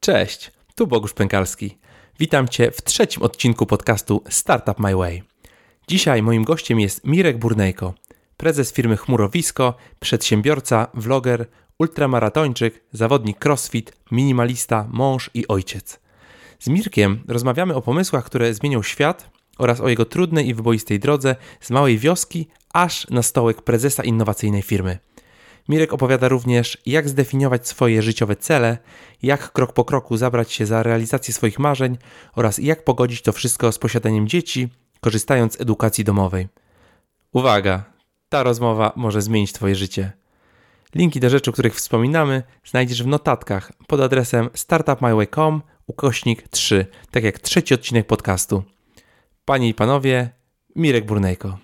Cześć, tu Bogusz Pękalski. Witam Cię w trzecim odcinku podcastu Startup My Way. Dzisiaj moim gościem jest Mirek Burnejko, prezes firmy Chmurowisko, przedsiębiorca, vloger, ultramaratończyk, zawodnik crossfit, minimalista, mąż i ojciec. Z Mirkiem rozmawiamy o pomysłach, które zmienią świat oraz o jego trudnej i wyboistej drodze z małej wioski aż na stołek prezesa innowacyjnej firmy. Mirek opowiada również, jak zdefiniować swoje życiowe cele, jak krok po kroku zabrać się za realizację swoich marzeń oraz jak pogodzić to wszystko z posiadaniem dzieci, korzystając z edukacji domowej. Uwaga, ta rozmowa może zmienić Twoje życie. Linki do rzeczy, o których wspominamy, znajdziesz w notatkach pod adresem startupmyway.com/3, tak jak trzeci odcinek podcastu. Panie i panowie, Mirek Burnejko.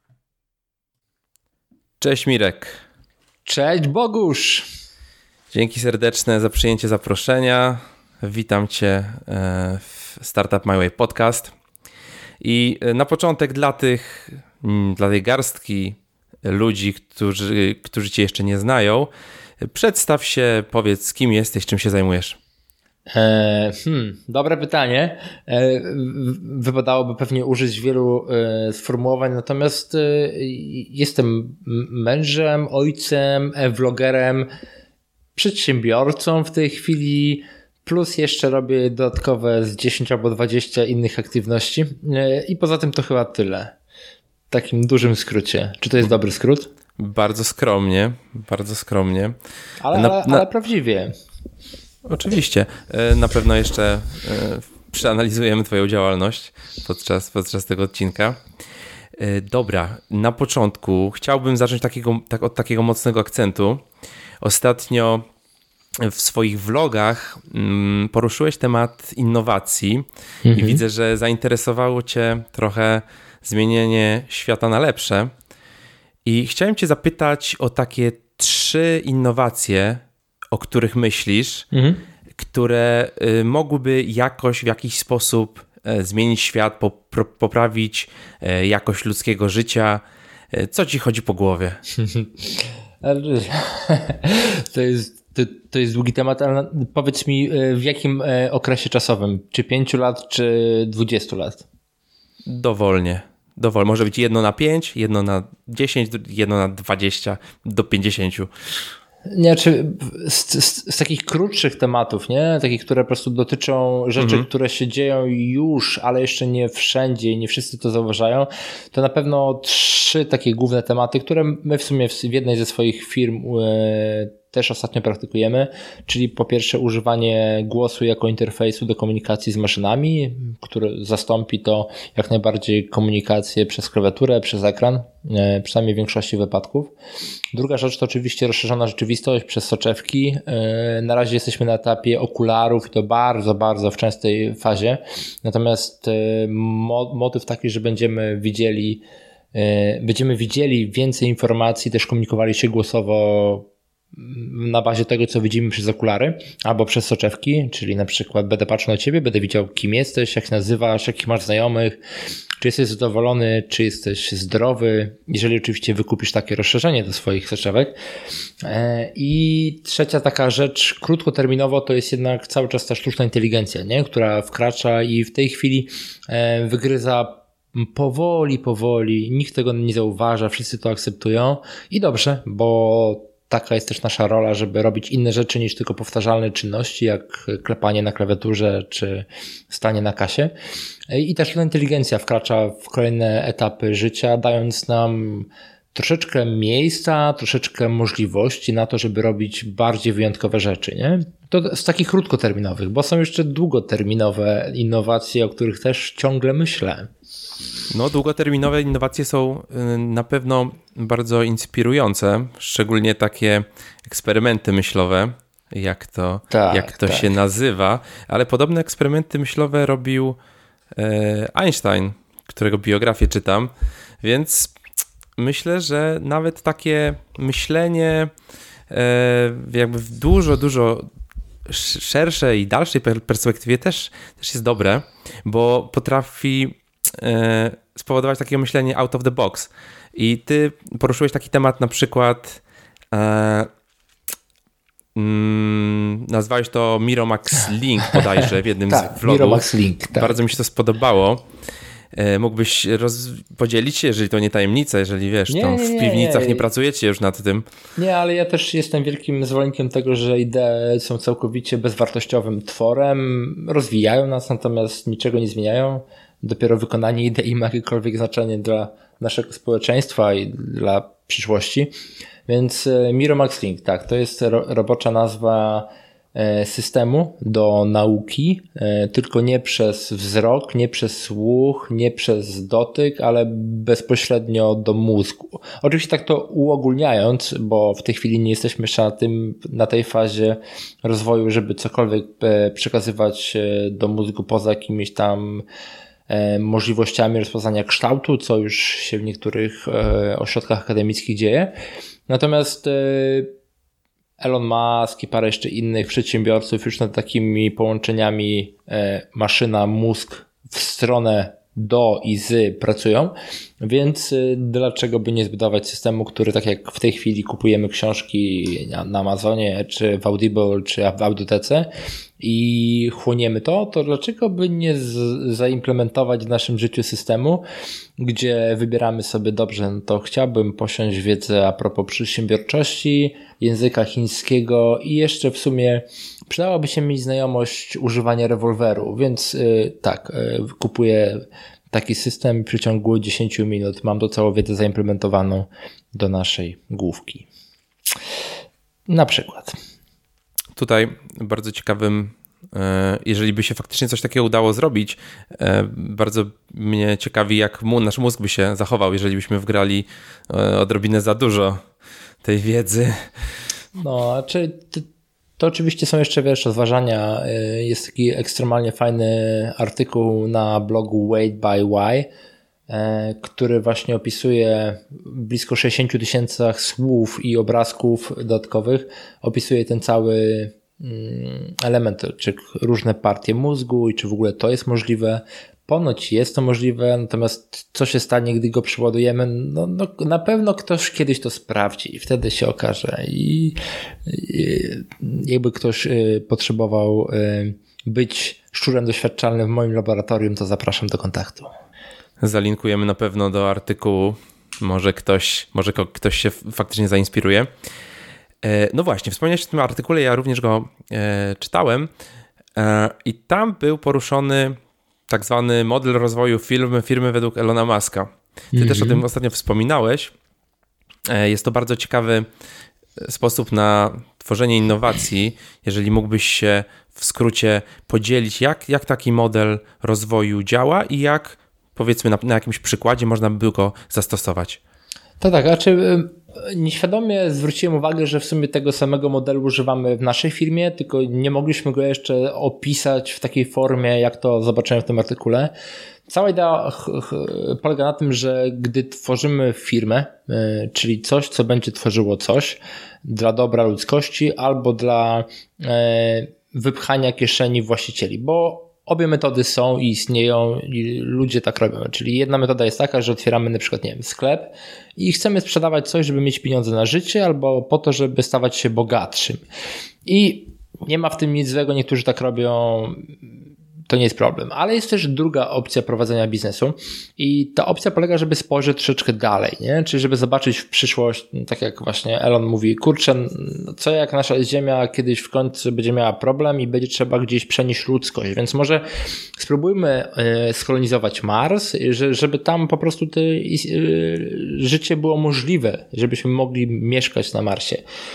Cześć Mirek. Cześć Bogusz. Dzięki serdeczne za przyjęcie zaproszenia. Witam Cię w Startup My Way podcast. I na początek dla tej garstki ludzi, którzy Cię jeszcze nie znają, przedstaw się, powiedz kim jesteś, czym się zajmujesz. Dobre pytanie. Wypadałoby pewnie użyć wielu sformułowań, natomiast jestem mężem, ojcem, vlogerem, przedsiębiorcą w tej chwili, plus jeszcze robię dodatkowe z 10 albo 20 innych aktywności i poza tym to chyba tyle. W takim dużym skrócie. Czy to jest dobry skrót? Bardzo skromnie, bardzo skromnie. Ale prawdziwie. Oczywiście. Na pewno jeszcze przeanalizujemy Twoją działalność podczas tego odcinka. Dobra, na początku chciałbym zacząć od takiego mocnego akcentu. Ostatnio w swoich vlogach poruszyłeś temat innowacji i widzę, że zainteresowało Cię trochę zmienienie świata na lepsze. I chciałem Cię zapytać o takie 3 innowacje, o których myślisz, które mogłyby jakoś w jakiś sposób zmienić świat, poprawić jakość ludzkiego życia. Co ci chodzi po głowie? To jest długi temat, ale powiedz mi w jakim okresie czasowym? Czy 5 lat, czy 20 lat? Dowolnie. Może być 1 na 5, 1 na 10, 1 na 20 do 50. Nie, czy z takich krótszych tematów, nie? Takich, które po prostu dotyczą rzeczy, które się dzieją już, ale jeszcze nie wszędzie i nie wszyscy to zauważają, to na pewno 3 takie główne tematy, które my w sumie w jednej ze swoich firm też ostatnio praktykujemy, czyli po pierwsze używanie głosu jako interfejsu do komunikacji z maszynami, który zastąpi to jak najbardziej komunikację przez klawiaturę, przez ekran, przynajmniej w większości wypadków. Druga rzecz to oczywiście rozszerzona rzeczywistość przez soczewki. Na razie jesteśmy na etapie okularów i to bardzo, bardzo w częstej fazie. Natomiast motyw taki, że będziemy widzieli więcej informacji, też komunikowali się głosowo na bazie tego, co widzimy przez okulary albo przez soczewki, czyli na przykład będę patrzył na Ciebie, będę widział kim jesteś, jak się nazywasz, jakich masz znajomych, czy jesteś zadowolony, czy jesteś zdrowy, jeżeli oczywiście wykupisz takie rozszerzenie do swoich soczewek. I trzecia taka rzecz krótkoterminowo to jest jednak cały czas ta sztuczna inteligencja, nie? Która wkracza i w tej chwili wygryza powoli, nikt tego nie zauważa, wszyscy to akceptują i dobrze, bo taka jest też nasza rola, żeby robić inne rzeczy niż tylko powtarzalne czynności, jak klepanie na klawiaturze czy stanie na kasie. I też ta inteligencja wkracza w kolejne etapy życia, dając nam troszeczkę miejsca, troszeczkę możliwości na to, żeby robić bardziej wyjątkowe rzeczy, nie? To z takich krótkoterminowych, bo są jeszcze długoterminowe innowacje, o których też ciągle myślę. No, długoterminowe innowacje są na pewno bardzo inspirujące, szczególnie takie eksperymenty myślowe, jak to się nazywa, ale podobne eksperymenty myślowe robił Einstein, którego biografię czytam, więc myślę, że nawet takie myślenie jakby w dużo szerszej i dalszej perspektywie też jest dobre, bo potrafi spowodować takie myślenie out of the box. I ty poruszyłeś taki temat na przykład nazwałeś to Miromax Link bodajże w jednym tak, z vlogów. Miromax Link, tak. Bardzo mi się to spodobało. Mógłbyś podzielić się, jeżeli to nie tajemnica, jeżeli wiesz, w piwnicach nie pracujecie już nad tym. Nie, ale ja też jestem wielkim zwolennikiem tego, że idee są całkowicie bezwartościowym tworem, rozwijają nas, natomiast niczego nie zmieniają. Dopiero wykonanie idei ma jakiekolwiek znaczenie dla naszego społeczeństwa i dla przyszłości. Więc Miromax Link, tak, to jest robocza nazwa systemu do nauki, tylko nie przez wzrok, nie przez słuch, nie przez dotyk, ale bezpośrednio do mózgu. Oczywiście tak to uogólniając, bo w tej chwili nie jesteśmy jeszcze na tej fazie rozwoju, żeby cokolwiek przekazywać do mózgu poza jakimiś tam możliwościami rozpoznania kształtu, co już się w niektórych ośrodkach akademickich dzieje. Natomiast Elon Musk i parę jeszcze innych przedsiębiorców już nad takimi połączeniami maszyna-mózg w stronę do i z pracują, więc dlaczego by nie zbudować systemu, który tak jak w tej chwili kupujemy książki na Amazonie, czy w Audible, czy w Audiotece i chłoniemy to dlaczego by nie zaimplementować w naszym życiu systemu, gdzie wybieramy sobie dobrze, no to chciałbym posiąść wiedzę a propos przedsiębiorczości, języka chińskiego i jeszcze w sumie przydałaby się mieć znajomość używania rewolweru, więc kupuję taki system i w przeciągu 10 minut mam to całą wiedzę zaimplementowaną do naszej główki. Na przykład. Tutaj bardzo ciekawym, jeżeli by się faktycznie coś takiego udało zrobić, bardzo mnie ciekawi, jak nasz mózg by się zachował, jeżeli byśmy wgrali odrobinę za dużo tej wiedzy. No, to oczywiście są jeszcze rozważania. Jest taki ekstremalnie fajny artykuł na blogu Wait by Why, który właśnie opisuje blisko 60 000 słów i obrazków dodatkowych. Opisuje ten cały element, czy różne partie mózgu i czy w ogóle to jest możliwe. Ponoć jest to możliwe, natomiast co się stanie, gdy go przyładujemy? No, na pewno ktoś kiedyś to sprawdzi i wtedy się okaże. I jakby ktoś potrzebował być szczurem doświadczalnym w moim laboratorium, to zapraszam do kontaktu. Zalinkujemy na pewno do artykułu. Może ktoś się faktycznie zainspiruje. No właśnie, wspomniałeś o tym artykule, ja również go czytałem i tam był poruszony tak zwany model rozwoju firmy według Elona Muska. Ty też o tym ostatnio wspominałeś. Jest to bardzo ciekawy sposób na tworzenie innowacji. Jeżeli mógłbyś się w skrócie podzielić, jak taki model rozwoju działa i jak, powiedzmy, na jakimś przykładzie można by go zastosować. Tak, nieświadomie zwróciłem uwagę, że w sumie tego samego modelu używamy w naszej firmie, tylko nie mogliśmy go jeszcze opisać w takiej formie, jak to zobaczyłem w tym artykule. Cała idea polega na tym, że gdy tworzymy firmę, czyli coś, co będzie tworzyło coś dla dobra ludzkości albo dla wypchania kieszeni właścicieli, bo obie metody są i istnieją i ludzie tak robią. Czyli jedna metoda jest taka, że otwieramy na przykład, sklep i chcemy sprzedawać coś, żeby mieć pieniądze na życie albo po to, żeby stawać się bogatszym. I nie ma w tym nic złego, niektórzy tak robią, to nie jest problem. Ale jest też druga opcja prowadzenia biznesu i ta opcja polega, żeby spojrzeć troszeczkę dalej, nie? Czyli żeby zobaczyć w przyszłość, tak jak właśnie Elon mówi, kurczę, co jak nasza Ziemia kiedyś w końcu będzie miała problem i będzie trzeba gdzieś przenieść ludzkość, więc może spróbujmy skolonizować Mars, żeby tam po prostu życie było możliwe, żebyśmy mogli mieszkać na Marsie.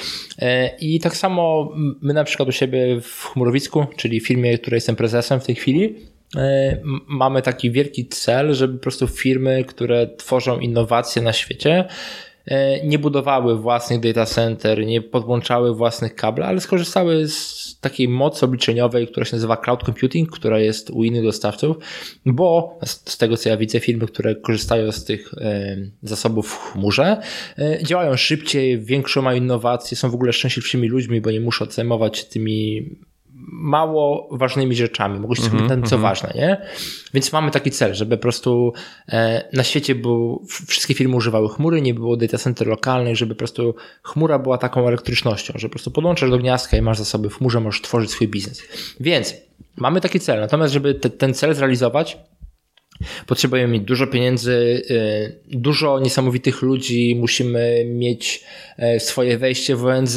I tak samo my na przykład u siebie w Chmurowisku, czyli firmie, której jestem prezesem w tej chwili, mamy taki wielki cel, żeby po prostu firmy, które tworzą innowacje na świecie, nie budowały własnych data center, nie podłączały własnych kabli, ale skorzystały z takiej mocy obliczeniowej, która się nazywa cloud computing, która jest u innych dostawców, bo z tego co ja widzę, firmy, które korzystają z tych zasobów w chmurze, działają szybciej, większą mają innowacje, są w ogóle szczęśliwszymi ludźmi, bo nie muszą zajmować się tymi mało ważnymi rzeczami. Mogło się skupić na tym, co ważne, nie? Więc mamy taki cel, żeby po prostu na świecie wszystkie firmy używały chmury, nie było data center lokalnych, żeby po prostu chmura była taką elektrycznością, że po prostu podłączasz do gniazdka i masz zasoby w chmurze, możesz tworzyć swój biznes. Więc mamy taki cel. Natomiast, żeby ten cel zrealizować, potrzebujemy mieć dużo pieniędzy, dużo niesamowitych ludzi, musimy mieć swoje wejście w ONZ,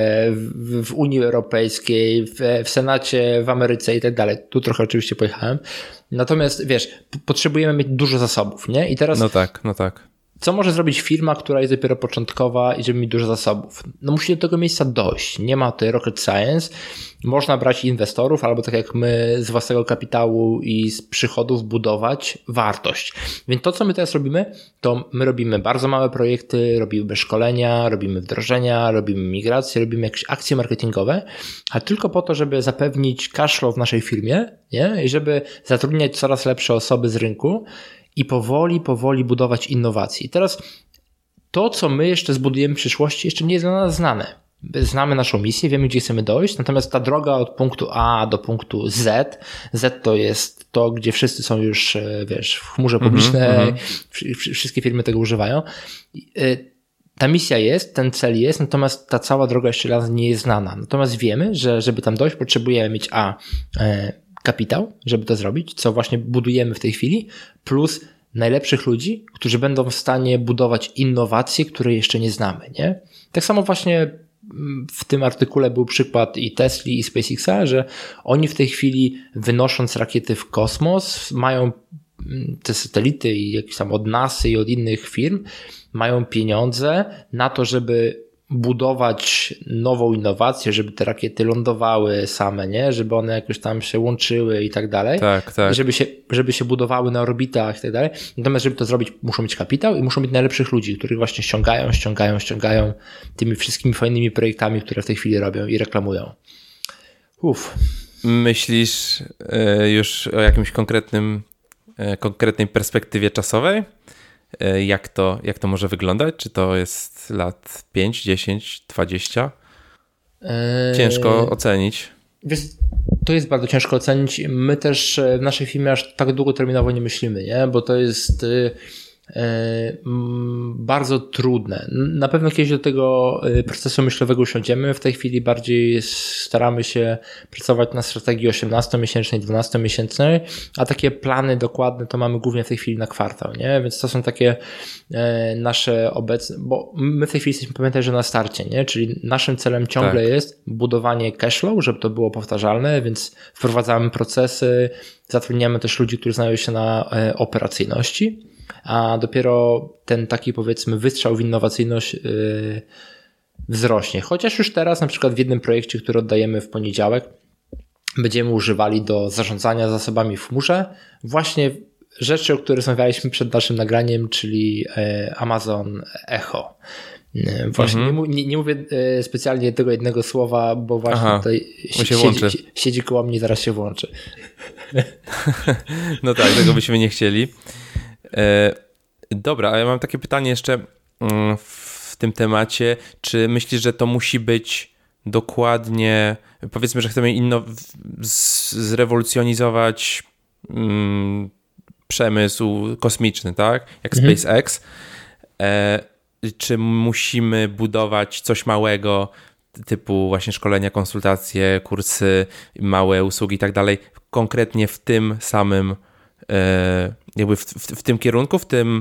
w Unii Europejskiej, w Senacie, w Ameryce i tak dalej. Tu trochę oczywiście pojechałem. Natomiast wiesz, potrzebujemy mieć dużo zasobów, nie? I teraz... No tak. Co może zrobić firma, która jest dopiero początkowa i żeby mieć dużo zasobów? No musi do tego miejsca dojść. Nie ma tutaj rocket science. Można brać inwestorów albo tak jak my z własnego kapitału i z przychodów budować wartość. Więc to, co my teraz robimy, to my robimy bardzo małe projekty, robimy szkolenia, robimy wdrożenia, robimy migracje, robimy jakieś akcje marketingowe, a tylko po to, żeby zapewnić cash flow w naszej firmie, nie? I żeby zatrudniać coraz lepsze osoby z rynku i powoli budować innowacje. I teraz to, co my jeszcze zbudujemy w przyszłości, jeszcze nie jest dla nas znane. Znamy naszą misję, wiemy, gdzie chcemy dojść, natomiast ta droga od punktu A do punktu Z to jest to, gdzie wszyscy są już, wiesz, w chmurze publicznej, wszystkie firmy tego używają. Ta misja jest, ten cel jest, natomiast ta cała droga jeszcze raz nie jest znana. Natomiast wiemy, że żeby tam dojść, potrzebujemy mieć kapitał, żeby to zrobić, co właśnie budujemy w tej chwili, plus najlepszych ludzi, którzy będą w stanie budować innowacje, które jeszcze nie znamy, nie? Tak samo właśnie w tym artykule był przykład i Tesli i SpaceXa, że oni w tej chwili wynosząc rakiety w kosmos mają te satelity i jakieś tam od NASA i od innych firm mają pieniądze na to, żeby budować nową innowację, żeby te rakiety lądowały same, nie? Żeby one jakoś tam się łączyły i tak dalej. Tak. Żeby się budowały na orbitach i tak dalej. Natomiast żeby to zrobić, muszą mieć kapitał i muszą mieć najlepszych ludzi, których właśnie ściągają tymi wszystkimi fajnymi projektami, które w tej chwili robią i reklamują. Myślisz już o jakimś konkretnej perspektywie czasowej? Jak to może wyglądać? Czy to jest lat 5, 10, 20? Ciężko ocenić. Wiesz, to jest bardzo ciężko ocenić. My też w naszej firmie aż tak długoterminowo nie myślimy, nie? Bo to jest bardzo trudne. Na pewno kiedyś do tego procesu myślowego usiądziemy. W tej chwili bardziej staramy się pracować na strategii 18-miesięcznej, 12-miesięcznej, a takie plany dokładne to mamy głównie w tej chwili na kwartał, nie? Więc to są takie nasze obecne, bo my w tej chwili jesteśmy, pamiętaj, że na starcie, nie? Czyli naszym celem ciągle jest budowanie cashflow, żeby to było powtarzalne, więc wprowadzamy procesy, zatrudniamy też ludzi, którzy znają się na operacyjności, a dopiero ten taki, powiedzmy, wystrzał w innowacyjność wzrośnie. Chociaż już teraz na przykład w jednym projekcie, który oddajemy w poniedziałek, będziemy używali do zarządzania zasobami w chmurze właśnie rzeczy, o których rozmawialiśmy przed naszym nagraniem, czyli Amazon Echo. Właśnie nie mówię specjalnie tego jednego słowa, bo właśnie tutaj siedzi koło mnie i zaraz się włączy. No tak, tego byśmy nie chcieli. Dobra, a ja mam takie pytanie jeszcze w tym temacie. Czy myślisz, że to musi być dokładnie, powiedzmy, że chcemy zrewolucjonizować przemysł kosmiczny, tak? Jak SpaceX. Czy musimy budować coś małego, typu właśnie szkolenia, konsultacje, kursy, małe usługi i tak dalej, konkretnie w tym samym jakby w tym kierunku,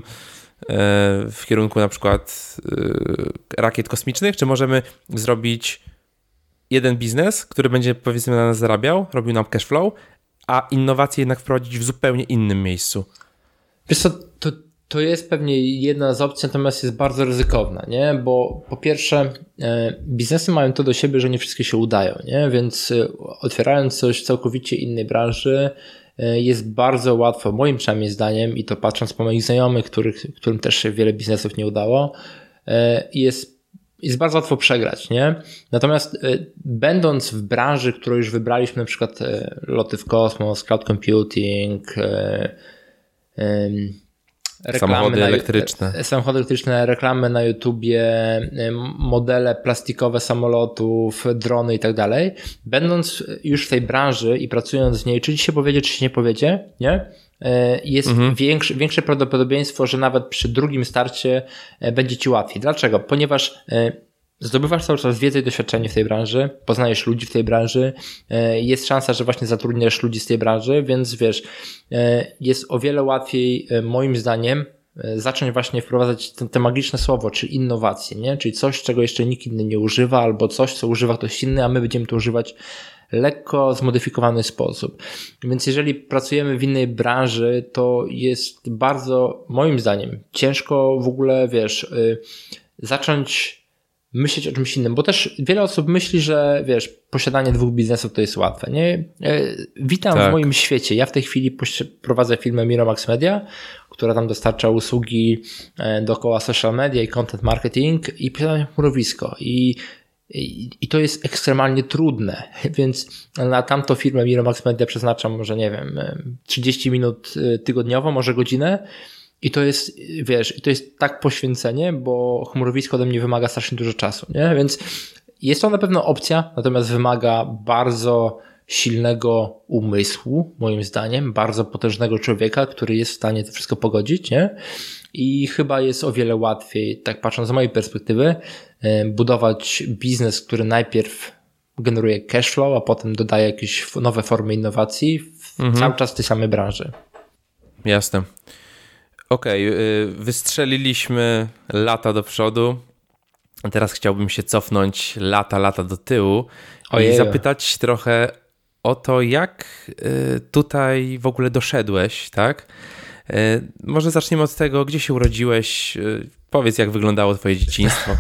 w kierunku na przykład rakiet kosmicznych, czy możemy zrobić jeden biznes, który będzie, powiedzmy, na nas zarabiał, robił nam cash flow, a innowacje jednak wprowadzić w zupełnie innym miejscu? Wiesz co, to jest pewnie jedna z opcji, natomiast jest bardzo ryzykowna, nie? Bo po pierwsze biznesy mają to do siebie, że nie wszystkie się udają, nie? Więc otwierając coś w całkowicie innej branży jest bardzo łatwo, moim przynajmniej zdaniem, i to patrząc po moich znajomych, którym też się wiele biznesów nie udało, jest bardzo łatwo przegrać, nie? Natomiast będąc w branży, którą już wybraliśmy, na przykład loty w kosmos, cloud computing, Samochody elektryczne, reklamy na YouTubie, modele plastikowe samolotów, drony i tak dalej. Będąc już w tej branży i pracując w niej, czy ci się powiedzie, czy się nie powiedzie, nie? Jest większe prawdopodobieństwo, że nawet przy drugim starcie będzie ci łatwiej. Dlaczego? Ponieważ zdobywasz cały czas wiedzę i doświadczenie w tej branży, poznajesz ludzi w tej branży, jest szansa, że właśnie zatrudniasz ludzi z tej branży, więc wiesz, jest o wiele łatwiej moim zdaniem zacząć właśnie wprowadzać te magiczne słowo, czyli innowacje, nie? Czyli coś, czego jeszcze nikt inny nie używa, albo coś, co używa ktoś inny, a my będziemy to używać lekko zmodyfikowany sposób. Więc jeżeli pracujemy w innej branży, to jest bardzo, moim zdaniem, ciężko w ogóle, wiesz, zacząć myśleć o czymś innym, bo też wiele osób myśli, że wiesz, posiadanie 2 biznesów to jest łatwe, nie? Witam w moim świecie. Ja w tej chwili prowadzę firmę Miramax Media, która tam dostarcza usługi dookoła social media i content marketing i posiadam chmurowisko i to jest ekstremalnie trudne, więc na tamtą firmę Miramax Media przeznaczam może, nie wiem, 30 minut tygodniowo, może godzinę i to jest, wiesz, to jest tak poświęcenie, bo chmurowisko ode mnie wymaga strasznie dużo czasu, nie? Więc jest to na pewno opcja, natomiast wymaga bardzo silnego umysłu, moim zdaniem, bardzo potężnego człowieka, który jest w stanie to wszystko pogodzić, nie? I chyba jest o wiele łatwiej, tak patrząc z mojej perspektywy, budować biznes, który najpierw generuje cashflow, a potem dodaje jakieś nowe formy innowacji cały czas w tej samej branży. Jasne. Okej, wystrzeliliśmy lata do przodu. Teraz chciałbym się cofnąć lata do tyłu i zapytać trochę o to, jak tutaj w ogóle doszedłeś, tak? Może zaczniemy od tego, gdzie się urodziłeś. Powiedz, jak wyglądało twoje dzieciństwo.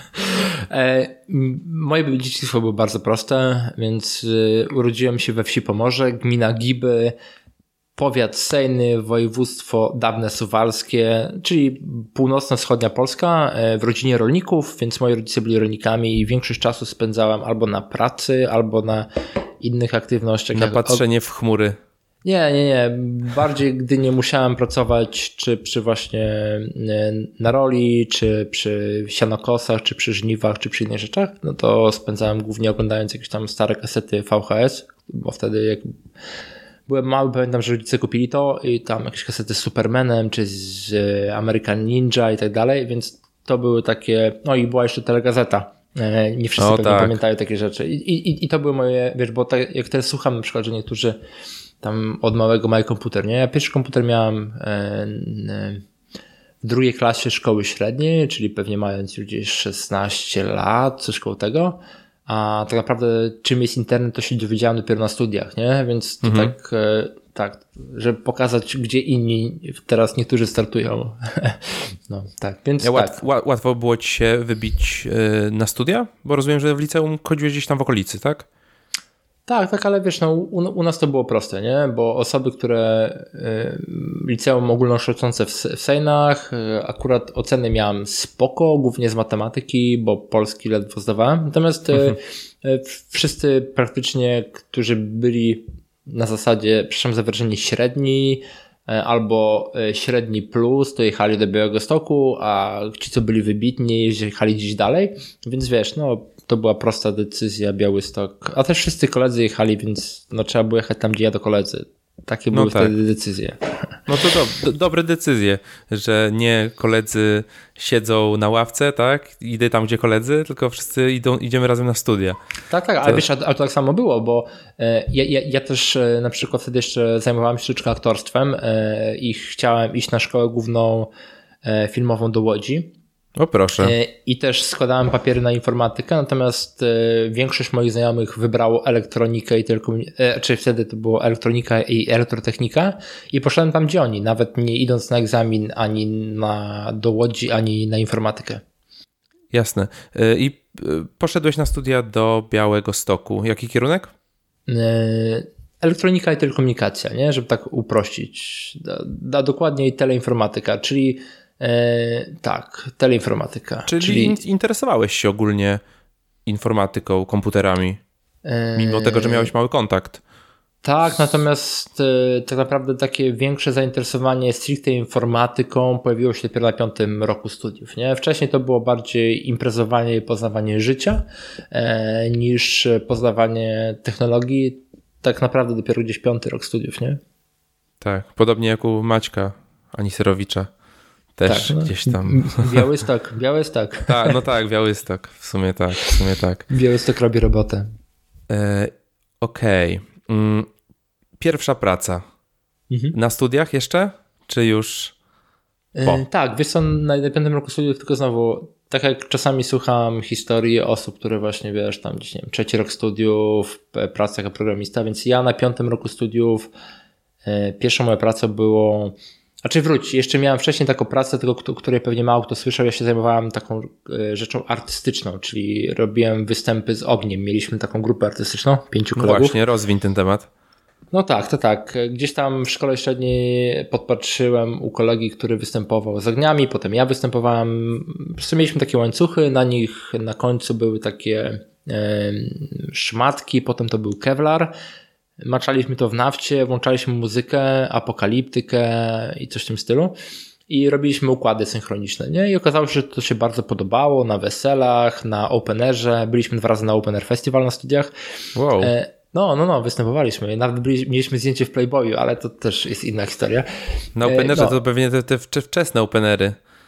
Moje dzieciństwo było bardzo proste, więc urodziłem się we wsi Pomorze, gmina Giby, powiat Sejny, województwo dawne suwalskie, czyli północno-wschodnia Polska, w rodzinie rolników, więc moi rodzice byli rolnikami i większość czasu spędzałem albo na pracy, albo na innych aktywnościach. Na patrzenie w chmury. Nie. Bardziej gdy nie musiałem pracować, czy przy właśnie na roli, czy przy sianokosach, czy przy żniwach, czy przy innych rzeczach, no to spędzałem głównie oglądając jakieś tam stare kasety VHS, bo wtedy jak byłem mały, pamiętam, że rodzice kupili to i tam jakieś kasety z Supermanem, czy z American Ninja i tak dalej, więc to były takie, no i była jeszcze telegazeta. Nie wszyscy pewnie pamiętają takie rzeczy. I to były moje, wiesz, bo tak, jak teraz słucham na przykład, że niektórzy tam od małego mają komputer, nie? Ja pierwszy komputer miałem w 2. klasie szkoły średniej, czyli pewnie mając gdzieś 16 lat, coś koło tego. A tak naprawdę czym jest internet, to się dowiedziałem dopiero na studiach, nie? Więc to tak, żeby pokazać, gdzie inni teraz niektórzy startują. No, tak, więc Łatwo było ci się wybić na studia? Bo rozumiem, że w liceum chodziłeś gdzieś tam w okolicy, tak? Tak, ale wiesz, no, u nas to było proste, nie? Bo osoby, które liceum ogólnokształcące w Sejnach, akurat oceny miałem spoko, głównie z matematyki, bo polski ledwo zdawałem. Natomiast wszyscy praktycznie, którzy byli na zasadzie, przepraszam za wyrażenie, średni albo średni plus, to jechali do Białegostoku, a ci, co byli wybitni, jechali gdzieś dalej. Więc wiesz, no to była prosta decyzja, Białystok. A też wszyscy koledzy jechali, więc no trzeba było jechać tam, gdzie jadą koledzy. Takie były wtedy decyzje. No to dobre decyzje, że nie koledzy siedzą na ławce, tak? Idę tam, gdzie koledzy, tylko wszyscy idziemy razem na studia. Tak, ale wiesz, a to tak samo było, bo ja też na przykład wtedy jeszcze zajmowałem się troszeczkę aktorstwem i chciałem iść na szkołę główną filmową do Łodzi. O proszę. I też składałem papiery na informatykę, natomiast większość moich znajomych wybrało elektronikę i czy wtedy to było elektronika i elektrotechnika i poszedłem tam, gdzie oni, nawet nie idąc na egzamin ani do Łodzi, ani na informatykę. Jasne. I poszedłeś na studia do Białegostoku. Jaki kierunek? Elektronika i telekomunikacja, nie? Żeby tak uprościć. Dokładniej teleinformatyka, czyli tak, teleinformatyka. Czyli interesowałeś się ogólnie informatyką, komputerami, mimo tego, że miałeś mały kontakt. Tak, natomiast tak naprawdę takie większe zainteresowanie stricte informatyką pojawiło się dopiero na 5. roku studiów. Nie? Wcześniej to było bardziej imprezowanie i poznawanie życia niż poznawanie technologii. Tak naprawdę dopiero gdzieś 5. rok studiów, nie? Tak, podobnie jak u Maćka Aniserowicza. Też tak, no, gdzieś tam. Białystok. Tak, no tak, Białystok. W sumie tak. Białystok robi robotę. Okej. Pierwsza praca. Na studiach jeszcze? Czy już po? Tak, wiesz co, na 5. roku studiów tylko znowu, tak jak czasami słucham historii osób, które właśnie, wiesz, tam gdzieś, nie wiem, 3. rok studiów, praca jako programista, więc ja na 5. roku studiów pierwsza moja praca było... jeszcze miałem wcześniej taką pracę, o której pewnie mało kto słyszał. Ja się zajmowałem taką rzeczą artystyczną, czyli robiłem występy z ogniem. Mieliśmy taką grupę artystyczną, 5 kolegów. Właśnie, rozwiń ten temat. No tak. Gdzieś tam w szkole średniej podpatrzyłem u kolegi, który występował z ogniami, potem ja występowałem. Po prostu mieliśmy takie łańcuchy, na nich na końcu były takie szmatki, potem to był kevlar. Maczaliśmy to w nafcie, włączaliśmy muzykę, apokaliptykę i coś w tym stylu i robiliśmy układy synchroniczne, nie? I okazało się, że to się bardzo podobało na weselach, na openerze. Byliśmy 2 razy na Open Air Festival na studiach. Wow. No, występowaliśmy. Nawet mieliśmy zdjęcie w Playboyu, ale to też jest inna historia. Na Openerze to pewnie te wczesne Openery.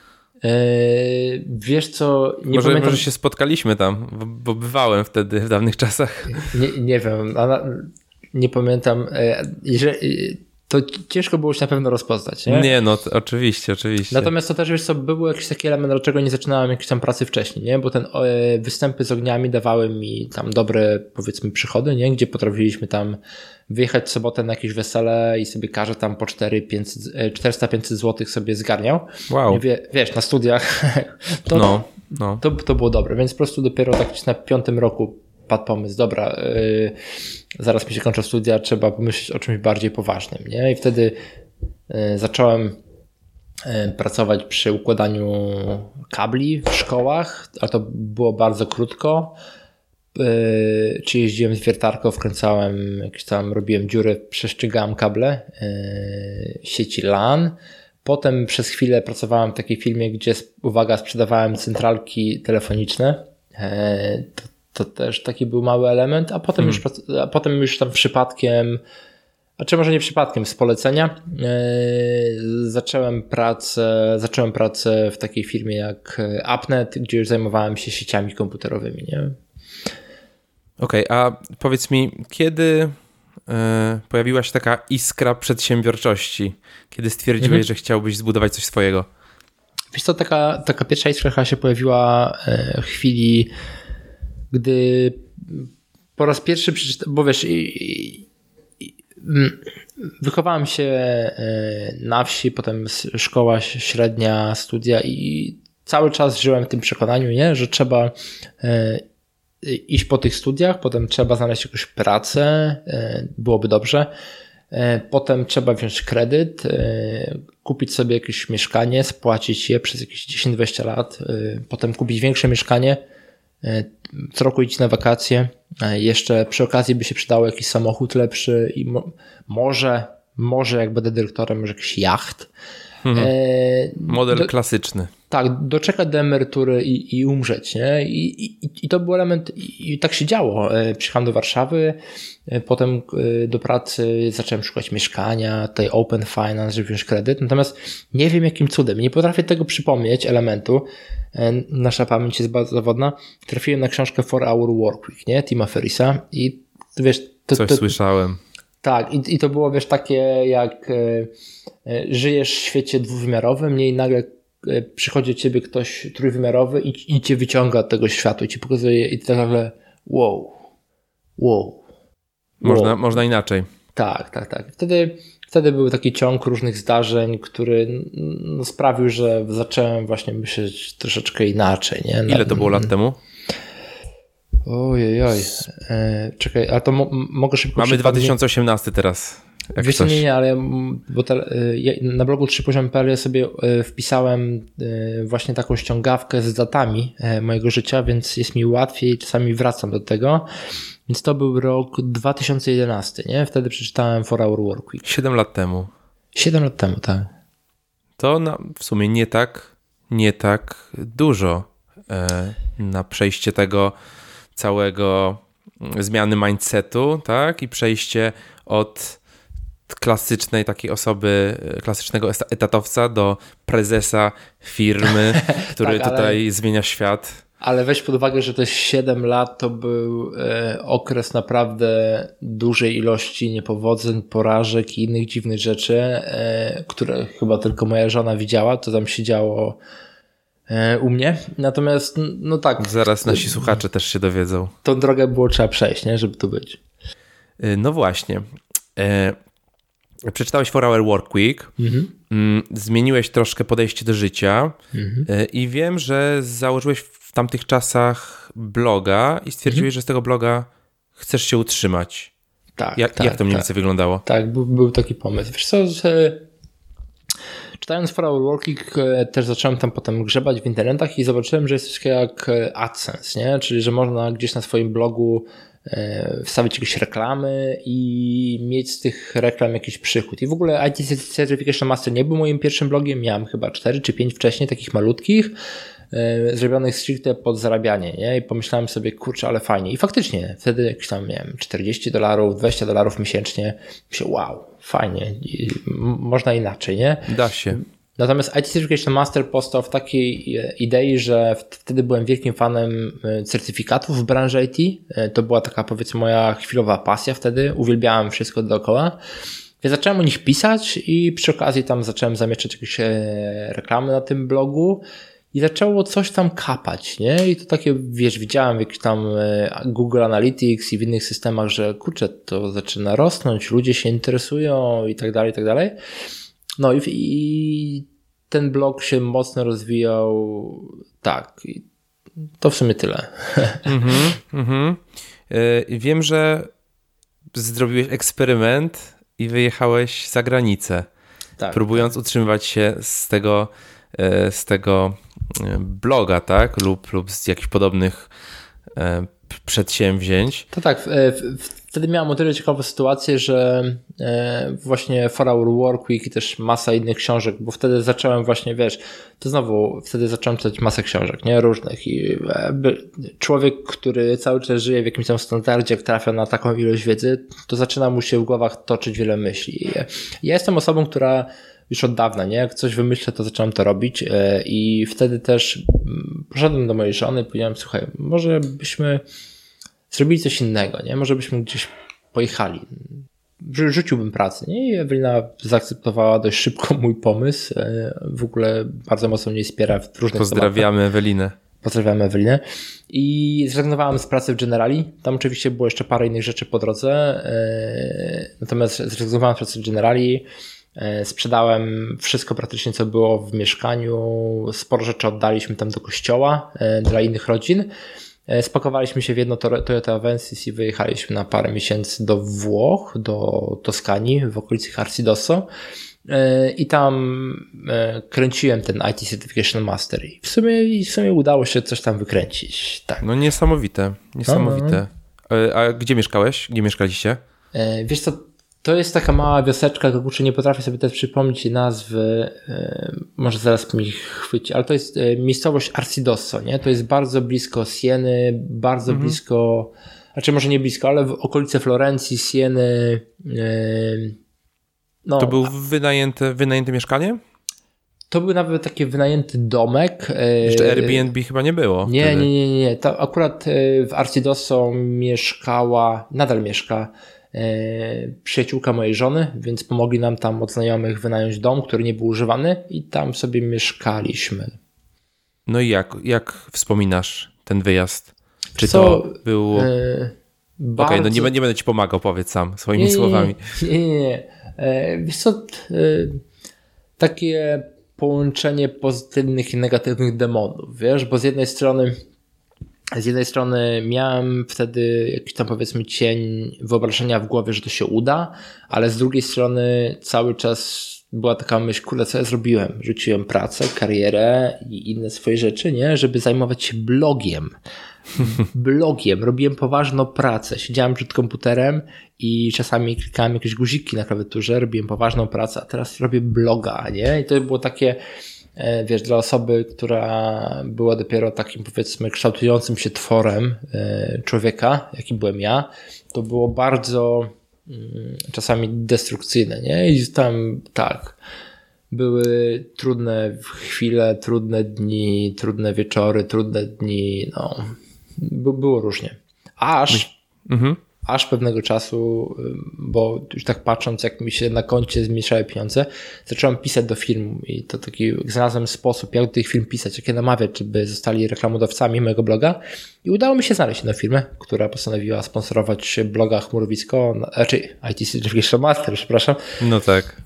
Wiesz co, nie pamiętam. Może się spotkaliśmy tam, bo bywałem wtedy w dawnych czasach. Nie wiem, nie pamiętam. To ciężko było się na pewno rozpoznać, nie? Nie, no oczywiście. Natomiast to też, wiesz co, był jakiś taki element, dlaczego nie zaczynałem jakiejś tam pracy wcześniej, nie? Bo ten występy z ogniami dawały mi tam dobre, powiedzmy, przychody, nie? Gdzie potrafiliśmy tam wyjechać w sobotę na jakieś wesele i sobie każdy tam po 400-500 zł sobie zgarniał. Wow. Wiesz, na studiach to było dobre, więc po prostu dopiero tak na 5. roku padł pomysł, dobra, zaraz mi się kończą studia, trzeba pomyśleć o czymś bardziej poważnym, nie? I wtedy zacząłem pracować przy układaniu kabli w szkołach, a to było bardzo krótko. Czy jeździłem z wiertarką, wkręcałem, jakieś tam robiłem dziury, przeszczygałem kable sieci LAN. Potem przez chwilę pracowałem w takiej firmie, gdzie, uwaga, sprzedawałem centralki telefoniczne. To też taki był mały element, a potem już tam przypadkiem, a czy może nie przypadkiem, z polecenia, zacząłem pracę w takiej firmie jak Appnet, gdzie już zajmowałem się sieciami komputerowymi, nie? Okej, a powiedz mi, kiedy pojawiła się taka iskra przedsiębiorczości? Kiedy stwierdziłeś, że chciałbyś zbudować coś swojego? Wiesz co, taka pierwsza iskra się pojawiła w chwili, gdy po raz pierwszy przeczytałem, bo wiesz, wychowałem się na wsi, potem szkoła średnia, studia i cały czas żyłem w tym przekonaniu, nie, że trzeba iść po tych studiach, potem trzeba znaleźć jakąś pracę, byłoby dobrze, potem trzeba wziąć kredyt, kupić sobie jakieś mieszkanie, spłacić je przez jakieś 10-20 lat, potem kupić większe mieszkanie, co roku iść na wakacje, jeszcze przy okazji by się przydało jakiś samochód lepszy i może jak będę dyrektorem, może jakiś jacht. Model klasyczny. Tak, doczekać do emerytury i umrzeć, nie? I to był element, i tak się działo. Przyjechałem do Warszawy, potem do pracy zacząłem szukać mieszkania, tutaj Open Finance, żeby wziąć kredyt, natomiast nie wiem jakim cudem, nie potrafię tego przypomnieć elementu, nasza pamięć jest bardzo zawodna. Trafiłem na książkę 4-Hour Workweek, nie? Tima Ferrisa i wiesz... Coś słyszałem. Tak, i to było, wiesz, takie jak żyjesz w świecie dwuwymiarowym, nie, i nagle przychodzi do ciebie ktoś trójwymiarowy i cię wyciąga od tego światu i ci pokazuje i ty tak nagle wow. Można inaczej. Tak. Wtedy był taki ciąg różnych zdarzeń, który sprawił, że zacząłem właśnie myśleć troszeczkę inaczej. Nie? Ile to było lat temu? Ojej. Czekaj, a to mogę szybko... Mamy 2018 teraz. Wiesz co, nie, ale bo na blogu 3poziom.pl ja sobie wpisałem właśnie taką ściągawkę z datami mojego życia, więc jest mi łatwiej, czasami wracam do tego Więc to był rok 2011, nie? Wtedy przeczytałem 4-Hour Workweek. 7 lat temu. 7 lat temu, tak. To w sumie nie tak dużo na przejście tego całego zmiany mindsetu, tak? I przejście od klasycznej takiej osoby, klasycznego etatowca do prezesa firmy, który tak, tutaj zmienia świat. Ale weź pod uwagę, że te 7 lat to był okres naprawdę dużej ilości niepowodzeń, porażek i innych dziwnych rzeczy, które chyba tylko moja żona widziała, to tam się działo u mnie. Natomiast, no tak. Zaraz nasi słuchacze też się dowiedzą. Tą drogę było trzeba przejść, nie? Żeby tu być. No właśnie. Przeczytałeś 4-Hour Workweek, zmieniłeś troszkę podejście do życia i wiem, że założyłeś w tamtych czasach bloga i stwierdziłeś, że z tego bloga chcesz się utrzymać. Tak. Jak to mniej więcej wyglądało? Tak, był taki pomysł. Wiesz co, że czytając 4-Hour Workweek też zacząłem tam potem grzebać w internetach i zobaczyłem, że jest coś takiego jak AdSense, nie? Czyli że można gdzieś na swoim blogu wstawić jakieś reklamy i mieć z tych reklam jakiś przychód. I w ogóle IT Certification Master nie był moim pierwszym blogiem, miałem chyba 4 czy 5 wcześniej, takich malutkich, zrobionych stricte pod zarabianie, nie? I pomyślałem sobie, kurczę, ale fajnie. I faktycznie, wtedy jakieś tam miałem $40, $20 miesięcznie. Myślę, wow, fajnie, można inaczej, nie? Da się. Natomiast IT Certification Master powstał w takiej idei, że wtedy byłem wielkim fanem certyfikatów w branży IT. To była taka, powiedzmy, moja chwilowa pasja wtedy. Uwielbiałem wszystko dookoła. Ja zacząłem o nich pisać i przy okazji tam zacząłem zamieszczać jakieś reklamy na tym blogu i zaczęło coś tam kapać, nie? I to takie, wiesz, widziałem w jakichś tam Google Analytics i w innych systemach, że kurczę, to zaczyna rosnąć, ludzie się interesują i tak dalej, i tak dalej. No i ten blog się mocno rozwijał, tak, i to w sumie tyle. Wiem, że zrobiłeś eksperyment i wyjechałeś za granicę, tak, próbując utrzymywać się z tego bloga, tak? Lub z jakichś podobnych przedsięwzięć. To tak, wtedy miałem o tyle ciekawą sytuację, że właśnie 4-Hour Workweek i też masa innych książek, bo wtedy zacząłem właśnie, wiesz, to znowu wtedy zacząłem czytać masę książek, nie, różnych i człowiek, który cały czas żyje w jakimś tam standardzie, jak trafia na taką ilość wiedzy, to zaczyna mu się w głowach toczyć wiele myśli. Ja jestem osobą, która już od dawna, nie? Jak coś wymyślę, to zacząłem to robić i wtedy też poszedłem do mojej żony i powiedziałem, słuchaj, może byśmy zrobili coś innego, nie? Może byśmy gdzieś pojechali. Rzuciłbym pracę, nie? I Ewelina zaakceptowała dość szybko mój pomysł. W ogóle bardzo mocno mnie wspiera w różnych Pozdrawiamy tematach. Ewelinę. Pozdrawiamy Ewelinę. I zrezygnowałem z pracy w Generali. Tam oczywiście było jeszcze parę innych rzeczy po drodze. Natomiast zrezygnowałem z pracy w Generali. Sprzedałem wszystko praktycznie, co było w mieszkaniu. Sporo rzeczy oddaliśmy tam do kościoła dla innych rodzin. Spakowaliśmy się w jedno Toyota Avensis i wyjechaliśmy na parę miesięcy do Włoch, do Toskanii, w okolicy Arcidosso. I tam kręciłem ten IT Certification Master. I w sumie udało się coś tam wykręcić. Tak. No niesamowite. A gdzie mieszkałeś? Gdzie mieszkaliście? Wiesz co, to jest taka mała wioseczka, kurczę, nie potrafię sobie też przypomnieć nazwy, może zaraz mi chwyci, ale to jest miejscowość Arcidosso, nie? To jest bardzo blisko Sieny, bardzo blisko, znaczy może nie blisko, ale w okolice Florencji, Sieny. No, to był wynajęte mieszkanie? To był nawet taki wynajęty domek. Jeszcze Airbnb chyba nie było. Nie. To akurat w Arcidosso nadal mieszka przyjaciółka mojej żony, więc pomogli nam tam od znajomych wynająć dom, który nie był używany i tam sobie mieszkaliśmy. No i jak wspominasz ten wyjazd? Czy to było... Okej, no nie będę ci pomagał, powiedz sam swoimi słowami. Nie. Wiesz co, takie połączenie pozytywnych i negatywnych demonów, wiesz, bo z jednej strony miałem wtedy jakiś tam, powiedzmy, cień wyobrażenia w głowie, że to się uda, ale z drugiej strony cały czas była taka myśl, kurde, co ja zrobiłem? Rzuciłem pracę, karierę i inne swoje rzeczy, nie? Żeby zajmować się blogiem. blogiem, robiłem poważną pracę. Siedziałem przed komputerem i czasami klikałem jakieś guziki na klawiaturze, robiłem poważną pracę, a teraz robię bloga, nie? I to było takie, wiesz, dla osoby, która była dopiero takim, powiedzmy, kształtującym się tworem człowieka, jaki byłem ja, to było bardzo czasami destrukcyjne, nie? I tam tak, były trudne chwile, trudne dni, trudne wieczory, trudne dni, no, było różnie. Aż pewnego czasu, bo już tak patrząc, jak mi się na koncie zmniejszały pieniądze, zacząłem pisać do firm i to taki znalazłem sposób, jak do tych firm pisać, jak je namawiać, żeby zostali reklamodawcami mojego bloga i udało mi się znaleźć jedną firmę, która postanowiła sponsorować bloga Chmurowisko, raczej IT Certification Master, przepraszam. No tak.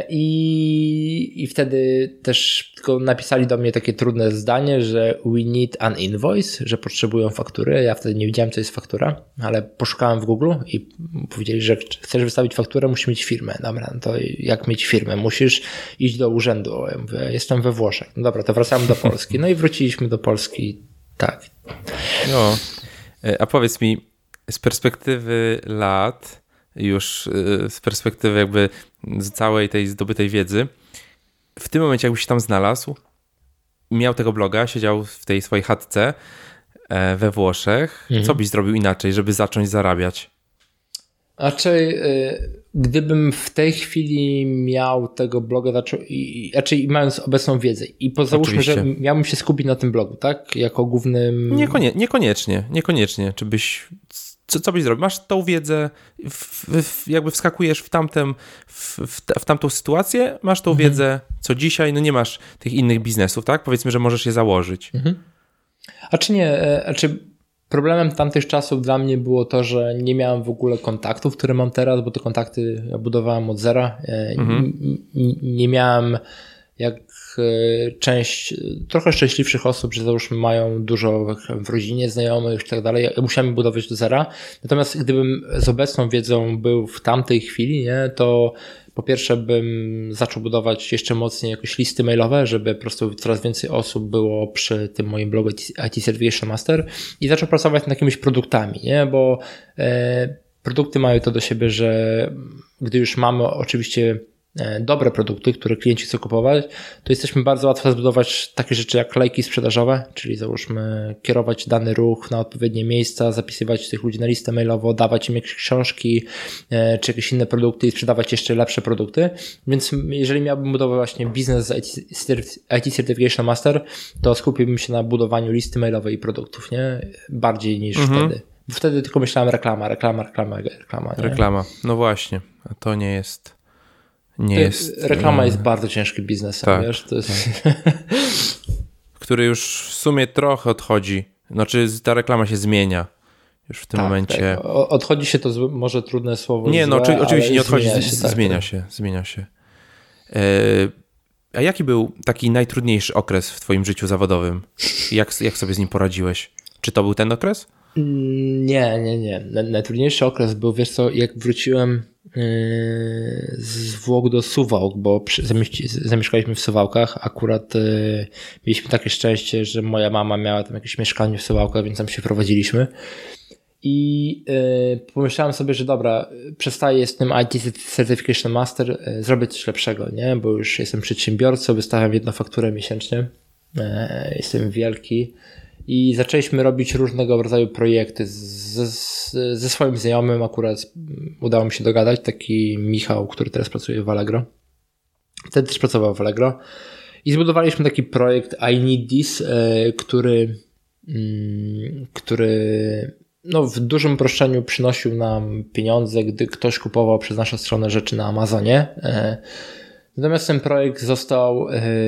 I wtedy też tylko napisali do mnie takie trudne zdanie, że we need an invoice, że potrzebują faktury. Ja wtedy nie wiedziałem, co jest faktura, ale poszukałem w Google i powiedzieli, że chcesz wystawić fakturę, musisz mieć firmę. Dobra, no to jak mieć firmę? Musisz iść do urzędu. Ja mówię, jestem we Włoszech. No dobra, to wracamy do Polski. No i wróciliśmy do Polski. Tak. No, a powiedz mi, z perspektywy lat, już z perspektywy jakby z całej tej zdobytej wiedzy, w tym momencie jakbyś się tam znalazł, miał tego bloga, siedział w tej swojej chatce we Włoszech, co byś zrobił inaczej, żeby zacząć zarabiać? Raczej gdybym w tej chwili miał tego bloga, raczej mając obecną wiedzę i załóżmy, że miałbym się skupić na tym blogu, tak? Jako głównym... Niekoniecznie. Czy byś... Co byś zrobił? Masz tą wiedzę, jakby wskakujesz w tamtą sytuację, masz tą wiedzę, co dzisiaj, no nie masz tych innych biznesów, tak? Powiedzmy, że możesz je założyć. Problemem tamtych czasów dla mnie było to, że nie miałem w ogóle kontaktów, które mam teraz, bo te kontakty ja budowałem od zera. Nie miałem jak część trochę szczęśliwszych osób, że załóżmy mają dużo w rodzinie znajomych i tak dalej. Ja musiałem budować do zera. Natomiast gdybym z obecną wiedzą był w tamtej chwili, nie, to po pierwsze bym zaczął budować jeszcze mocniej jakoś listy mailowe, żeby po prostu coraz więcej osób było przy tym moim blogu IT Certification Master i zaczął pracować nad jakimiś produktami, nie, bo produkty mają to do siebie, że gdy już mamy oczywiście dobre produkty, które klienci chcą kupować, to jesteśmy bardzo łatwo zbudować takie rzeczy jak lejki sprzedażowe, czyli załóżmy kierować dany ruch na odpowiednie miejsca, zapisywać tych ludzi na listę mailową, dawać im jakieś książki czy jakieś inne produkty i sprzedawać jeszcze lepsze produkty. Więc jeżeli miałbym budować właśnie biznes z IT Certification Master, to skupiłbym się na budowaniu listy mailowej i produktów, nie? Bardziej niż wtedy. Bo wtedy tylko myślałem reklama. Nie? Reklama, no właśnie. A to nie jest... Reklama jest bardzo ciężkim biznesem, tak, wiesz? To jest... Który już w sumie trochę odchodzi. Znaczy ta reklama się zmienia już w tym momencie. Tak. Odchodzi się to może trudne słowo. Nie, no oczywiście nie odchodzi, zmienia się. A jaki był taki najtrudniejszy okres w twoim życiu zawodowym? Jak sobie z nim poradziłeś? Czy to był ten okres? Nie. Najtrudniejszy okres był, wiesz co, jak wróciłem z Włoch do Suwałk, bo zamieszkaliśmy w Suwałkach. Akurat mieliśmy takie szczęście, że moja mama miała tam jakieś mieszkanie w Suwałkach, więc tam się prowadziliśmy. I pomyślałem sobie, że dobra, przestaję z tym IT Certification Master, zrobię coś lepszego, nie? Bo już jestem przedsiębiorcą, wystawiam jedną fakturę miesięcznie, jestem wielki. I zaczęliśmy robić różnego rodzaju projekty ze swoim znajomym. Akurat udało mi się dogadać, taki Michał, który teraz pracuje w Allegro. Wtedy też pracował w Allegro. I zbudowaliśmy taki projekt I Need This, który no, w dużym uproszczeniu przynosił nam pieniądze, gdy ktoś kupował przez naszą stronę rzeczy na Amazonie. Natomiast ten projekt został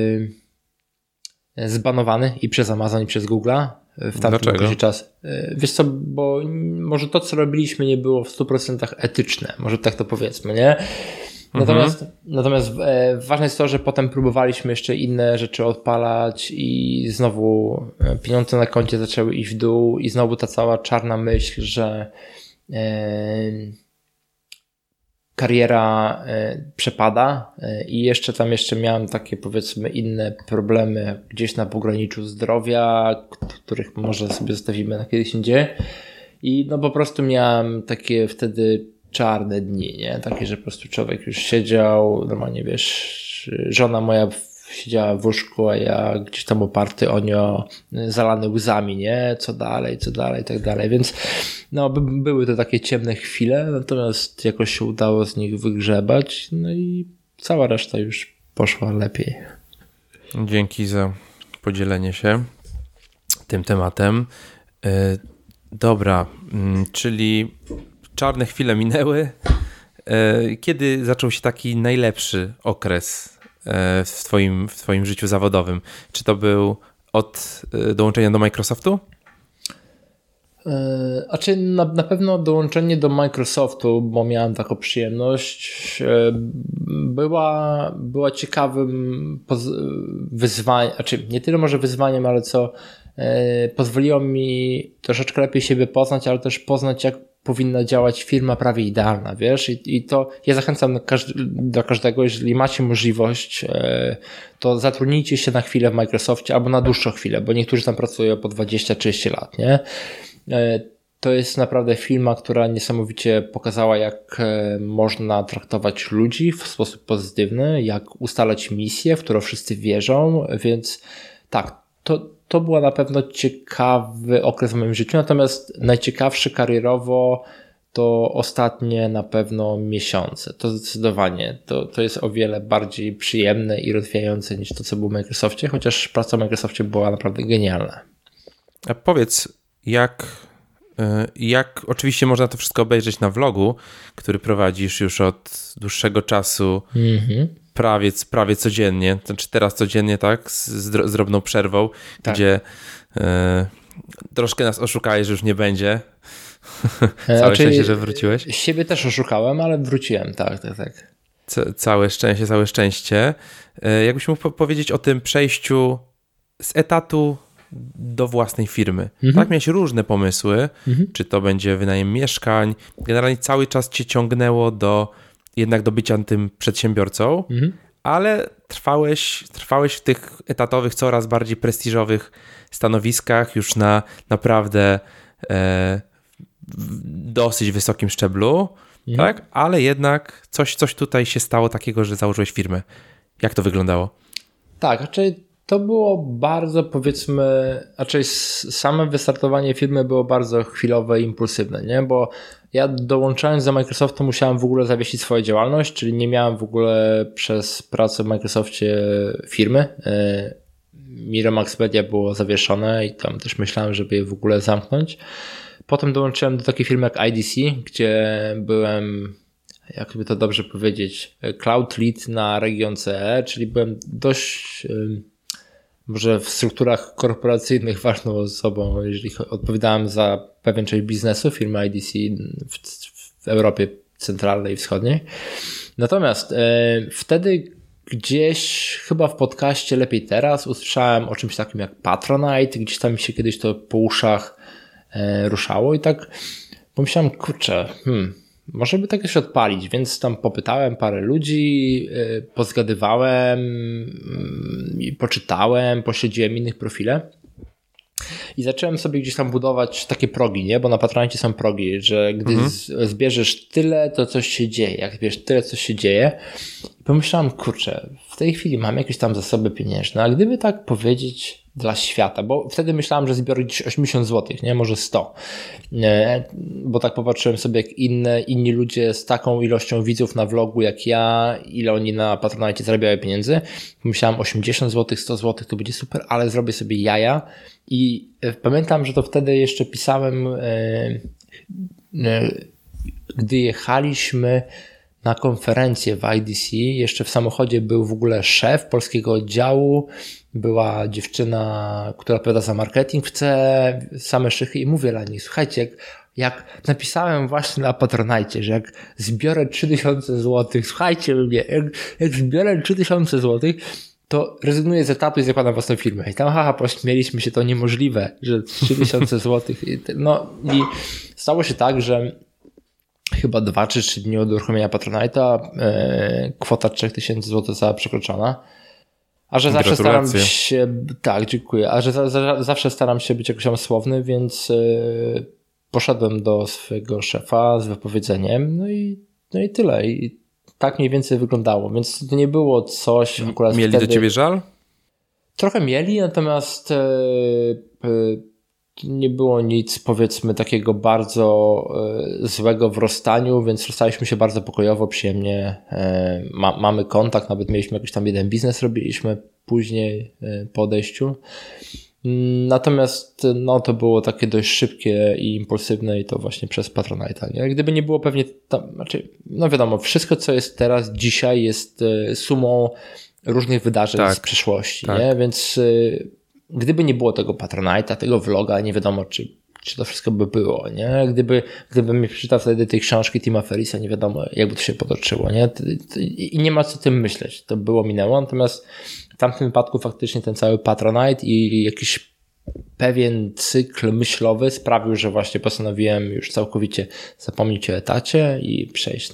zbanowany i przez Amazon, i przez Google'a w tamtym okresie czasu. Wiesz co, bo może to, co robiliśmy, nie było w 100% etyczne. Może tak to powiedzmy, nie? Natomiast ważne jest to, że potem próbowaliśmy jeszcze inne rzeczy odpalać i znowu pieniądze na koncie zaczęły iść w dół i znowu ta cała czarna myśl, że kariera przepada i jeszcze miałem takie, powiedzmy, inne problemy gdzieś na pograniczu zdrowia, których może sobie zostawimy na kiedyś indziej. I no po prostu miałem takie wtedy czarne dni, nie? Takie, że po prostu człowiek już siedział, normalnie wiesz, żona moja siedziała w łóżku, a ja gdzieś tam oparty o nią, zalany łzami, nie? Co dalej, i tak dalej. Więc no, były to takie ciemne chwile, natomiast jakoś się udało z nich wygrzebać, no i cała reszta już poszła lepiej. Dzięki za podzielenie się tym tematem. Dobra, czyli czarne chwile minęły. Kiedy zaczął się taki najlepszy okres w twoim życiu zawodowym? Czy to był od dołączenia do Microsoftu? Na pewno dołączenie do Microsoftu, bo miałem taką przyjemność, była ciekawym wyzwaniem, nie tyle może wyzwaniem, ale co pozwoliło mi troszeczkę lepiej siebie poznać, ale też poznać, jak powinna działać firma prawie idealna, wiesz? I to ja zachęcam do każdego, jeżeli macie możliwość, to zatrudnijcie się na chwilę w Microsoftie albo na dłuższą chwilę, bo niektórzy tam pracują po 20-30 lat, nie? To jest naprawdę firma, która niesamowicie pokazała, jak można traktować ludzi w sposób pozytywny, jak ustalać misję, w którą wszyscy wierzą, więc tak, to była na pewno ciekawy okres w moim życiu, natomiast najciekawszy karierowo to ostatnie na pewno miesiące. To zdecydowanie, to jest o wiele bardziej przyjemne i rozwijające niż to, co było w Microsoftie, chociaż praca w Microsoftie była naprawdę genialna. A powiedz, jak oczywiście można to wszystko obejrzeć na vlogu, który prowadzisz już od dłuższego czasu, prawie codziennie, znaczy teraz codziennie, tak, z drobną przerwą, tak. Gdzie troszkę nas oszukałeś, że już nie będzie. Całe szczęście, że wróciłeś. Siebie też oszukałem, ale wróciłem, tak. Całe szczęście. Jakbyś mógł powiedzieć o tym przejściu z etatu do własnej firmy. Tak, miałeś różne pomysły, czy to będzie wynajem mieszkań. Generalnie cały czas cię ciągnęło jednak do bycia tym przedsiębiorcą, ale trwałeś w tych etatowych, coraz bardziej prestiżowych stanowiskach już na naprawdę dosyć wysokim szczeblu, tak? Ale jednak coś tutaj się stało takiego, że założyłeś firmę. Jak to wyglądało? Tak, to było bardzo, powiedzmy, same wystartowanie firmy było bardzo chwilowe i impulsywne, nie? Bo ja dołączając do Microsoftu musiałem w ogóle zawiesić swoją działalność, czyli nie miałem w ogóle przez pracę w Microsoftie firmy. Miramax Media było zawieszone i tam też myślałem, żeby je w ogóle zamknąć. Potem dołączyłem do takiej firmy jak IDC, gdzie byłem, jakby to dobrze powiedzieć, cloud lead na region CE, czyli byłem dość może w strukturach korporacyjnych ważną osobą, jeżeli odpowiadałem za pewien część biznesu firmy IDC w Europie Centralnej i Wschodniej. Natomiast wtedy gdzieś chyba w podcaście Lepiej Teraz usłyszałem o czymś takim jak Patronite, gdzieś tam mi się kiedyś to po uszach ruszało i tak pomyślałem, kurczę, może by tak jeszcze odpalić, więc tam popytałem parę ludzi, pozgadywałem, poczytałem, pośledziłem innych profile i zacząłem sobie gdzieś tam budować takie progi, nie? Bo na Patronite są progi, że gdy zbierzesz tyle, to coś się dzieje. Jak zbierzesz tyle, coś się dzieje. I pomyślałem, kurczę, w tej chwili mam jakieś tam zasoby pieniężne, a gdyby tak powiedzieć dla świata, bo wtedy myślałem, że zbiorę gdzieś 80 zł, nie? Może 100. Bo tak popatrzyłem sobie, jak inni ludzie z taką ilością widzów na vlogu jak ja, ile oni na Patronite zarabiają pieniędzy. Myślałem 80 zł, 100 zł to będzie super, ale zrobię sobie jaja. I pamiętam, że to wtedy jeszcze pisałem, gdy jechaliśmy na konferencję w IDC, jeszcze w samochodzie był w ogóle szef polskiego oddziału, była dziewczyna, która odpowiada za marketing w CE, same szychy i mówię dla nich, słuchajcie, jak napisałem właśnie na Patronite, że jak zbiorę 3000 zł, słuchajcie mnie, jak zbiorę 3000 zł, to rezygnuję z etatu i zakładam własną firmę. I tam pośmieliśmy się, to niemożliwe, że 3000 zł. No i stało się tak, że chyba 2 czy 3 dni od uruchomienia Patronite'a, kwota 3000 zł została przekroczona. A że zawsze staram się, tak, dziękuję, a że zawsze staram się być jakoś tam słowny, więc poszedłem do swojego szefa z wypowiedzeniem, no i tyle. I tak mniej więcej wyglądało, więc to nie było coś akurat. Mieli wtedy... do ciebie żal? Trochę mieli, natomiast nie było nic, powiedzmy, takiego bardzo złego w rozstaniu, więc rozstaliśmy się bardzo pokojowo, przyjemnie. Mamy kontakt, nawet mieliśmy jakiś tam jeden biznes, robiliśmy później po odejściu. Natomiast no, to było takie dość szybkie i impulsywne i to właśnie przez Patronite'a. Nie? Gdyby nie było pewnie tam, znaczy, no wiadomo, wszystko co jest teraz, dzisiaj jest sumą różnych wydarzeń z przeszłości, nie? Więc gdyby nie było tego Patronite'a, tego vloga, nie wiadomo czy to wszystko by było, nie? Gdybym mi przeczytał wtedy tej książki Tima Ferrissa, nie wiadomo jakby to się potoczyło, nie? I nie ma co tym myśleć, to było, minęło, natomiast w tamtym wypadku faktycznie ten cały Patronite i jakiś pewien cykl myślowy sprawił, że właśnie postanowiłem już całkowicie zapomnieć o etacie i przejść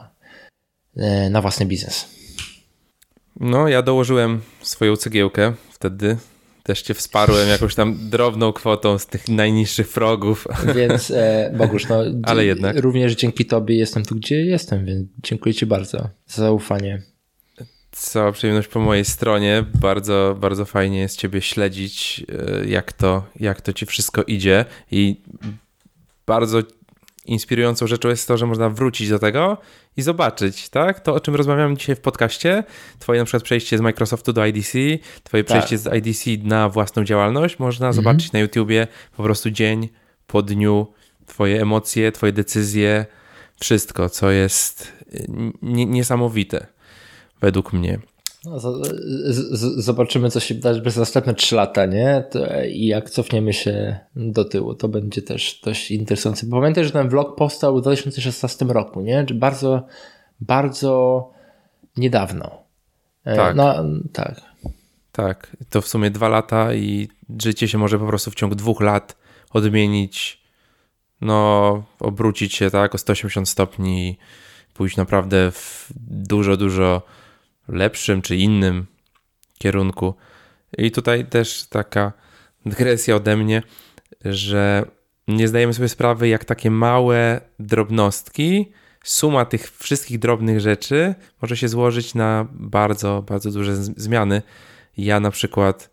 na własny biznes. No, ja dołożyłem swoją cegiełkę wtedy. Też cię wsparłem jakąś tam drobną kwotą z tych najniższych progów. Więc Bogusz, no, ale jednak. Również dzięki tobie jestem tu, gdzie jestem, więc dziękuję ci bardzo za zaufanie. Cała przyjemność po mojej stronie. Bardzo, bardzo fajnie jest ciebie śledzić, jak to ci wszystko idzie i bardzo inspirującą rzeczą jest to, że można wrócić do tego i zobaczyć, tak? To, o czym rozmawiamy dzisiaj w podcaście, twoje na przykład przejście z Microsoftu do IDC, twoje przejście z IDC na własną działalność, można zobaczyć na YouTubie po prostu dzień po dniu, twoje emocje, twoje decyzje, wszystko, co jest niesamowite według mnie. No, zobaczymy, co się wydarzy przez następne 3 lata, nie? I jak cofniemy się do tyłu, to będzie też dość interesujące. Pamiętaj, że ten vlog powstał w 2016 roku, nie? Bardzo, bardzo niedawno. Tak. No, tak. Tak, to w sumie 2 lata i życie się może po prostu w ciągu 2 lat odmienić, no obrócić się tak o 180 stopni i pójść naprawdę w dużo, dużo lepszym czy innym kierunku. I tutaj też taka dygresja ode mnie, że nie zdajemy sobie sprawy, jak takie małe drobnostki, suma tych wszystkich drobnych rzeczy może się złożyć na bardzo, bardzo duże zmiany. Ja na przykład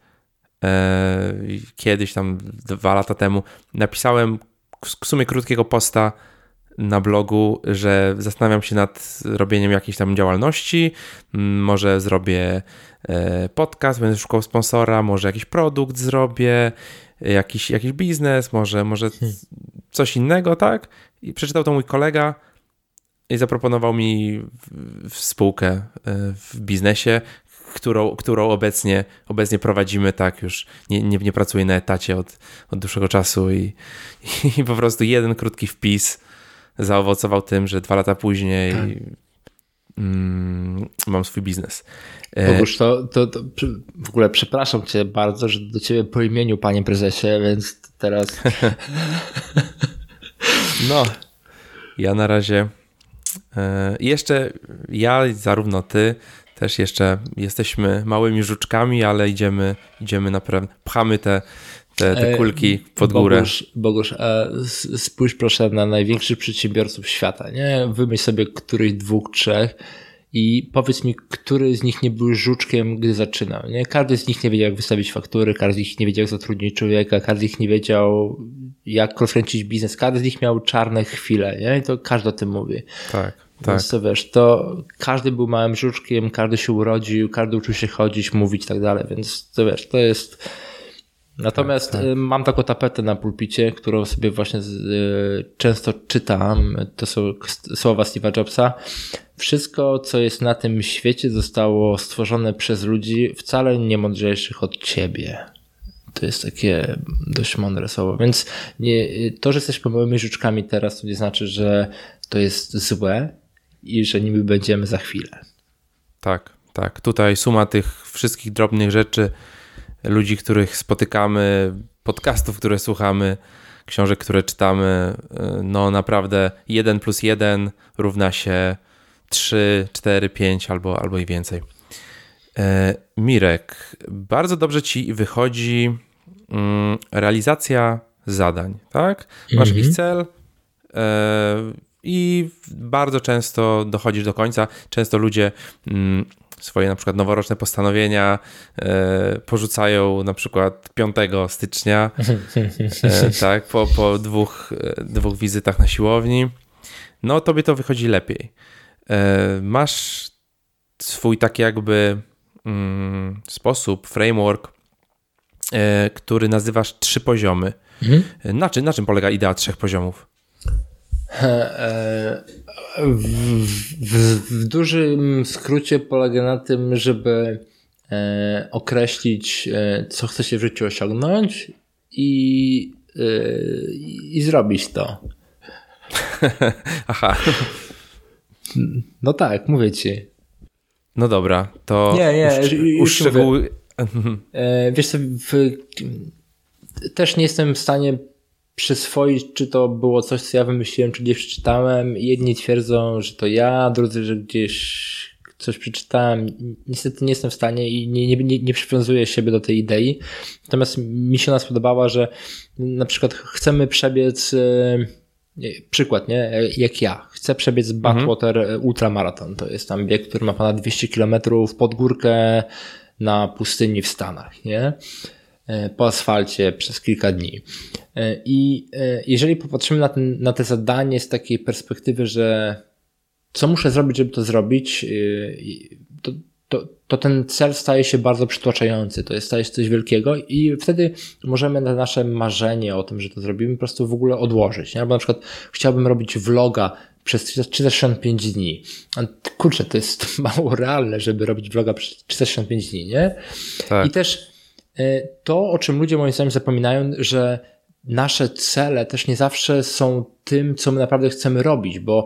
kiedyś tam 2 lata temu napisałem w sumie krótkiego posta na blogu, że zastanawiam się nad robieniem jakiejś tam działalności, może zrobię podcast, będę szukał sponsora, może jakiś produkt zrobię, jakiś biznes, może coś innego, tak? I przeczytał to mój kolega i zaproponował mi spółkę w biznesie, którą obecnie prowadzimy, tak, już nie pracuję na etacie od dłuższego czasu i po prostu jeden krótki wpis zaowocował tym, że 2 lata później mam swój biznes. Bogusz, to w ogóle przepraszam cię bardzo, że do ciebie po imieniu, panie prezesie, więc teraz... No, ja na razie jeszcze zarówno ty, też jeszcze jesteśmy małymi żuczkami, ale idziemy naprawdę, pchamy te kulki pod górę. Bogusz, spójrz proszę na największych przedsiębiorców świata, nie? Wymyśl sobie któryś 2, 3 i powiedz mi, który z nich nie był żuczkiem, gdy zaczynał, nie? Każdy z nich nie wiedział, jak wystawić faktury, każdy z nich nie wiedział, jak zatrudnić człowieka, każdy z nich nie wiedział, jak rozkręcić biznes, każdy z nich miał czarne chwile, nie? I to każdy o tym mówi. Tak. Więc to wiesz, to każdy był małym żuczkiem, każdy się urodził, każdy uczył się chodzić, mówić i tak dalej, więc to wiesz, to jest... Natomiast mam taką tapetę na pulpicie, którą sobie właśnie często czytam. To są słowa Steve'a Jobsa. Wszystko, co jest na tym świecie, zostało stworzone przez ludzi wcale nie mądrzejszych od ciebie. To jest takie dość mądre słowo. Więc to, że jesteśmy małymi żuczkami teraz, to nie znaczy, że to jest złe i że nimi będziemy za chwilę. Tak. Tutaj suma tych wszystkich drobnych rzeczy, ludzi, których spotykamy, podcastów, które słuchamy, książek, które czytamy, no naprawdę 1 + 1 równa się 3, 4, 5 albo i więcej. Mirek, bardzo dobrze ci wychodzi realizacja zadań, tak? Masz jakiś cel i bardzo często dochodzisz do końca. Często ludzie swoje na przykład noworoczne postanowienia porzucają na przykład 5 stycznia, tak, po dwóch wizytach na siłowni. No tobie to wychodzi lepiej. Masz swój taki jakby sposób, framework, który nazywasz 3 poziomy. Na czym polega idea 3 poziomów? W dużym skrócie polega na tym, żeby określić, co chce się w życiu osiągnąć i zrobić to. Aha. No tak, mówię ci. No dobra, to uszczegółuj. Wiesz co, też nie jestem w stanie przyswoić, czy to było coś, co ja wymyśliłem, czy gdzieś przeczytałem. Jedni twierdzą, że to ja, drudzy, że gdzieś coś przeczytałem. Niestety nie jestem w stanie i nie przywiązuję siebie do tej idei. Natomiast mi się ona spodobała, że na przykład chcemy przebiec, przykład, nie? Jak ja. Chcę przebiec Badwater Ultramaraton. To jest tam bieg, który ma ponad 200 km pod górkę na pustyni w Stanach, nie? Po asfalcie przez kilka dni. I jeżeli popatrzymy na te zadanie z takiej perspektywy, że co muszę zrobić, żeby to zrobić, to ten cel staje się bardzo przytłaczający. To staje się coś wielkiego i wtedy możemy na nasze marzenie o tym, że to zrobimy, po prostu w ogóle odłożyć. Nie? Albo na przykład chciałbym robić vloga przez 365 dni. Kurczę, to jest mało realne, żeby robić vloga przez 365 dni, nie? Tak. I też to, o czym ludzie moim zdaniem zapominają, że nasze cele też nie zawsze są tym, co my naprawdę chcemy robić, bo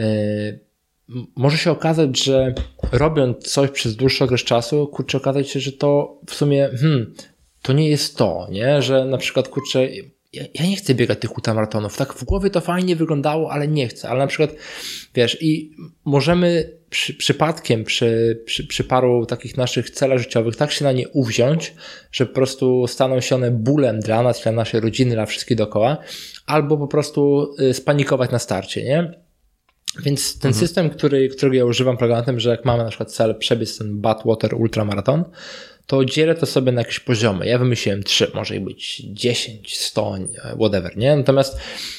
może się okazać, że robiąc coś przez dłuższy okres czasu, kurczę, okazać się, że to w sumie to nie jest to, nie? Że na przykład, kurczę, ja nie chcę biegać tych ultramaratonów, tak w głowie to fajnie wyglądało, ale nie chcę, ale na przykład, wiesz, i możemy przypadkiem przy paru takich naszych celach życiowych tak się na nie uwziąć, że po prostu staną się one bólem dla nas, dla naszej rodziny, dla wszystkich dookoła, albo po prostu spanikować na starcie, nie? Więc ten system, którego ja używam, polega na tym, że jak mamy na przykład cel przebiec ten Badwater Ultramaraton, to dzielę to sobie na jakieś poziomy. Ja wymyśliłem 3, może ich być 10, 100, whatever, nie? Natomiast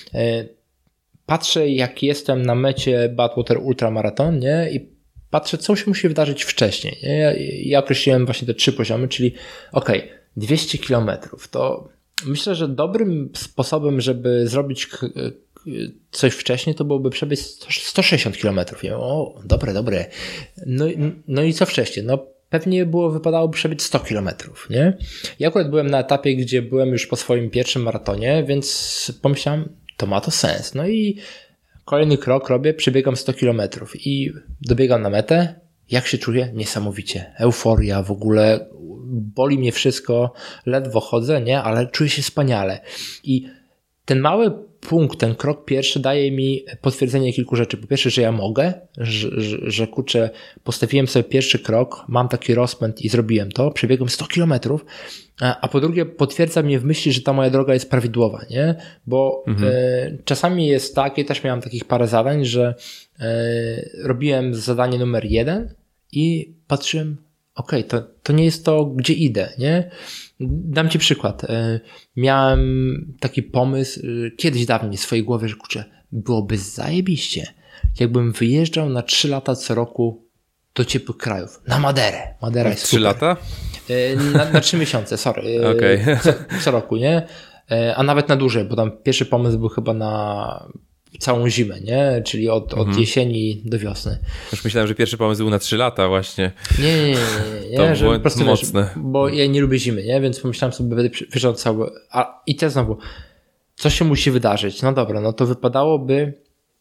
patrzę, jak jestem na mecie Badwater Ultramaraton, nie? I patrzę, co się musi wydarzyć wcześniej, nie? Ja określiłem właśnie te 3 poziomy, czyli 200 kilometrów. To myślę, że dobrym sposobem, żeby zrobić coś wcześniej, to byłoby przebiec 160 kilometrów. Dobre. No i co wcześniej? No pewnie wypadałoby przebiec 100 kilometrów, nie? Ja akurat byłem na etapie, gdzie byłem już po swoim pierwszym maratonie, więc pomyślałem, to ma to sens. No i kolejny krok robię, przebiegam 100 kilometrów i dobiegam na metę. Jak się czuję? Niesamowicie. Euforia w ogóle, boli mnie wszystko, ledwo chodzę, nie? Ale czuję się wspaniale. I ten mały punkt, ten krok pierwszy daje mi potwierdzenie kilku rzeczy. Po pierwsze, że ja mogę, że kurczę, postawiłem sobie pierwszy krok, mam taki rozpęd i zrobiłem to, przebiegłem 100 kilometrów, a po drugie potwierdza mnie w myśli, że ta moja droga jest prawidłowa, nie? Bo czasami jest tak, ja też miałem takich parę zadań, że robiłem zadanie numer 1 i patrzyłem, to nie jest to, gdzie idę, nie? Dam ci przykład. Miałem taki pomysł kiedyś dawniej w swojej głowie, że kurczę, byłoby zajebiście, jakbym wyjeżdżał na 3 lata co roku do ciepłych krajów. Na Maderę. Madera jest 3 lata? Na 3 miesiące, sorry. Okay. Co roku, nie? A nawet na dłużej, bo tam pierwszy pomysł był chyba na całą zimę, nie? Czyli od jesieni do wiosny. Już myślałem, że pierwszy pomysł był na 3 lata właśnie. Nie, to że było po prostu mocne. Wiesz, bo ja nie lubię zimy, nie? Więc pomyślałem sobie, będę wyjeżdżał cały... I też znowu, co się musi wydarzyć? No dobra, no to wypadałoby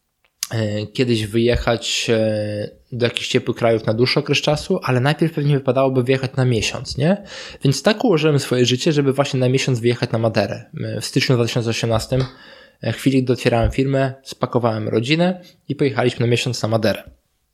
kiedyś wyjechać do jakichś ciepłych krajów na dłuższy okres czasu, ale najpierw pewnie wypadałoby wyjechać na miesiąc, nie? Więc tak ułożyłem swoje życie, żeby właśnie na miesiąc wyjechać na Maderę. W styczniu 2018, w chwili, gdy otwierałem firmę, spakowałem rodzinę i pojechaliśmy na miesiąc na Maderę.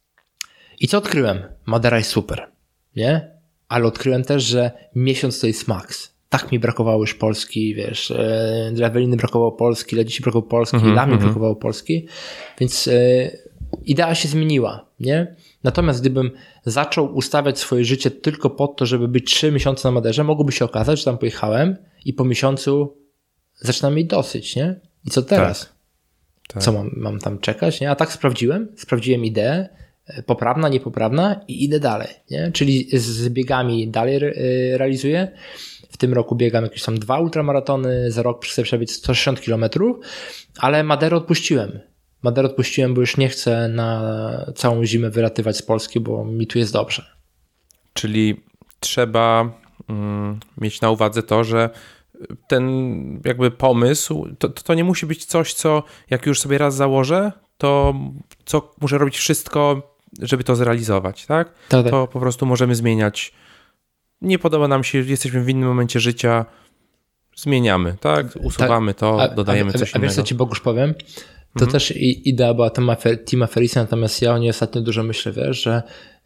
I co odkryłem? Madera jest super, nie? Ale odkryłem też, że miesiąc to jest maks. Tak mi brakowało już Polski, wiesz, dla Eweliny brakowało Polski, dla dzieci brakowało Polski, dla mnie brakowało Polski, więc idea się zmieniła, nie? Natomiast gdybym zaczął ustawiać swoje życie tylko po to, żeby być 3 miesiące na Maderze, mogłoby się okazać, że tam pojechałem i po miesiącu zaczynam mieć dosyć, nie? I co teraz? Tak. Co mam tam czekać, nie? A tak sprawdziłem ideę, poprawna, niepoprawna i idę dalej, nie? Czyli z biegami dalej realizuję. W tym roku biegam jakieś tam 2 ultramaratony, za rok chcę przebiec 160 km, ale Maderę odpuściłem. Bo już nie chcę na całą zimę wylatywać z Polski, bo mi tu jest dobrze. Czyli trzeba mieć na uwadze to, że ten jakby pomysł, to nie musi być coś, co jak już sobie raz założę, to co muszę robić wszystko, żeby to zrealizować, tak? Tak. To po prostu możemy zmieniać. Nie podoba nam się, jesteśmy w innym momencie życia, zmieniamy, tak? Usuwamy to, dodajemy coś innego. A wiesz co ci Bogusz powiem? To też idea była Tima Ferrisa, natomiast ja o niej ostatnio dużo myślę, wiesz, że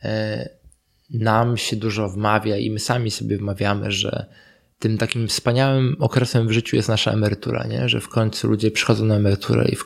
nam się dużo wmawia i my sami sobie wmawiamy, że tym takim wspaniałym okresem w życiu jest nasza emerytura, nie? Że w końcu ludzie przychodzą na emeryturę i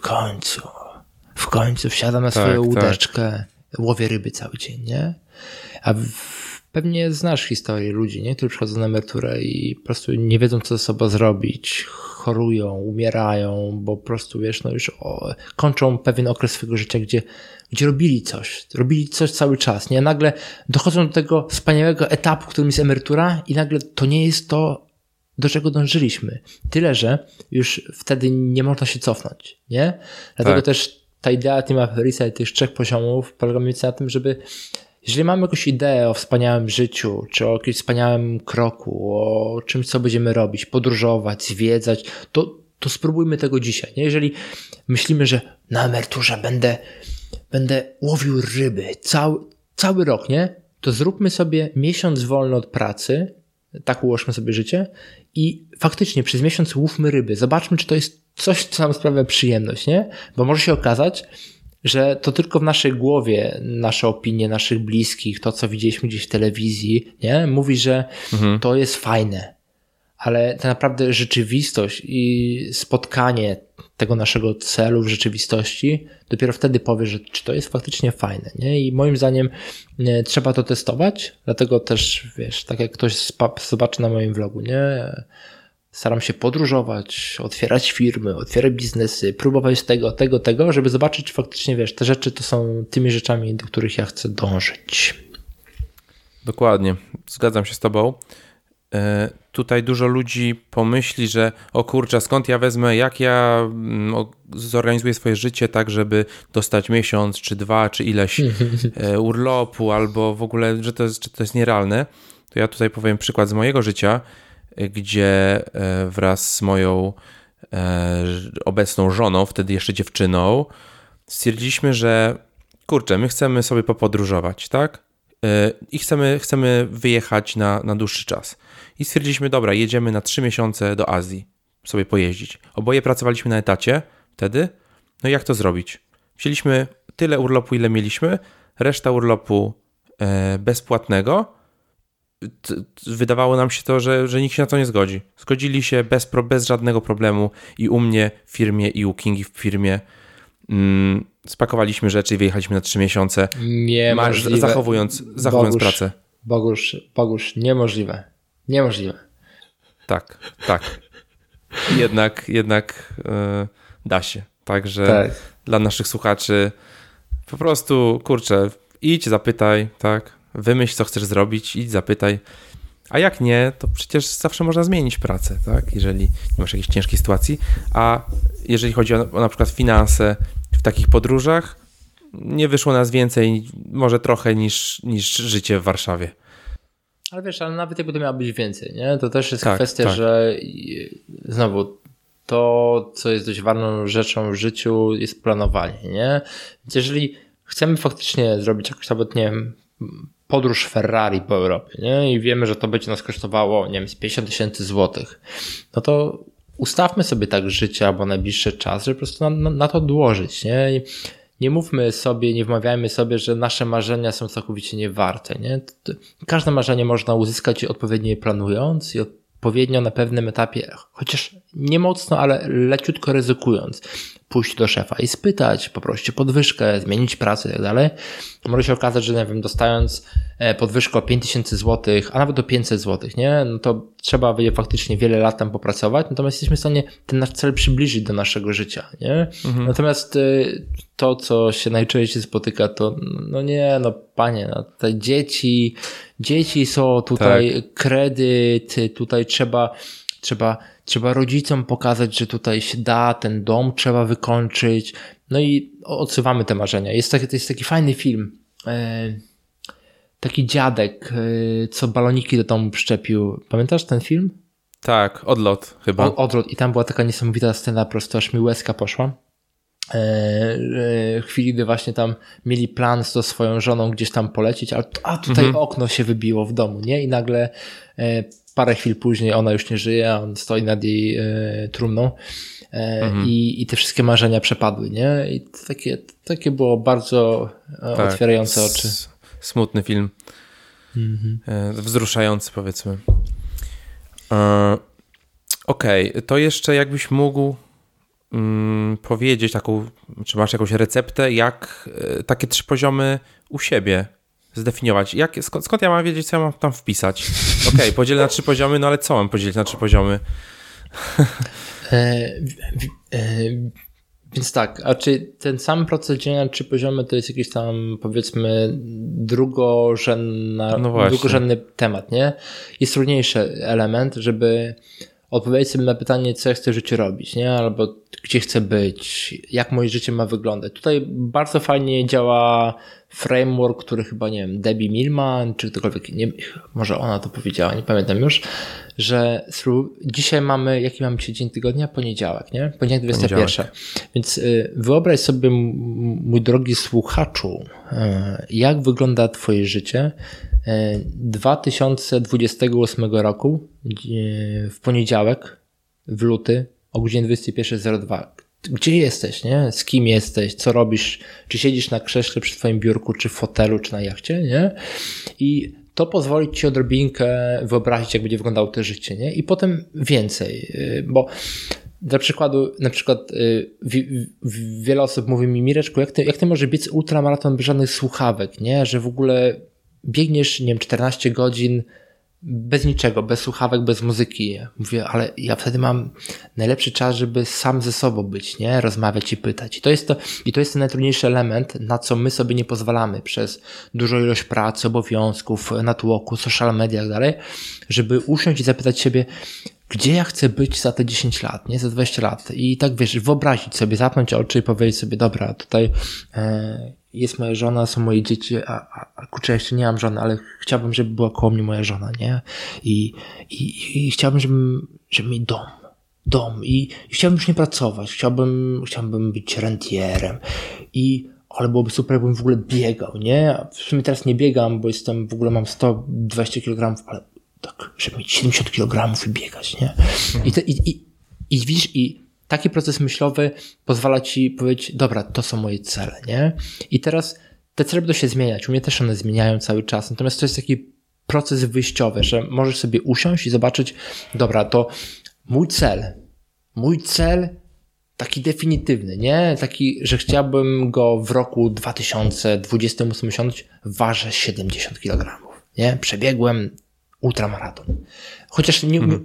w końcu wsiadam na swoją łódeczkę, łowię ryby cały dzień, nie? A pewnie znasz historię ludzi, nie? Którzy przychodzą na emeryturę i po prostu nie wiedzą, co ze sobą zrobić, chorują, umierają, bo po prostu, wiesz, no już kończą pewien okres swojego życia, gdzie robili coś cały czas, nie? Nagle dochodzą do tego wspaniałego etapu, którym jest emerytura i nagle to nie jest to, do czego dążyliśmy. Tyle, że już wtedy nie można się cofnąć, nie? Dlatego też ta idea Tima Ferrisa i tych 3 poziomów polega mniej więcej na tym, żeby jeżeli mamy jakąś ideę o wspaniałym życiu, czy o jakimś wspaniałym kroku, o czymś, co będziemy robić, podróżować, zwiedzać, to spróbujmy tego dzisiaj. Nie? Jeżeli myślimy, że na emeryturze będę łowił ryby cały rok, nie? To zróbmy sobie miesiąc wolny od pracy, tak ułożmy sobie życie i faktycznie przez miesiąc łówmy ryby. Zobaczmy, czy to jest coś, co nam sprawia przyjemność, nie? Bo może się okazać, że to tylko w naszej głowie nasze opinie, naszych bliskich, to co widzieliśmy gdzieś w telewizji, nie? Mówi, że to jest fajne, ale tak naprawdę rzeczywistość i spotkanie tego naszego celu w rzeczywistości dopiero wtedy powie, że czy to jest faktycznie fajne, nie? I moim zdaniem trzeba to testować, dlatego też, wiesz, tak jak ktoś zobaczy na moim vlogu, nie? Staram się podróżować, otwierać firmy, otwierać biznesy, próbować tego, żeby zobaczyć, czy faktycznie, wiesz, te rzeczy to są tymi rzeczami, do których ja chcę dążyć. Dokładnie, zgadzam się z tobą. Tutaj dużo ludzi pomyśli, że o kurczę, skąd ja wezmę, jak ja zorganizuję swoje życie tak, żeby dostać miesiąc, czy 2, czy ileś urlopu, albo w ogóle, że to jest nierealne. To ja tutaj powiem przykład z mojego życia, gdzie wraz z moją obecną żoną, wtedy jeszcze dziewczyną, stwierdziliśmy, że kurczę, my chcemy sobie popodróżować, tak? I chcemy wyjechać na dłuższy czas. I stwierdziliśmy, dobra, jedziemy na 3 miesiące do Azji sobie pojeździć. Oboje pracowaliśmy na etacie wtedy. No i jak to zrobić? Wzięliśmy tyle urlopu, ile mieliśmy, reszta urlopu bezpłatnego. Wydawało nam się to, że nikt się na to nie zgodzi. Zgodzili się bez żadnego problemu i u mnie w firmie, i u Kingi w firmie. Spakowaliśmy rzeczy i wyjechaliśmy na 3 miesiące, zachowując pracę. Bogusz, niemożliwe. Tak. Jednak da się. Także dla naszych słuchaczy po prostu, kurczę, idź, zapytaj, tak? Wymyśl, co chcesz zrobić, idź, zapytaj. A jak nie, to przecież zawsze można zmienić pracę, tak? Jeżeli nie masz jakiejś ciężkiej sytuacji. A jeżeli chodzi o na przykład finanse w takich podróżach, nie wyszło nas więcej, może trochę niż życie w Warszawie. Ale wiesz, ale nawet jakby to miało być więcej, nie? To też jest kwestia, że znowu to, co jest dość ważną rzeczą w życiu, jest planowanie, nie? Więc jeżeli chcemy faktycznie zrobić jakąś nawet, nie wiem, podróż Ferrari po Europie, nie? I wiemy, że to będzie nas kosztowało, nie wiem, z 50 000 złotych, no to ustawmy sobie tak życie albo najbliższy czas, żeby po prostu na to odłożyć, nie? Nie mówmy sobie, nie wmawiajmy sobie, że nasze marzenia są całkowicie niewarte, nie? Każde marzenie można uzyskać odpowiednio je planując i odpowiednio na pewnym etapie, chociaż nie mocno, ale leciutko ryzykując, pójść do szefa i spytać, poprosić o podwyżkę, zmienić pracę i tak dalej. Może się okazać, że nie wiem, dostając podwyżkę o 5000 zł, a nawet o 500 zł, nie? No to trzeba będzie faktycznie wiele lat tam popracować, natomiast jesteśmy w stanie ten nasz cel przybliżyć do naszego życia, nie? Natomiast to, co się najczęściej spotyka, to panie, te dzieci są tutaj, kredyt, tutaj trzeba rodzicom pokazać, że tutaj się da, ten dom trzeba wykończyć. No i odsuwamy te marzenia. To jest taki fajny film. Taki dziadek, co baloniki do domu przyczepił. Pamiętasz ten film? Tak, Odlot chyba. Odlot. I tam była taka niesamowita scena, po prostu aż mi łezka poszła. W chwili, gdy właśnie tam mieli plan z tą swoją żoną gdzieś tam polecieć, a tutaj okno się wybiło w domu, nie? I nagle parę chwil później ona już nie żyje, a on stoi nad jej trumną i te wszystkie marzenia przepadły, nie? I takie było bardzo otwierające oczy. Smutny film. Wzruszający, powiedzmy. Okej, to jeszcze jakbyś mógł powiedzieć czy masz jakąś receptę, jak takie 3 poziomy u siebie zdefiniować? Skąd ja mam wiedzieć, co ja mam tam wpisać? Okej, podzielę na 3 poziomy, no ale co mam podzielić na 3 poziomy? Więc tak, a czy ten sam proces dzielenia na 3 poziomy to jest jakiś tam, powiedzmy, drugorzędny temat, nie? Jest trudniejszy element, żeby odpowiedzieć sobie na pytanie, co ja chcę w życiu robić, nie? Albo gdzie chcę być, jak moje życie ma wyglądać. Tutaj bardzo fajnie działa framework, który chyba, nie wiem, Debbie Millman, czy ktokolwiek, może ona to powiedziała, nie pamiętam już, że dzisiaj jaki mamy dzisiaj dzień tygodnia? Poniedziałek, nie? Poniedziałek 21. Więc wyobraź sobie, mój drogi słuchaczu, jak wygląda twoje życie 2028 roku w poniedziałek, w luty o godzinie 21:02. Gdzie jesteś, nie? Z kim jesteś? Co robisz? Czy siedzisz na krześle przy twoim biurku, czy w fotelu, czy na jachcie, nie? I to pozwoli ci odrobinkę wyobrazić, jak będzie wyglądało to życie, nie? I potem więcej, bo na przykład wiele osób mówi mi, Mireczku, jak ty możesz biec ultramaraton bez żadnych słuchawek, nie? Że w ogóle biegniesz, nie wiem, 14 godzin bez niczego, bez słuchawek, bez muzyki. Mówię, ale ja wtedy mam najlepszy czas, żeby sam ze sobą być, nie? Rozmawiać i pytać. I to jest ten najtrudniejszy element, na co my sobie nie pozwalamy przez dużą ilość pracy, obowiązków, natłoku, social media i tak dalej, żeby usiąść i zapytać siebie, gdzie ja chcę być za te 10 lat, nie? Za 20 lat. I tak wiesz, wyobrazić sobie, zamknąć oczy i powiedzieć sobie, dobra, tutaj jest moja żona, są moje dzieci, a kurczę, jeszcze nie mam żony, ale chciałbym, żeby była koło mnie moja żona, nie? I chciałbym, żeby mieć dom i chciałbym już nie pracować, chciałbym być rentierem ale byłoby super, jakbym w ogóle biegał, nie? W sumie teraz nie biegam, bo w ogóle mam 120 kg, ale tak, żeby mieć 70 kg i biegać, nie? I widzisz, taki proces myślowy pozwala ci powiedzieć, dobra, to są moje cele, nie? I teraz te cele będą się zmieniać. U mnie też one zmieniają cały czas. Natomiast to jest taki proces wyjściowy, że możesz sobie usiąść i zobaczyć, dobra, to mój cel taki definitywny, nie? Taki, że chciałbym go w roku 2028 osiągnąć, ważę 70 kg, nie? Przebiegłem ultramaraton. Chociaż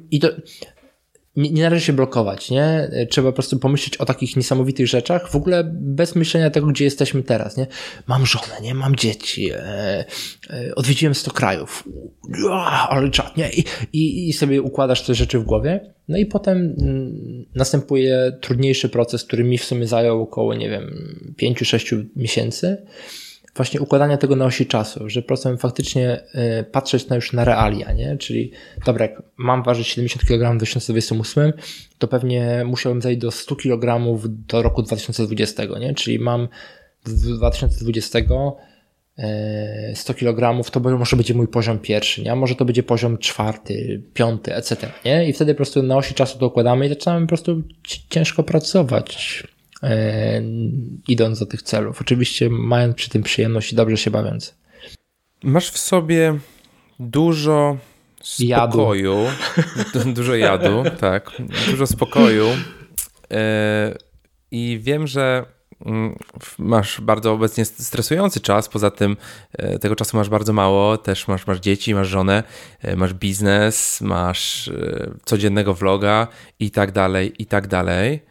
nie należy się blokować, nie? Trzeba po prostu pomyśleć o takich niesamowitych rzeczach, w ogóle bez myślenia tego, gdzie jesteśmy teraz, nie? Mam żonę, nie? Mam dzieci, odwiedziłem 100 krajów, ale czad, nie? I sobie układasz te rzeczy w głowie, no i potem następuje trudniejszy proces, który mi w sumie zajął około, nie wiem, 5-6 miesięcy, właśnie układania tego na osi czasu, że po prostu faktycznie patrzeć już na realia, nie? Czyli dobra, jak mam ważyć 70 kg w 2028, to pewnie musiałbym zejść do 100 kg do roku 2020, nie? Czyli mam w 2020 100 kg, to może będzie mój poziom pierwszy, nie? A może to będzie poziom czwarty, piąty, etc., nie? I wtedy po prostu na osi czasu to układamy i zaczynamy po prostu ciężko pracować, idąc do tych celów. Oczywiście mając przy tym przyjemność i dobrze się bawiąc. Masz w sobie dużo spokoju, dużo jadu, tak, dużo spokoju i wiem, że masz bardzo obecnie stresujący czas, poza tym tego czasu masz bardzo mało, też masz dzieci, masz żonę, masz biznes, masz codziennego vloga i tak dalej, i tak dalej.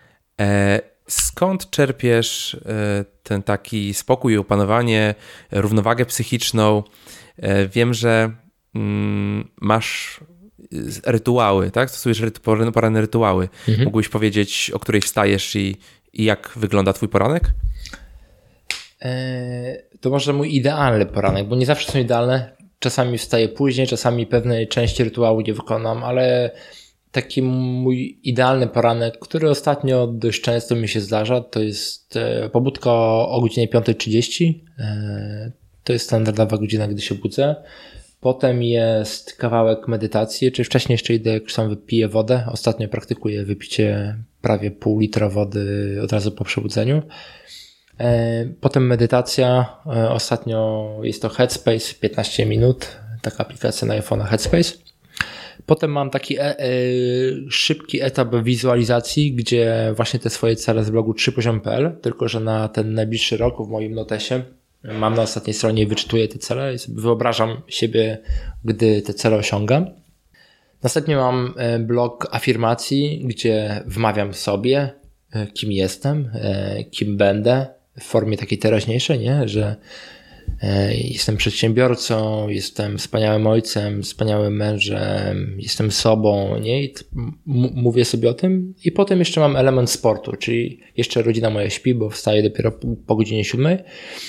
Skąd czerpiesz ten taki spokój i opanowanie, równowagę psychiczną? Wiem, że masz rytuały, tak? Stosujesz poranne rytuały. Mógłbyś powiedzieć, o której wstajesz i jak wygląda twój poranek? To może mój idealny poranek, bo nie zawsze są idealne. Czasami wstaję później, czasami pewnej części rytuału nie wykonam, ale taki mój idealny poranek, który ostatnio dość często mi się zdarza, to jest pobudka o godzinie 5:30. To jest standardowa godzina, gdy się budzę. Potem jest kawałek medytacji, czyli wcześniej jeszcze idę, jak sam wypiję wodę. Ostatnio praktykuję wypicie prawie pół litra wody od razu po przebudzeniu. Potem medytacja. Ostatnio jest to Headspace, 15 minut. Taka aplikacja na iPhone'a Headspace. Potem mam taki szybki etap wizualizacji, gdzie właśnie te swoje cele z blogu 3poziom.pl, tylko że na ten najbliższy rok w moim notesie mam na ostatniej stronie i wyczytuję te cele i sobie wyobrażam siebie, gdy te cele osiągam. Następnie mam blog afirmacji, gdzie wmawiam sobie, kim jestem, kim będę w formie takiej teraźniejszej, nie? Że jestem przedsiębiorcą, jestem wspaniałym ojcem, wspaniałym mężem, jestem sobą, nie? I mówię sobie o tym. I potem jeszcze mam element sportu, czyli jeszcze rodzina moja śpi, bo wstaję dopiero po godzinie 7.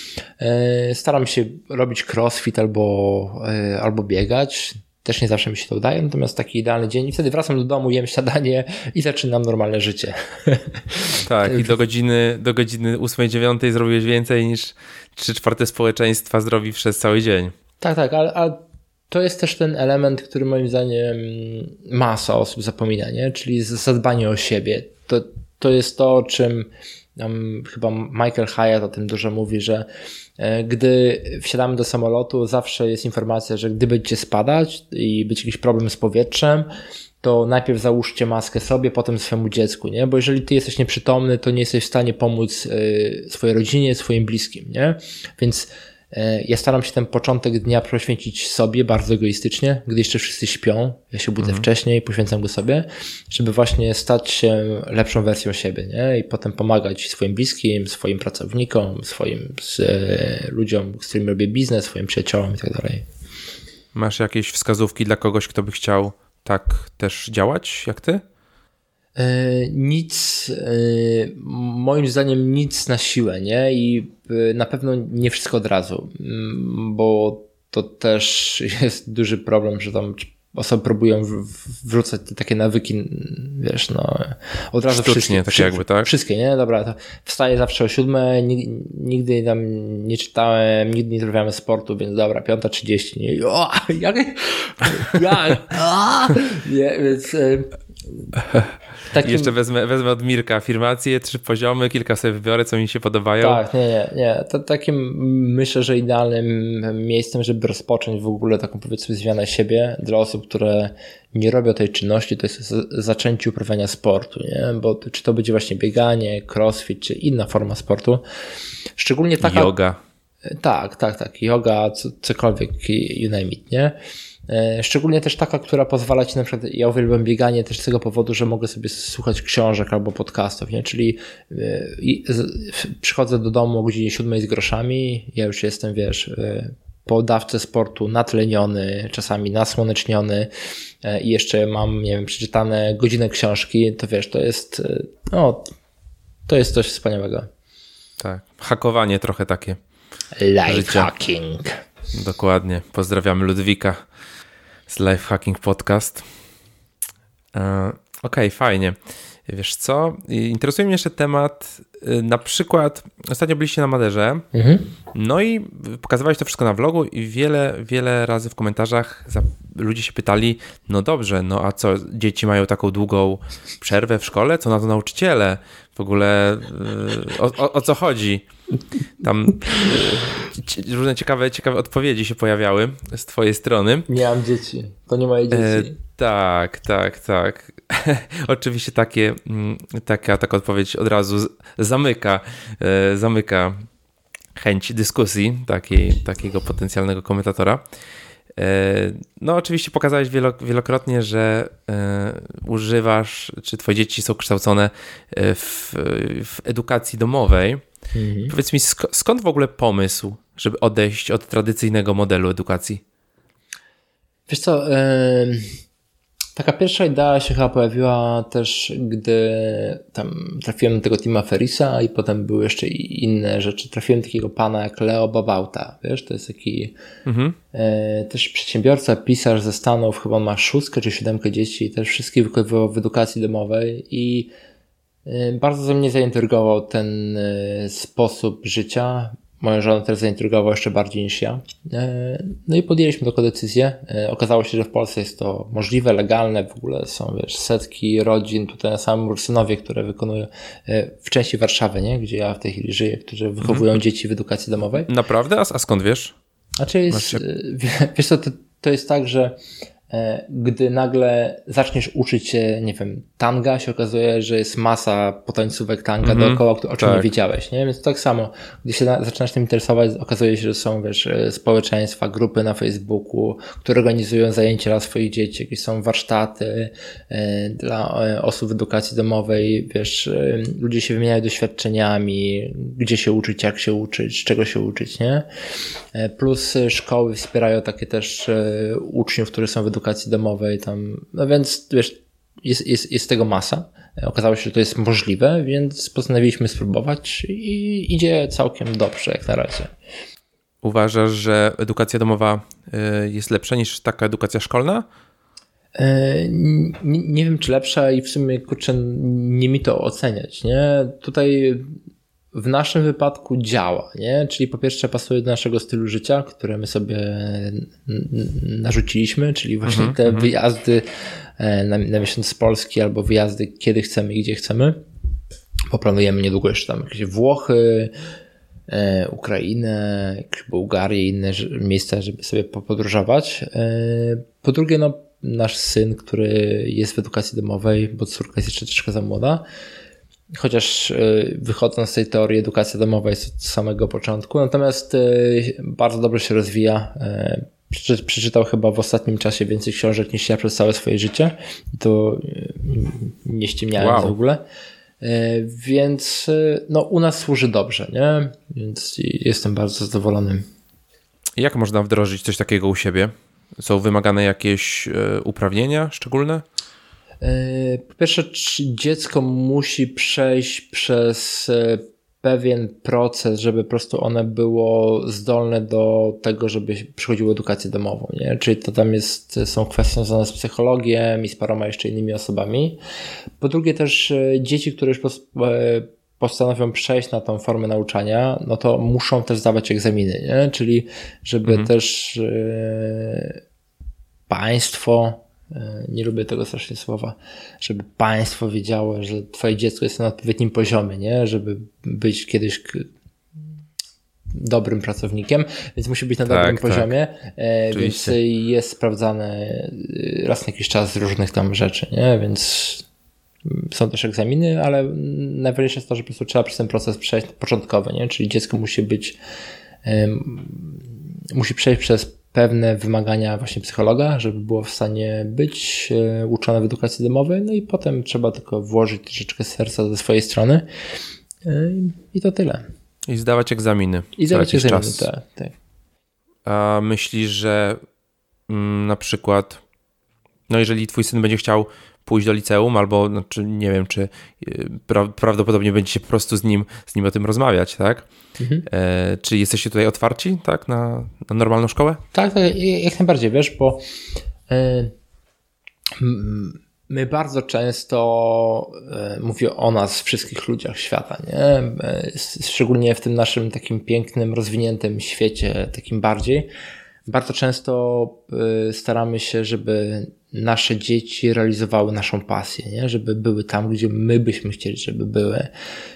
Staram się robić crossfit albo biegać. Też nie zawsze mi się to udaje, natomiast taki idealny dzień i wtedy wracam do domu, jem śniadanie i zaczynam normalne życie. Tak, i do godziny 8-9 zrobiłeś więcej niż 3/4 społeczeństwa zrobi przez cały dzień. Tak, ale to jest też ten element, który moim zdaniem masa osób zapomina, nie? Czyli zadbanie o siebie. To jest to, o czym chyba Michael Hyatt o tym dużo mówi, że gdy wsiadamy do samolotu, zawsze jest informacja, że gdy będziecie spadać i być jakiś problem z powietrzem, to najpierw załóżcie maskę sobie, potem swojemu dziecku, nie? Bo jeżeli ty jesteś nieprzytomny, to nie jesteś w stanie pomóc swojej rodzinie, swoim bliskim, nie? Więc ja staram się ten początek dnia poświęcić sobie bardzo egoistycznie, gdy jeszcze wszyscy śpią, ja się budzę wcześniej, poświęcam go sobie, żeby właśnie stać się lepszą wersją siebie, nie? I potem pomagać swoim bliskim, swoim pracownikom, swoim ludziom, z którymi robię biznes, swoim przyjaciołom i tak dalej. Masz jakieś wskazówki dla kogoś, kto by chciał tak też działać jak ty? Nic, moim zdaniem nic na siłę, nie? I na pewno nie wszystko od razu, bo to też jest duży problem, że tam osoby próbują wrzucać te takie nawyki, wiesz, no od razu sztucznie, tak jakby, tak? Wszystkie, nie? Dobra, to wstaję zawsze o 7, nigdy tam nie czytałem, nigdy nie zrobiłem sportu, więc dobra, 5:30, nie? Nie, więc Jeszcze wezmę od Mirka afirmacje, 3 poziomy, kilka sobie wybiorę, co mi się podobają. Tak, nie. To takim myślę, że idealnym miejscem, żeby rozpocząć w ogóle taką, powiedzmy, zmianę siebie dla osób, które nie robią tej czynności, to jest zaczęcie uprawiania sportu, nie? Bo czy to będzie właśnie bieganie, crossfit, czy inna forma sportu. Szczególnie taka... Yoga. Tak. Yoga, cokolwiek, you name it, nie? Szczególnie też taka, która pozwala ci, na przykład ja uwielbiam bieganie też z tego powodu, że mogę sobie słuchać książek albo podcastów, nie? Czyli przychodzę do domu o godzinie 7 z groszami, ja już jestem, wiesz, po dawce sportu natleniony, czasami nasłoneczniony i jeszcze mam, nie wiem, przeczytane godzinę książki, to wiesz, to jest coś wspaniałego. Tak, hakowanie trochę takie. Lifehacking. Dokładnie. Pozdrawiamy Ludwika z Lifehacking Podcast. Okej, fajnie. Wiesz co? Interesuje mnie jeszcze temat, na przykład ostatnio byliście na Maderze, no i pokazywałeś to wszystko na vlogu i wiele razy w komentarzach ludzie się pytali, no dobrze, no a co, dzieci mają taką długą przerwę w szkole? Co na to nauczyciele? W ogóle o co chodzi? Tam różne ciekawe odpowiedzi się pojawiały z twojej strony. Nie mam dzieci, to nie moje dzieci. Tak. Oczywiście taka odpowiedź od razu zamyka chęć dyskusji takiego potencjalnego komentatora. No oczywiście pokazałeś wielokrotnie, że używasz, czy twoje dzieci są kształcone w edukacji domowej. Powiedz mi, skąd w ogóle pomysł, żeby odejść od tradycyjnego modelu edukacji? Wiesz co, taka pierwsza idea się chyba pojawiła też, gdy tam trafiłem na tego Tima Ferrisa i potem były jeszcze inne rzeczy. Trafiłem takiego pana jak Leo Babauta, wiesz, to jest taki też przedsiębiorca, pisarz ze Stanów, chyba on ma 6 czy 7 dzieci i też wszystkich wychowywał w edukacji domowej i bardzo mnie zaintrygował ten sposób życia. Moją żonę też zaintrygował jeszcze bardziej niż ja. No i podjęliśmy taką decyzję. Okazało się, że w Polsce jest to możliwe, legalne. W ogóle są, setki rodzin tutaj na samym Ursynowie, które wykonują w części Warszawy, nie? Gdzie ja w tej chwili żyję, którzy wychowują dzieci w edukacji domowej. Naprawdę? A skąd wiesz? Znaczy wiesz co, to jest tak, że gdy nagle zaczniesz uczyć się, nie wiem, tanga, się okazuje, że jest masa potańcówek tanga dookoła, o czym nie wiedziałeś, nie? Więc tak samo, gdy się zaczynasz tym interesować, okazuje się, że są, społeczeństwa, grupy na Facebooku, które organizują zajęcia dla swoich dzieci, jakieś są warsztaty dla osób w edukacji domowej, ludzie się wymieniają doświadczeniami, gdzie się uczyć, jak się uczyć, czego się uczyć, nie? Plus szkoły wspierają takie też uczniów, którzy są w edukacji domowej tam, no więc jest tego masa. Okazało się, że to jest możliwe, więc postanowiliśmy spróbować i idzie całkiem dobrze jak na razie. Uważasz, że edukacja domowa jest lepsza niż taka edukacja szkolna? Nie wiem, czy lepsza i w sumie, kurczę, nie mi to oceniać, nie? Tutaj w naszym wypadku działa, nie? Czyli po pierwsze pasuje do naszego stylu życia, które my sobie narzuciliśmy, czyli właśnie te wyjazdy na miesiąc z Polski albo wyjazdy kiedy chcemy i gdzie chcemy. Poplanujemy niedługo jeszcze tam jakieś Włochy, Ukrainę, Bułgarię i inne miejsca, żeby sobie popodróżować. Po drugie, no, nasz syn, który jest w edukacji domowej, bo córka jest jeszcze troszkę za młoda, chociaż wychodząc z tej teorii edukacja domowa jest od samego początku, natomiast bardzo dobrze się rozwija. Przeczytał chyba w ostatnim czasie więcej książek niż ja przez całe swoje życie. I to nie ściemniałem w ogóle. Więc no, u nas służy dobrze, nie? Więc jestem bardzo zadowolony. Jak można wdrożyć coś takiego u siebie? Są wymagane jakieś uprawnienia szczególne? Po pierwsze, dziecko musi przejść przez pewien proces, żeby po prostu one było zdolne do tego, żeby przychodziło edukację domową, nie? Czyli to tam są kwestie związane z psychologiem i z paroma jeszcze innymi osobami. Po drugie też dzieci, które już postanowią przejść na tą formę nauczania, no to muszą też zdawać egzaminy, nie? Czyli żeby też państwo, nie lubię tego strasznie słowa, żeby państwo wiedziało, że twoje dziecko jest na odpowiednim poziomie, nie? Żeby być kiedyś dobrym pracownikiem, więc musi być na dobrym poziomie, więc jest sprawdzane raz na jakiś czas różnych tam rzeczy, nie? Więc są też egzaminy, ale najważniejsze jest to, że po prostu trzeba przez ten proces przejść początkowy, nie? Czyli dziecko musi przejść przez pewne wymagania właśnie psychologa, żeby było w stanie być uczone w edukacji domowej, no i potem trzeba tylko włożyć troszeczkę serca ze swojej strony i to tyle. I zdawać egzaminy. I zdawać egzaminy, tak. A myślisz, że na przykład, no jeżeli twój syn będzie chciał pójść do liceum, albo znaczy, nie wiem, czy prawdopodobnie będziecie po prostu z nim o tym rozmawiać, tak? Czy jesteście tutaj otwarci, tak, na normalną szkołę? Tak, jak najbardziej, wiesz, bo my bardzo często, mówię o nas, wszystkich ludziach świata, nie? Szczególnie w tym naszym takim pięknym, rozwiniętym świecie, takim bardziej, bardzo często staramy się, żeby nasze dzieci realizowały naszą pasję, nie? Żeby były tam, gdzie my byśmy chcieli, żeby były.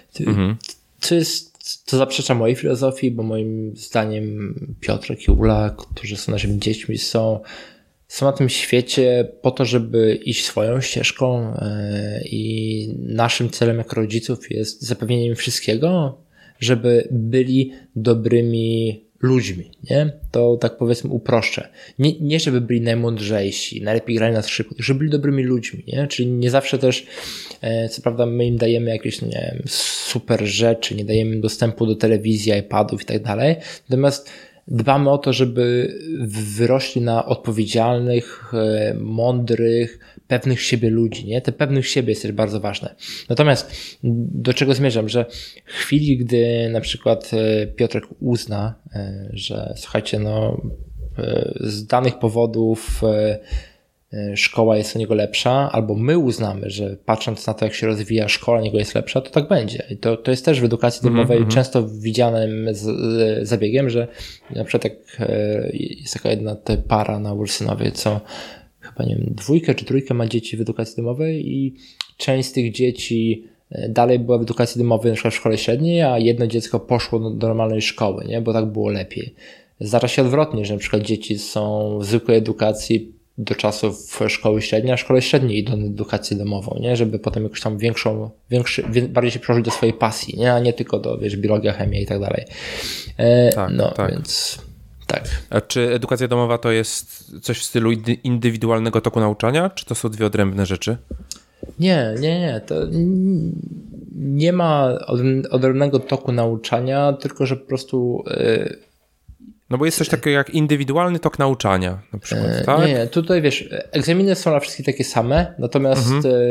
To zaprzecza mojej filozofii, bo moim zdaniem Piotrek i Ula, którzy są naszymi dziećmi, są na tym świecie po to, żeby iść swoją ścieżką i naszym celem jako rodziców jest zapewnienie im wszystkiego, żeby byli dobrymi ludźmi, nie? To tak powiedzmy uproszczę. Nie żeby byli najmądrzejsi, najlepiej grali na skrzypku, żeby byli dobrymi ludźmi, nie? Czyli nie zawsze też, co prawda my im dajemy jakieś, nie wiem, super rzeczy, nie dajemy im dostępu do telewizji, iPadów i tak dalej, natomiast dbamy o to, żeby wyrośli na odpowiedzialnych, mądrych, pewnych siebie ludzi, nie? Te pewnych siebie jest też bardzo ważne. Natomiast do czego zmierzam, że w chwili, gdy na przykład Piotrek uzna, że słuchajcie, no z danych powodów szkoła jest u niego lepsza, albo my uznamy, że patrząc na to, jak się rozwija szkoła, niego jest lepsza, to tak będzie. I to jest też w edukacji domowej często widzianym zabiegiem, że na przykład jak jest taka jedna para na Ursynowie, co chyba nie wiem, 2 czy 3 ma dzieci w edukacji domowej i część z tych dzieci dalej była w edukacji domowej, na przykład w szkole średniej, a jedno dziecko poszło do normalnej szkoły, nie? Bo tak było lepiej. Zdarza się odwrotnie, że na przykład dzieci są w zwykłej edukacji do czasów szkoły średniej, a w szkole średniej idą na edukację domową, nie? Żeby potem jakoś tam bardziej się przełożyć do swojej pasji, nie? A nie tylko do, wiesz, biologia, chemia i tak dalej. Tak. Więc tak. A czy edukacja domowa to jest coś w stylu indywidualnego toku nauczania, czy to są dwie odrębne rzeczy? Nie. To nie ma odrębnego toku nauczania, tylko że po prostu no bo jest coś takiego jak indywidualny tok nauczania na przykład, tak? Nie, tutaj wiesz, egzaminy są dla wszystkich takie same, natomiast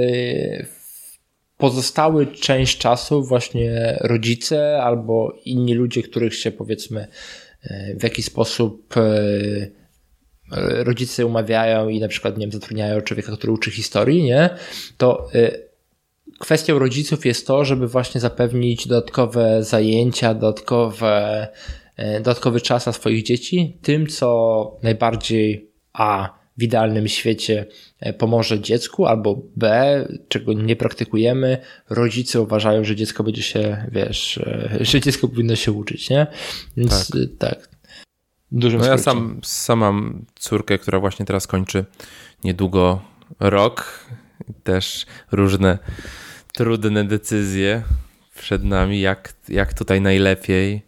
pozostały część czasu właśnie rodzice albo inni ludzie, których się powiedzmy w jakiś sposób rodzice umawiają i na przykład, nie wiem, zatrudniają człowieka, który uczy historii, nie? To kwestią rodziców jest to, żeby właśnie zapewnić dodatkowe zajęcia, dodatkowy czas na swoich dzieci, tym co najbardziej w idealnym świecie pomoże dziecku, albo B, czego nie praktykujemy, rodzice uważają, że dziecko będzie się, wiesz, że dziecko powinno się uczyć, nie? Więc tak. No ja sam mam córkę, która właśnie teraz kończy niedługo rok. Też różne trudne decyzje przed nami, jak tutaj najlepiej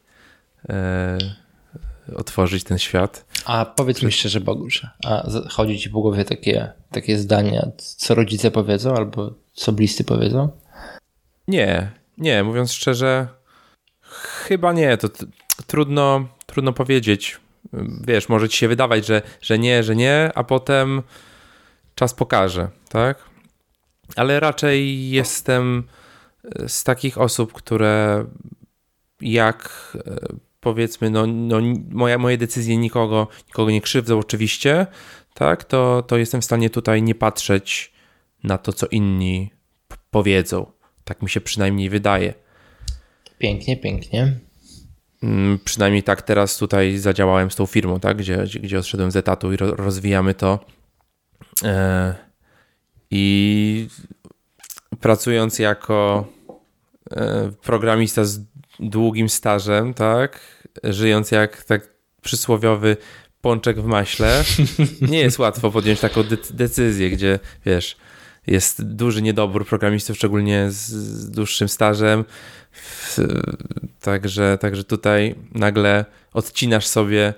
otworzyć ten świat. A powiedz mi szczerze, Bogusz, a chodzi ci po głowie takie zdania, co rodzice powiedzą albo co bliscy powiedzą? Nie, mówiąc szczerze, chyba nie. To trudno powiedzieć. Wiesz, może ci się wydawać, że nie, a potem czas pokaże, tak? Ale raczej jestem z takich osób, które jak powiedzmy, moje decyzje nikogo nie krzywdzą oczywiście, tak? To jestem w stanie tutaj nie patrzeć na to, co inni powiedzą. Tak mi się przynajmniej wydaje. Pięknie. Przynajmniej tak teraz tutaj zadziałałem z tą firmą, tak? Gdzie odszedłem z etatu i rozwijamy to. I pracując jako programista z długim stażem, tak? Żyjąc jak tak przysłowiowy pączek w maśle, nie jest łatwo podjąć taką decyzję, gdzie wiesz, jest duży niedobór programistów, szczególnie z dłuższym stażem. Także tutaj nagle odcinasz sobie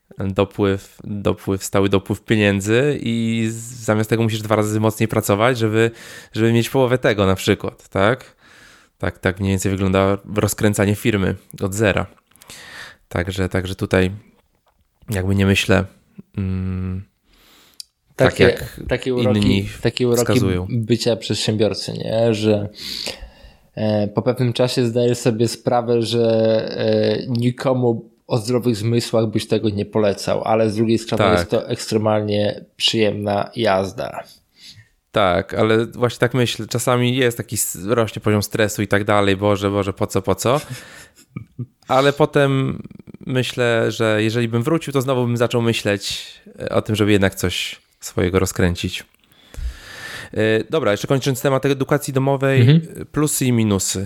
stały dopływ pieniędzy i zamiast tego musisz 2 razy mocniej pracować, żeby mieć połowę tego na przykład, tak? Tak mniej więcej wygląda rozkręcanie firmy od zera. Także tutaj jakby nie myślę takie inni uroki wskazują. bycia przedsiębiorcy, nie? Że po pewnym czasie zdajesz sobie sprawę, że nikomu o zdrowych zmysłach byś tego nie polecał, ale z drugiej strony jest to ekstremalnie przyjemna jazda. Tak, ale właśnie tak myślę, czasami jest taki rośnie poziom stresu i tak dalej, Boże, po co? Ale potem myślę, że jeżeli bym wrócił, to znowu bym zaczął myśleć o tym, żeby jednak coś swojego rozkręcić. Dobra, jeszcze kończąc temat edukacji domowej, plusy i minusy.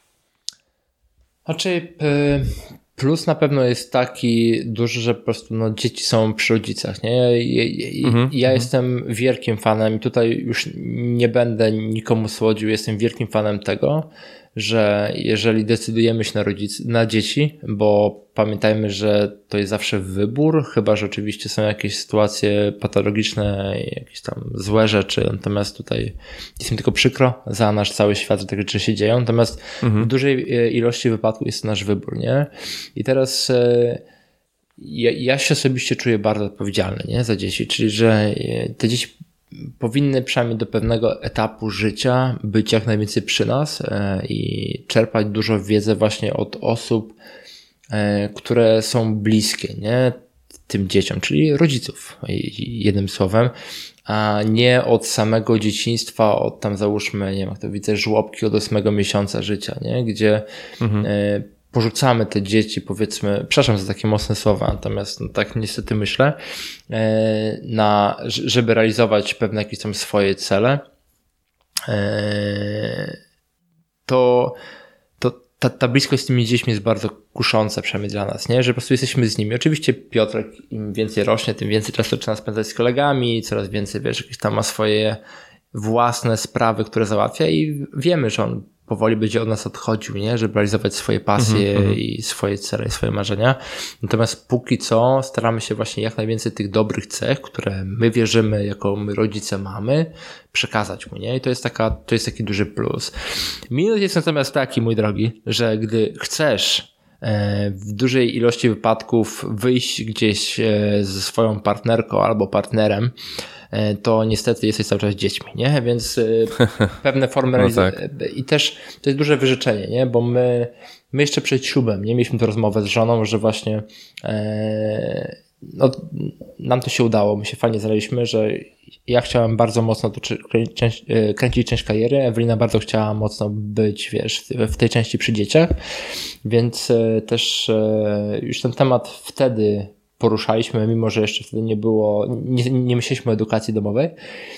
Znaczy, plus na pewno jest taki duży, że po prostu dzieci są przy rodzicach, nie? Ja jestem wielkim fanem i tutaj już nie będę nikomu słodził, jestem wielkim fanem tego, że jeżeli decydujemy się na dzieci, bo pamiętajmy, że to jest zawsze wybór, chyba że oczywiście są jakieś sytuacje patologiczne, jakieś tam złe rzeczy, natomiast tutaj jest mi tylko przykro za nasz cały świat, że takie rzeczy się dzieją, natomiast w dużej ilości wypadków jest to nasz wybór, nie? I teraz ja się osobiście czuję bardzo odpowiedzialny, nie? Za dzieci, czyli że te dzieci powinny przynajmniej do pewnego etapu życia być jak najwięcej przy nas i czerpać dużo wiedzy właśnie od osób, które są bliskie, nie? Tym dzieciom, czyli rodziców, jednym słowem, a nie od samego dzieciństwa, od tam załóżmy, nie wiem, jak to widzę, żłobki od 8 miesiąca życia, nie? Gdzie porzucamy te dzieci, powiedzmy, przepraszam za takie mocne słowa, natomiast tak niestety myślę, żeby realizować pewne jakieś tam swoje cele, to ta bliskość z tymi dziećmi jest bardzo kusząca, przynajmniej dla nas, nie? Że po prostu jesteśmy z nimi. Oczywiście Piotrek im więcej rośnie, tym więcej czasu zaczyna spędzać z kolegami, coraz więcej, jakieś tam ma swoje własne sprawy, które załatwia i wiemy, że on powoli będzie od nas odchodził, nie? Żeby realizować swoje pasje i swoje cele, i swoje marzenia. Natomiast póki co staramy się właśnie jak najwięcej tych dobrych cech, które my wierzymy, jako my rodzice mamy, przekazać mu, nie? I to jest taki duży plus. Minus jest natomiast taki, mój drogi, że gdy chcesz w dużej ilości wypadków wyjść gdzieś ze swoją partnerką albo partnerem, to niestety jesteś cały czas dziećmi, nie? Więc pewne formy i też to jest duże wyrzeczenie, nie? Bo my jeszcze przed ślubem, nie? Mieliśmy tę rozmowę z żoną, że właśnie nam to się udało, my się fajnie znaleźliśmy, że ja chciałem bardzo mocno kręcić część kariery, Ewelina bardzo chciała mocno być, wiesz, w tej części przy dzieciach, więc też już ten temat wtedy poruszaliśmy, mimo że jeszcze wtedy nie myśleliśmy o edukacji domowej,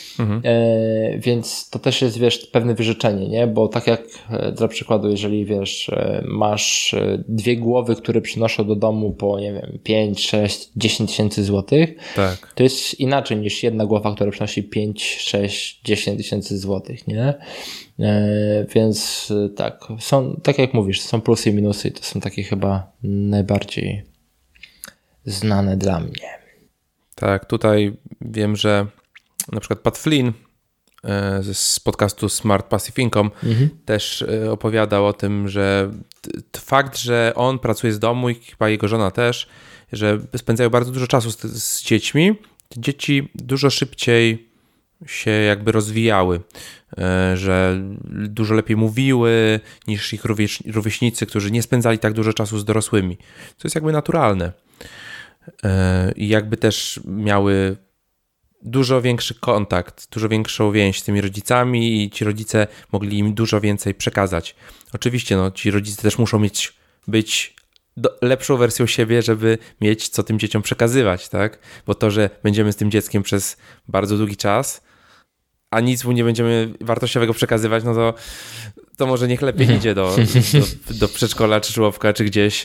więc to też jest, wiesz, pewne wyrzeczenie, nie? Bo tak jak dla przykładu, jeżeli, wiesz, masz dwie głowy, które przynoszą do domu po, nie wiem, 5, 6, 10 tysięcy złotych, tak, to jest inaczej niż jedna głowa, która przynosi 5, 6, 10 tysięcy złotych, nie? Więc tak, tak jak mówisz, są plusy i minusy i to są takie chyba najbardziej znane dla mnie. Tak, tutaj wiem, że na przykład Pat Flynn z podcastu Smart Passive Income też opowiadał o tym, że fakt, że on pracuje z domu i chyba jego żona też, że spędzają bardzo dużo czasu z dziećmi, dzieci dużo szybciej się jakby rozwijały, że dużo lepiej mówiły niż ich rówieśnicy, którzy nie spędzali tak dużo czasu z dorosłymi, co jest jakby naturalne. I jakby też miały dużo większy kontakt, dużo większą więź z tymi rodzicami i ci rodzice mogli im dużo więcej przekazać. Oczywiście ci rodzice też muszą być lepszą wersją siebie, żeby mieć co tym dzieciom przekazywać, tak? Bo to, że będziemy z tym dzieckiem przez bardzo długi czas, a nic mu nie będziemy wartościowego przekazywać, no to może niech lepiej idzie do przedszkola, czy żłobka, czy gdzieś.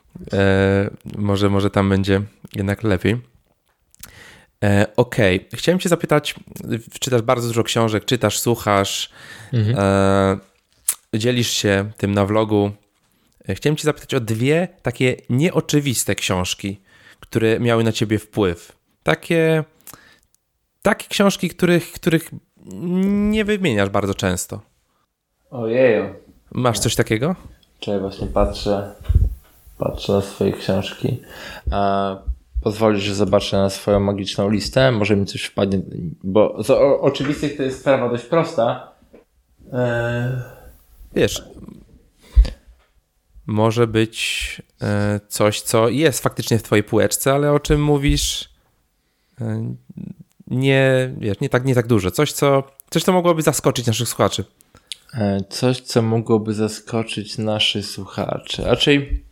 Może tam będzie jednak lepiej. Okej. Chciałem cię zapytać, czytasz bardzo dużo książek, czytasz, słuchasz, dzielisz się tym na vlogu. Chciałem cię zapytać o dwie takie nieoczywiste książki, które miały na ciebie wpływ. Takie książki, których nie wymieniasz bardzo często. Ojeju. Masz coś takiego? Czekaj, właśnie patrzę na swoje książki. pozwolisz, że zobaczę na swoją magiczną listę, może mi coś wpadnie, bo z oczywistych to jest sprawa dość prosta. Wiesz, może być coś, co jest faktycznie w twojej półeczce, ale o czym mówisz nie tak dużo. Coś, co mogłoby zaskoczyć naszych słuchaczy. Coś, co mogłoby zaskoczyć naszych słuchaczy. Raczej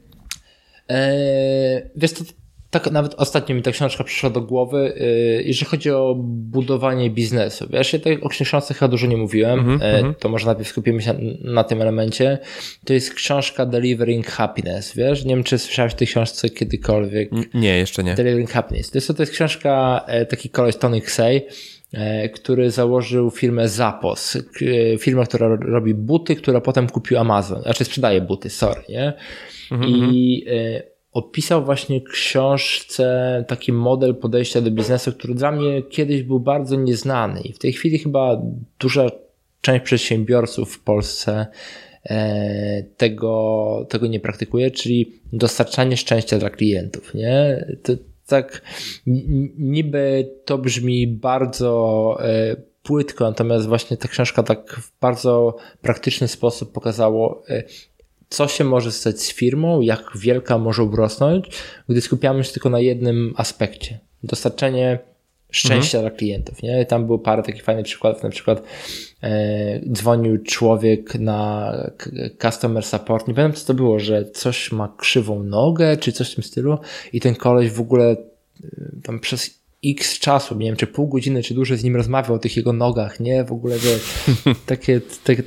wiesz, to tak nawet ostatnio mi ta książka przyszła do głowy, jeżeli chodzi o budowanie biznesu. Wiesz, ja tak o książce chyba dużo nie mówiłem, to może najpierw skupimy się na tym elemencie. To jest książka Delivering Happiness, wiesz? Nie wiem, czy słyszałeś o tej książce kiedykolwiek. Nie, jeszcze nie. Delivering Happiness. To jest książka, taki koleś Tony Hsieh, który założył firmę Zappos, firmę, która robi buty, która potem kupił Amazon, znaczy sprzedaje buty, nie? I opisał właśnie w książce taki model podejścia do biznesu, który dla mnie kiedyś był bardzo nieznany i w tej chwili chyba duża część przedsiębiorców w Polsce tego nie praktykuje, czyli dostarczanie szczęścia dla klientów, nie? To tak niby to brzmi bardzo płytko, natomiast właśnie ta książka tak w bardzo praktyczny sposób pokazało, co się może stać z firmą, jak wielka może urosnąć, gdy skupiamy się tylko na jednym aspekcie. Dostarczenie szczęścia dla klientów. Nie? Tam było parę takich fajnych przykładów, na przykład dzwonił człowiek na customer support, nie pamiętam co to było, że coś ma krzywą nogę, czy coś w tym stylu i ten koleś w ogóle tam przez x czasu, nie wiem, czy pół godziny, czy dłużej z nim rozmawiał o tych jego nogach, nie? W ogóle takie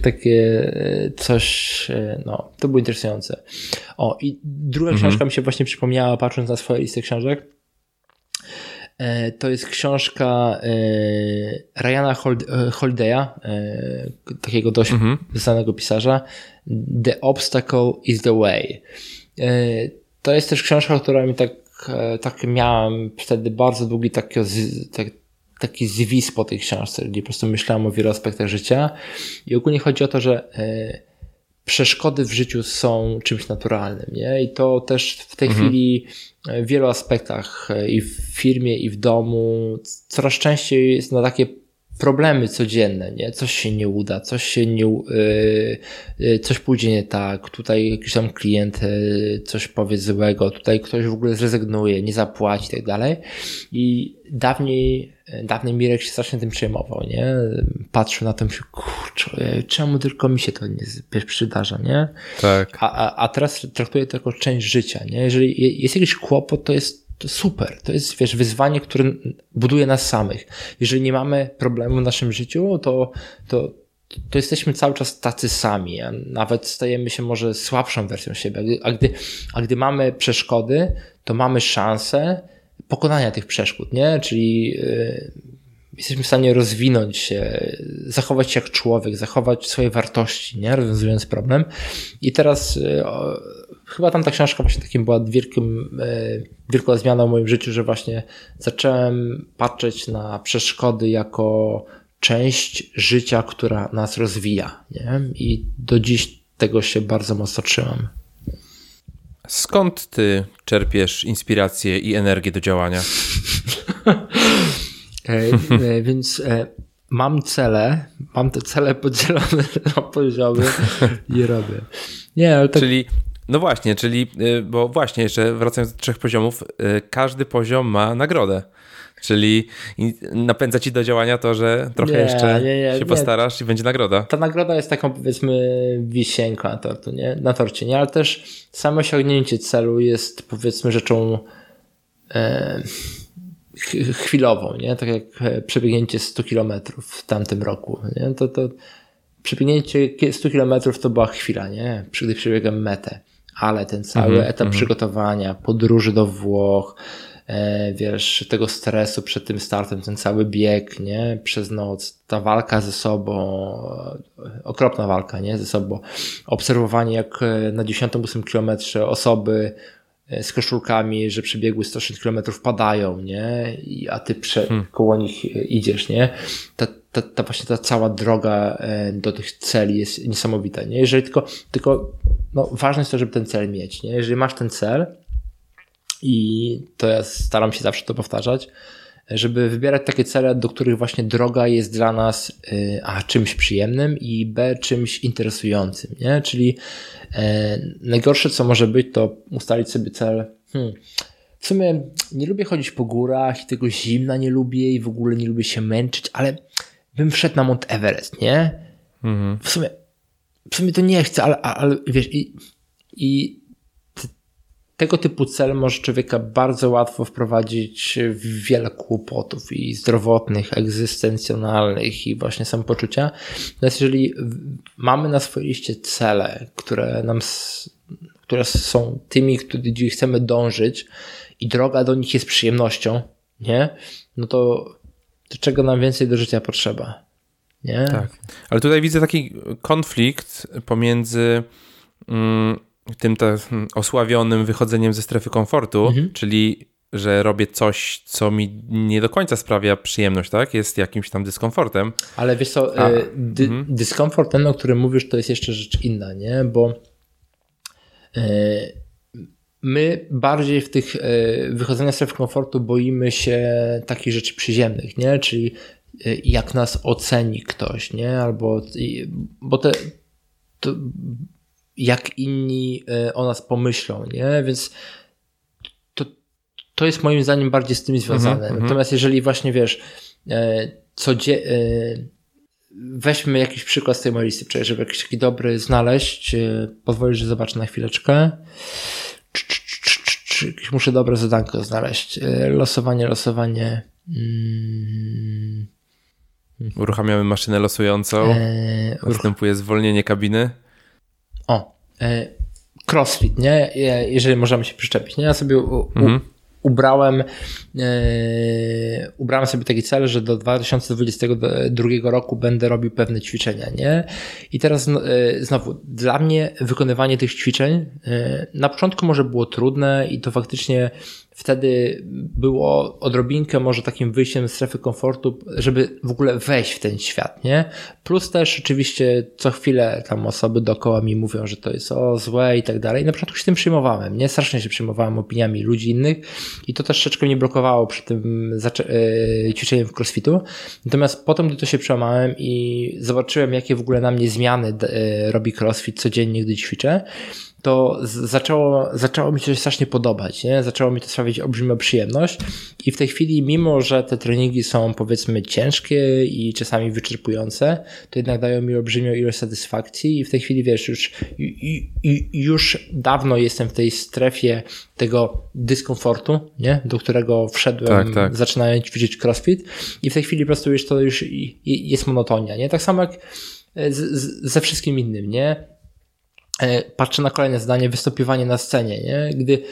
coś, no, to było interesujące. O, i druga książka mi się właśnie przypomniała, patrząc na swoje listy książek. To jest książka Ryana Holiday'a, takiego dość znanego pisarza. The Obstacle is the Way. To jest też książka, która mi tak miałem wtedy bardzo długi taki zwis po tej książce, gdzie po prostu myślałem o wielu aspektach życia i ogólnie chodzi o to, że przeszkody w życiu są czymś naturalnym, nie? I to też w tej chwili w wielu aspektach i w firmie, i w domu coraz częściej jest na takie problemy codzienne, nie? Coś się nie uda, coś pójdzie nie tak, tutaj jakiś tam klient coś powie złego, tutaj ktoś w ogóle zrezygnuje, nie zapłaci i tak dalej. I dawniej Mirek się strasznie tym przejmował, nie? Patrzył na to i myślał, kurczę, czemu tylko mi się to nie przydarza, nie? Tak. A teraz traktuję to jako część życia, nie? Jeżeli jest jakiś kłopot, to super. To jest, wiesz, wyzwanie, które buduje nas samych. Jeżeli nie mamy problemu w naszym życiu, to jesteśmy cały czas tacy sami, a nawet stajemy się może słabszą wersją siebie. A gdy mamy przeszkody, to mamy szansę pokonania tych przeszkód, nie? Czyli jesteśmy w stanie rozwinąć się, zachować się jak człowiek, zachować swoje wartości, nie? Rozwiązując problem. I teraz chyba tam ta książka właśnie takim była wielką zmianą w moim życiu, że właśnie zacząłem patrzeć na przeszkody jako część życia, która nas rozwija, nie? I do dziś tego się bardzo mocno trzymam. Skąd ty czerpiesz inspirację i energię do działania? Więc mam te cele podzielone na poziomy i robię. Nie, ale tak... Bo właśnie jeszcze wracając do 3 poziomów, każdy poziom ma nagrodę. Czyli napędza ci do działania to, że trochę się postarasz i będzie nagroda. Ta nagroda jest taką, powiedzmy, wisienką na torcie, nie? Ale też samo osiągnięcie celu jest, powiedzmy, rzeczą chwilową, nie? Tak jak przebiegnięcie 100 kilometrów w tamtym roku, nie? To przebiegnięcie 100 kilometrów to była chwila, nie? Gdy przebiegłem metę. Ale ten cały etap przygotowania, podróży do Włoch, wiesz, tego stresu przed tym startem, ten cały bieg, nie? Przez noc, ta walka ze sobą, okropna walka, nie? Ze sobą. Obserwowanie, jak na 98 kilometrze osoby z koszulkami, że przebiegły 106 kilometrów padają, nie? A ty koło nich idziesz, nie? Właśnie ta cała droga do tych celi jest niesamowita, nie? Jeżeli tylko ważne jest to, żeby ten cel mieć, nie? Jeżeli masz ten cel i to ja staram się zawsze to powtarzać, żeby wybierać takie cele, do których właśnie droga jest dla nas czymś przyjemnym i b czymś interesującym, nie? Czyli najgorsze co może być, to ustalić sobie cel. W sumie nie lubię chodzić po górach i tego zimna nie lubię i w ogóle nie lubię się męczyć, ale bym wszedł na Mount Everest, nie? W sumie to nie chcę, ale wiesz, i tego typu cel może człowieka bardzo łatwo wprowadzić w wiele kłopotów i zdrowotnych, egzystencjonalnych i właśnie samopoczucia. Natomiast jeżeli mamy na swojej liście cele, które są tymi, gdzie chcemy dążyć i droga do nich jest przyjemnością, nie? No to czego nam więcej do życia potrzeba, nie? Tak, ale tutaj widzę taki konflikt pomiędzy tym osławionym wychodzeniem ze strefy komfortu, czyli że robię coś, co mi nie do końca sprawia przyjemność, tak? Jest jakimś tam dyskomfortem. Ale wiesz co, dyskomfort ten, o którym mówisz, to jest jeszcze rzecz inna, nie? Bo my bardziej w tych wychodzeniach z strefy komfortu boimy się takich rzeczy przyziemnych, nie? Czyli jak nas oceni ktoś, nie? Albo jak inni o nas pomyślą, nie? Więc to jest moim zdaniem bardziej z tym związane. Natomiast jeżeli właśnie wiesz, weźmy jakiś przykład z tej mojej listy, żeby jakiś taki dobry znaleźć, pozwolisz, że zobaczę na chwileczkę. Muszę dobre zadanko znaleźć. Losowanie. Uruchamiamy maszynę losującą. Następuje zwolnienie kabiny. CrossFit, nie? Jeżeli możemy się przyczepić, nie? Ja sobie ubrałem sobie taki cel, że do 2022 roku będę robił pewne ćwiczenia, nie? I teraz znowu, dla mnie wykonywanie tych ćwiczeń na początku może było trudne i to faktycznie wtedy było odrobinkę może takim wyjściem z strefy komfortu, żeby w ogóle wejść w ten świat, nie? Plus też oczywiście co chwilę tam osoby dookoła mi mówią, że to jest złe i tak dalej. Na początku się tym przejmowałem, nie? Strasznie się przejmowałem opiniami ludzi innych i to też troszeczkę mnie blokowało przy tym ćwiczeniem w crossfitu. Natomiast potem gdy to się przełamałem i zobaczyłem, jakie w ogóle na mnie zmiany robi crossfit codziennie, gdy ćwiczę, to zaczęło mi się strasznie podobać, nie? Zaczęło mi to sprawiać olbrzymią przyjemność i w tej chwili, mimo że te treningi są powiedzmy ciężkie i czasami wyczerpujące, to jednak dają mi olbrzymią ilość satysfakcji i w tej chwili wiesz, już dawno jestem w tej strefie tego dyskomfortu, nie? Do którego wszedłem zaczynając ćwiczyć crossfit i w tej chwili po prostu już to już jest monotonia, nie? Tak samo jak ze wszystkim innym, nie? Patrzę na kolejne zdanie, występowanie na scenie, nie? Gdy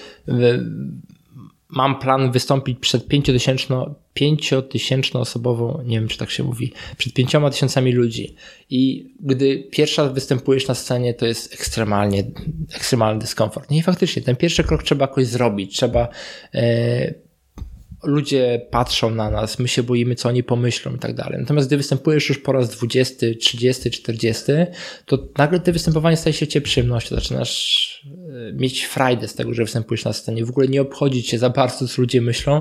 mam plan wystąpić przed 5-tysięczną osobową, nie wiem czy tak się mówi, przed 5,000 ludzi i gdy pierwszy raz występujesz na scenie, to jest ekstremalny dyskomfort. Nie, i faktycznie ten pierwszy krok trzeba jakoś zrobić, ludzie patrzą na nas, my się boimy, co oni pomyślą i tak dalej. Natomiast gdy występujesz już po raz 20, 30, 40, to nagle to występowanie staje się cię przyjemnością. Zaczynasz mieć frajdę z tego, że występujesz na scenie. W ogóle nie obchodzi cię za bardzo, co ludzie myślą.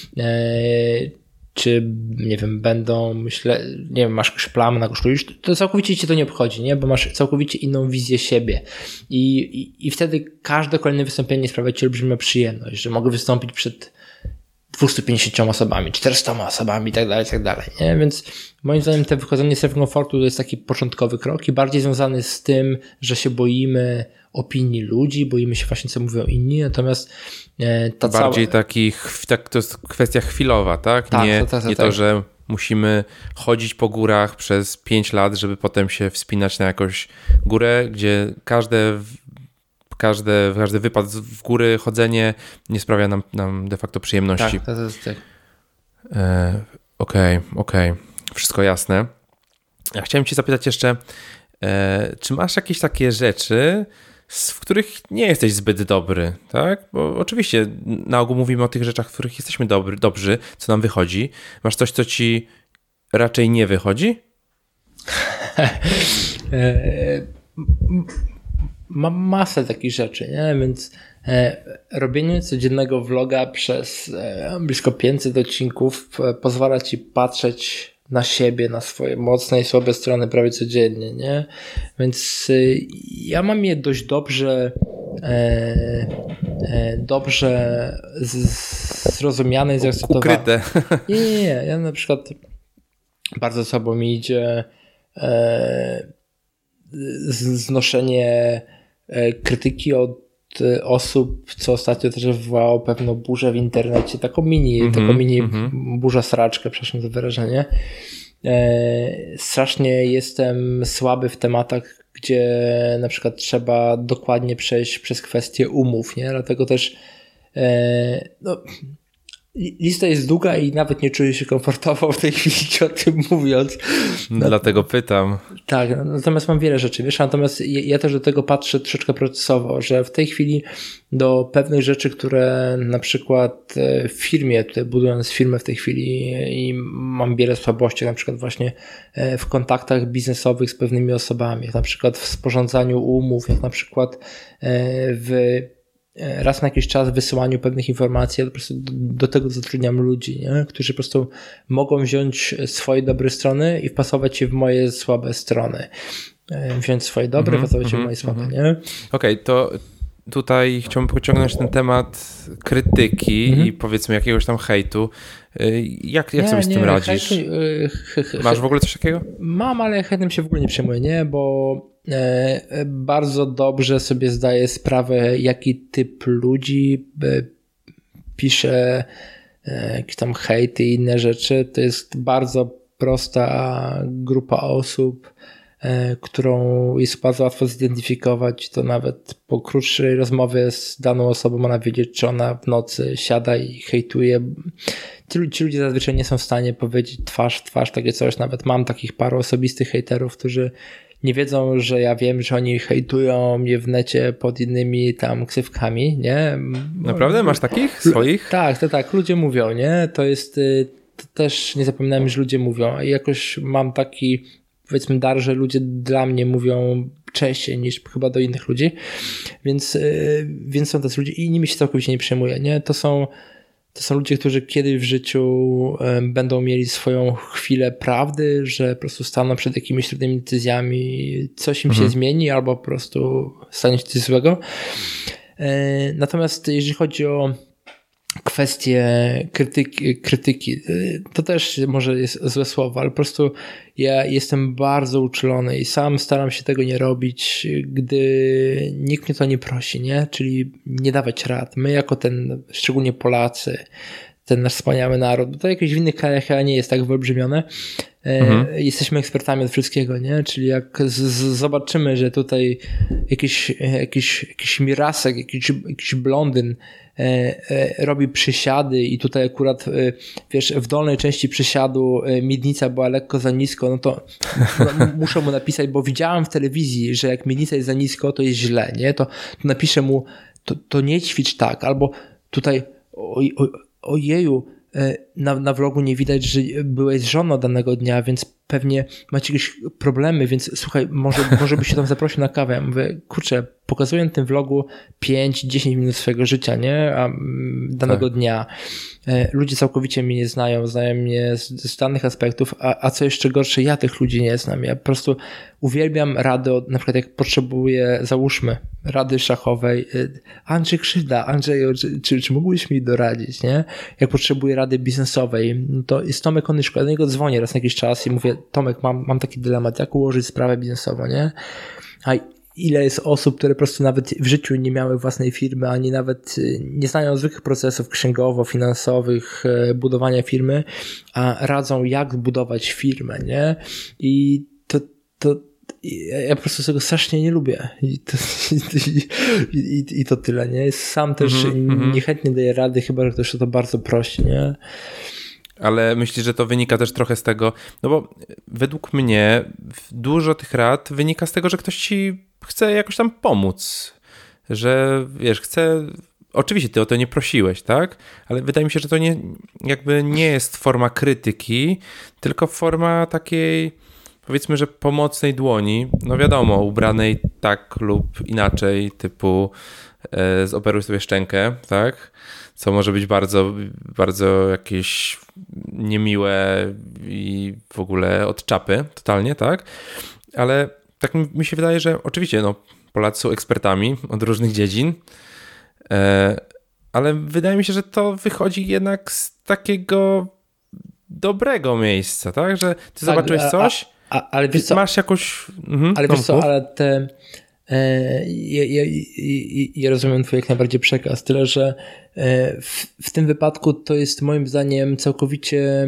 Czy, nie wiem, masz jakąś plamę na koszuli, to całkowicie cię to nie obchodzi, nie? Bo masz całkowicie inną wizję siebie. I wtedy każde kolejne wystąpienie sprawia ci olbrzymią przyjemność, że mogę wystąpić przed 250 osobami, 400 osobami i tak dalej, nie? Więc moim zdaniem to wychodzenie z strefy komfortu to jest taki początkowy krok i bardziej związany z tym, że się boimy opinii ludzi, boimy się właśnie co mówią inni, natomiast bardziej to jest kwestia chwilowa, tak? Nie to, że musimy chodzić po górach przez 5 lat, żeby potem się wspinać na jakąś górę, gdzie każdy wypad w góry, chodzenie nie sprawia nam de facto przyjemności. Tak. Okej. Wszystko jasne. Ja chciałem cię zapytać jeszcze, czy masz jakieś takie rzeczy, w których nie jesteś zbyt dobry, tak? Bo oczywiście na ogół mówimy o tych rzeczach, w których jesteśmy dobrzy, co nam wychodzi. Masz coś, co ci raczej nie wychodzi? Mam masę takich rzeczy, nie? Więc Robienie codziennego vloga przez blisko 500 odcinków pozwala ci patrzeć na siebie, na swoje mocne i słabe strony prawie codziennie, nie? Więc ja mam je dość dobrze zrozumiane i zaakceptowane. Ukryte. Nie. Ja na przykład bardzo słabo mi idzie znoszenie krytyki od osób, co ostatnio też wywołało pewną burzę w internecie, taką mini burza sraczkę, przepraszam za wyrażenie. Strasznie jestem słaby w tematach, gdzie na przykład trzeba dokładnie przejść przez kwestię umów, nie? Dlatego też lista jest długa i nawet nie czuję się komfortowo w tej chwili o tym mówiąc. Dlatego pytam. Tak, natomiast mam wiele rzeczy, wiesz, natomiast ja też do tego patrzę troszeczkę procesowo, że w tej chwili do pewnych rzeczy, które na przykład w firmie, tutaj budując firmę w tej chwili i mam wiele słabości, na przykład właśnie w kontaktach biznesowych z pewnymi osobami, jak na przykład w sporządzaniu umów, jak na przykład w raz na jakiś czas wysyłaniu pewnych informacji, ja po prostu do tego zatrudniam ludzi, nie? Którzy po prostu mogą wziąć swoje dobre strony i wpasować je w moje słabe strony. Wziąć swoje dobre, wpasować je w moje słabe, nie? Okej, to tutaj chciałbym pociągnąć ten temat krytyki i powiedzmy jakiegoś tam hejtu. Jak sobie z tym radzisz? Masz w ogóle coś takiego? Mam, ale hejtem się w ogóle nie przejmuję, nie? Bo bardzo dobrze sobie zdaję sprawę, jaki typ ludzi pisze jakieś tam hejty i inne rzeczy. To jest bardzo prosta grupa osób, którą jest bardzo łatwo zidentyfikować. To nawet po krótszej rozmowie z daną osobą można wiedzieć, czy ona w nocy siada i hejtuje. Ci ludzie zazwyczaj nie są w stanie powiedzieć twarz w twarz takie coś. Nawet mam takich paru osobistych hejterów, którzy nie wiedzą, że ja wiem, że oni hejtują mnie w necie pod innymi tam ksywkami, nie? Naprawdę? Masz takich swoich? Tak. Ludzie mówią, nie? To jest, to też nie zapominałem, że ludzie mówią. I jakoś mam taki, powiedzmy, dar, że ludzie dla mnie mówią częściej niż chyba do innych ludzi. Więc są tacy ludzie i nimi się całkowicie nie przejmuję, nie? To są ludzie, którzy kiedyś w życiu będą mieli swoją chwilę prawdy, że po prostu staną przed jakimiś trudnymi decyzjami, coś im się zmieni albo po prostu stanie się coś złego. Natomiast jeżeli chodzi o kwestię krytyki, to też może jest złe słowo, ale po prostu ja jestem bardzo uczulony i sam staram się tego nie robić, gdy nikt mnie to nie prosi, nie? Czyli nie dawać rad. My jako szczególnie Polacy, ten nasz wspaniały naród, bo to jakieś w innych krajach nie jest tak wyolbrzymione, jesteśmy ekspertami od wszystkiego, nie? Czyli jak zobaczymy, że tutaj jakiś mirasek, jakiś blondyn robi przysiady i tutaj akurat, wiesz, w dolnej części przysiadu miednica była lekko za nisko, no to muszę mu napisać, bo widziałem w telewizji, że jak miednica jest za nisko, to jest źle, nie? To napiszę mu, to nie ćwicz tak, albo tutaj ojeju, na vlogu nie widać, że byłeś z żoną danego dnia, więc pewnie macie jakieś problemy, więc słuchaj, może byś się tam zaprosił na kawę. Ja mówię, kurczę, pokazuję na tym vlogu 5-10 minut swojego życia, nie? Danego dnia. Ludzie całkowicie mnie nie znają mnie z danych aspektów, a co jeszcze gorsze, ja tych ludzi nie znam. Ja po prostu uwielbiam rady, na przykład jak potrzebuję, załóżmy, rady szachowej. Andrzej Krzywda, Andrzeju, czy mógłbyś mi doradzić, nie? Jak potrzebuję rady biznesowej, to jest Tomek Onyszko, ja do niego dzwonię raz na jakiś czas i mówię, Tomek, mam taki dylemat, jak ułożyć sprawę biznesową, nie? A ile jest osób, które po prostu nawet w życiu nie miały własnej firmy, ani nawet nie znają zwykłych procesów księgowo-finansowych, budowania firmy, a radzą, jak budować firmę, nie? I to ja po prostu tego strasznie nie lubię. I to tyle, nie? Sam też niechętnie daję rady, chyba że ktoś to bardzo prosi, nie? Ale myślisz, że to wynika też trochę z tego, no bo według mnie dużo tych rad wynika z tego, że ktoś ci chce jakoś tam pomóc, że wiesz, oczywiście ty o to nie prosiłeś, tak? Ale wydaje mi się, że to nie jest forma krytyki, tylko forma takiej, powiedzmy, że pomocnej dłoni, no wiadomo, ubranej tak lub inaczej, typu zoperuj sobie szczękę, tak? Co może być bardzo, bardzo jakieś niemiłe i w ogóle od czapy totalnie, tak? Ale tak mi się wydaje, że oczywiście no, Polacy są ekspertami od różnych dziedzin, ale wydaje mi się, że to wychodzi jednak z takiego dobrego miejsca, tak? Że ty zobaczyłeś coś, ale wiesz co, masz jakąś... ale wiesz co, ale te... Ja rozumiem twój jak najbardziej przekaz, tyle że w tym wypadku to jest moim zdaniem całkowicie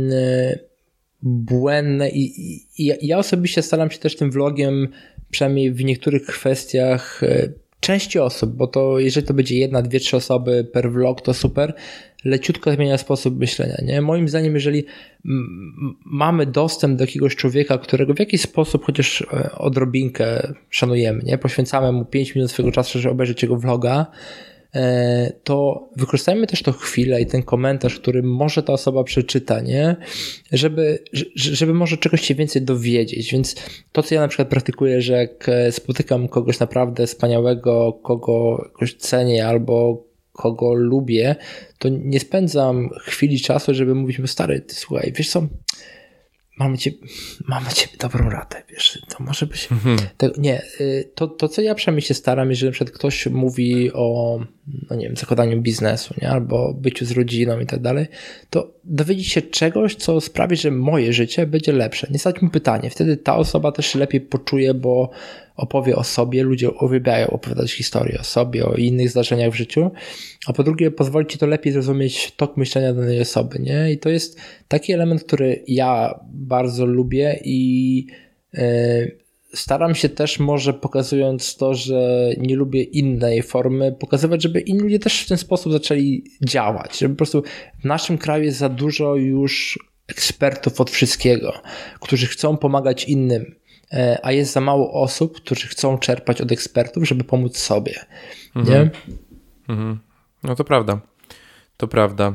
błędne i ja osobiście staram się też tym vlogiem, przynajmniej w niektórych kwestiach części osób, bo to jeżeli to będzie 1, 2, 3 osoby per vlog, to super, leciutko zmienia sposób myślenia. Nie? Moim zdaniem, jeżeli mamy dostęp do jakiegoś człowieka, którego w jakiś sposób chociaż odrobinkę szanujemy, nie? Poświęcamy mu 5 minut swojego czasu, żeby obejrzeć jego vloga, to wykorzystajmy też tą chwilę i ten komentarz, który może ta osoba przeczyta, nie? Żeby może czegoś się więcej dowiedzieć. Więc to, co ja na przykład praktykuję, że jak spotykam kogoś naprawdę wspaniałego, kogo jakoś cenię albo kogo lubię, to nie spędzam chwili czasu, żeby mówić mu, stary, ty słuchaj, wiesz co, mamy ciebie dobrą radę, wiesz, to może być... To co ja przynajmniej się staram, jeżeli na przykład ktoś mówi o, no nie wiem, zakładaniu biznesu, nie, albo byciu z rodziną i tak dalej, to dowiedzieć się czegoś, co sprawi, że moje życie będzie lepsze. Nie zadać mu pytanie, wtedy ta osoba też się lepiej poczuje, bo opowie o sobie, ludzie uwielbiają opowiadać historię o sobie, o innych zdarzeniach w życiu, a po drugie pozwoli ci to lepiej zrozumieć tok myślenia danej osoby, nie? I to jest taki element, który ja bardzo lubię i staram się też może pokazując to, że nie lubię innej formy, pokazywać, żeby inni ludzie też w ten sposób zaczęli działać, żeby po prostu w naszym kraju jest za dużo już ekspertów od wszystkiego, którzy chcą pomagać innym, a jest za mało osób, którzy chcą czerpać od ekspertów, żeby pomóc sobie. Nie? No to prawda. To prawda.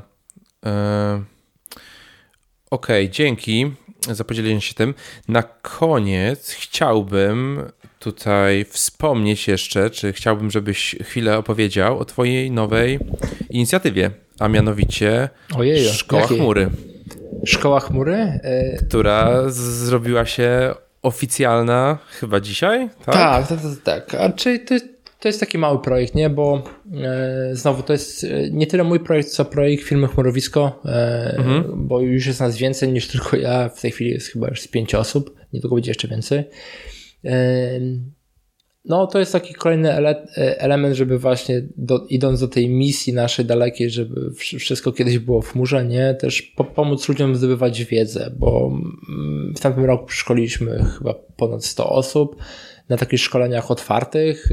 Okej, dzięki za podzielenie się tym. Na koniec chciałbym tutaj wspomnieć jeszcze, czy chciałbym, żebyś chwilę opowiedział o twojej nowej inicjatywie, a mianowicie Szkoła Chmury. Szkoła Chmury? Która zrobiła się oficjalna chyba dzisiaj, tak? Tak. A czyli to jest taki mały projekt, nie? Bo znowu to jest nie tyle mój projekt, co projekt firmy Chmurowisko, bo już jest nas więcej niż tylko ja. W tej chwili jest chyba już 5 osób, niedługo będzie jeszcze więcej. No to jest taki kolejny element, żeby właśnie idąc do tej misji naszej dalekiej, żeby wszystko kiedyś było w chmurze, nie? Też pomóc ludziom zdobywać wiedzę, bo w tamtym roku przeszkoliliśmy chyba ponad 100 osób na takich szkoleniach otwartych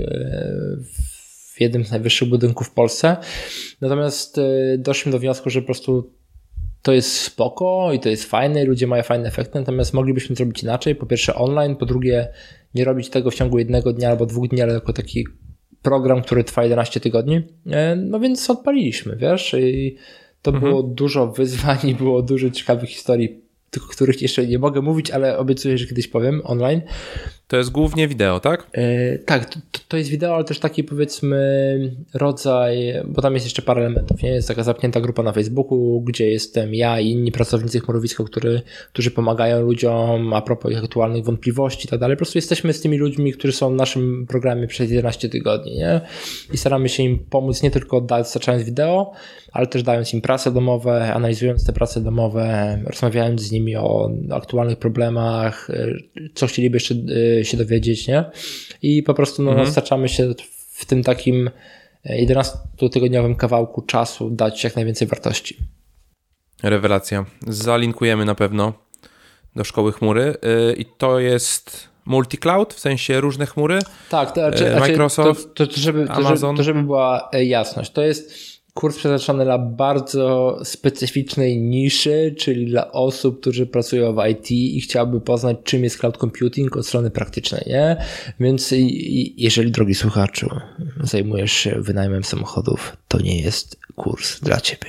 w jednym z najwyższych budynków w Polsce. Natomiast doszliśmy do wniosku, że po prostu to jest spoko i to jest fajne i ludzie mają fajne efekty, natomiast moglibyśmy zrobić inaczej. Po pierwsze online, po drugie nie robić tego w ciągu 1 dnia albo 2 dni, ale jako taki program, który trwa 11 tygodni. No więc odpaliliśmy, wiesz, i to było dużo wyzwań i było dużo ciekawych historii, o których jeszcze nie mogę mówić, ale obiecuję, że kiedyś powiem online. To jest głównie wideo, tak? Tak, to jest wideo, ale też taki powiedzmy rodzaj, bo tam jest jeszcze parę elementów, nie? Jest taka zamknięta grupa na Facebooku, gdzie jestem ja i inni pracownicy Chmurowiska, którzy pomagają ludziom a propos ich aktualnych wątpliwości i tak dalej. Po prostu jesteśmy z tymi ludźmi, którzy są w naszym programie przez 11 tygodni, nie? I staramy się im pomóc nie tylko dostarczając wideo, ale też dając im prace domowe, analizując te prace domowe, rozmawiając z nimi o aktualnych problemach, co chcieliby jeszcze się dowiedzieć, nie? I po prostu dostarczamy się w tym takim 11-tygodniowym kawałku czasu dać jak najwięcej wartości. Rewelacja. Zalinkujemy na pewno do Szkoły Chmury i to jest multi-cloud, w sensie różne chmury? Tak, Microsoft, Amazon. Żeby była jasność, to jest kurs przeznaczony dla bardzo specyficznej niszy, czyli dla osób, którzy pracują w IT i chciałyby poznać, czym jest cloud computing od strony praktycznej, nie? Więc jeżeli, drogi słuchaczu, zajmujesz się wynajmem samochodów, to nie jest kurs dla ciebie.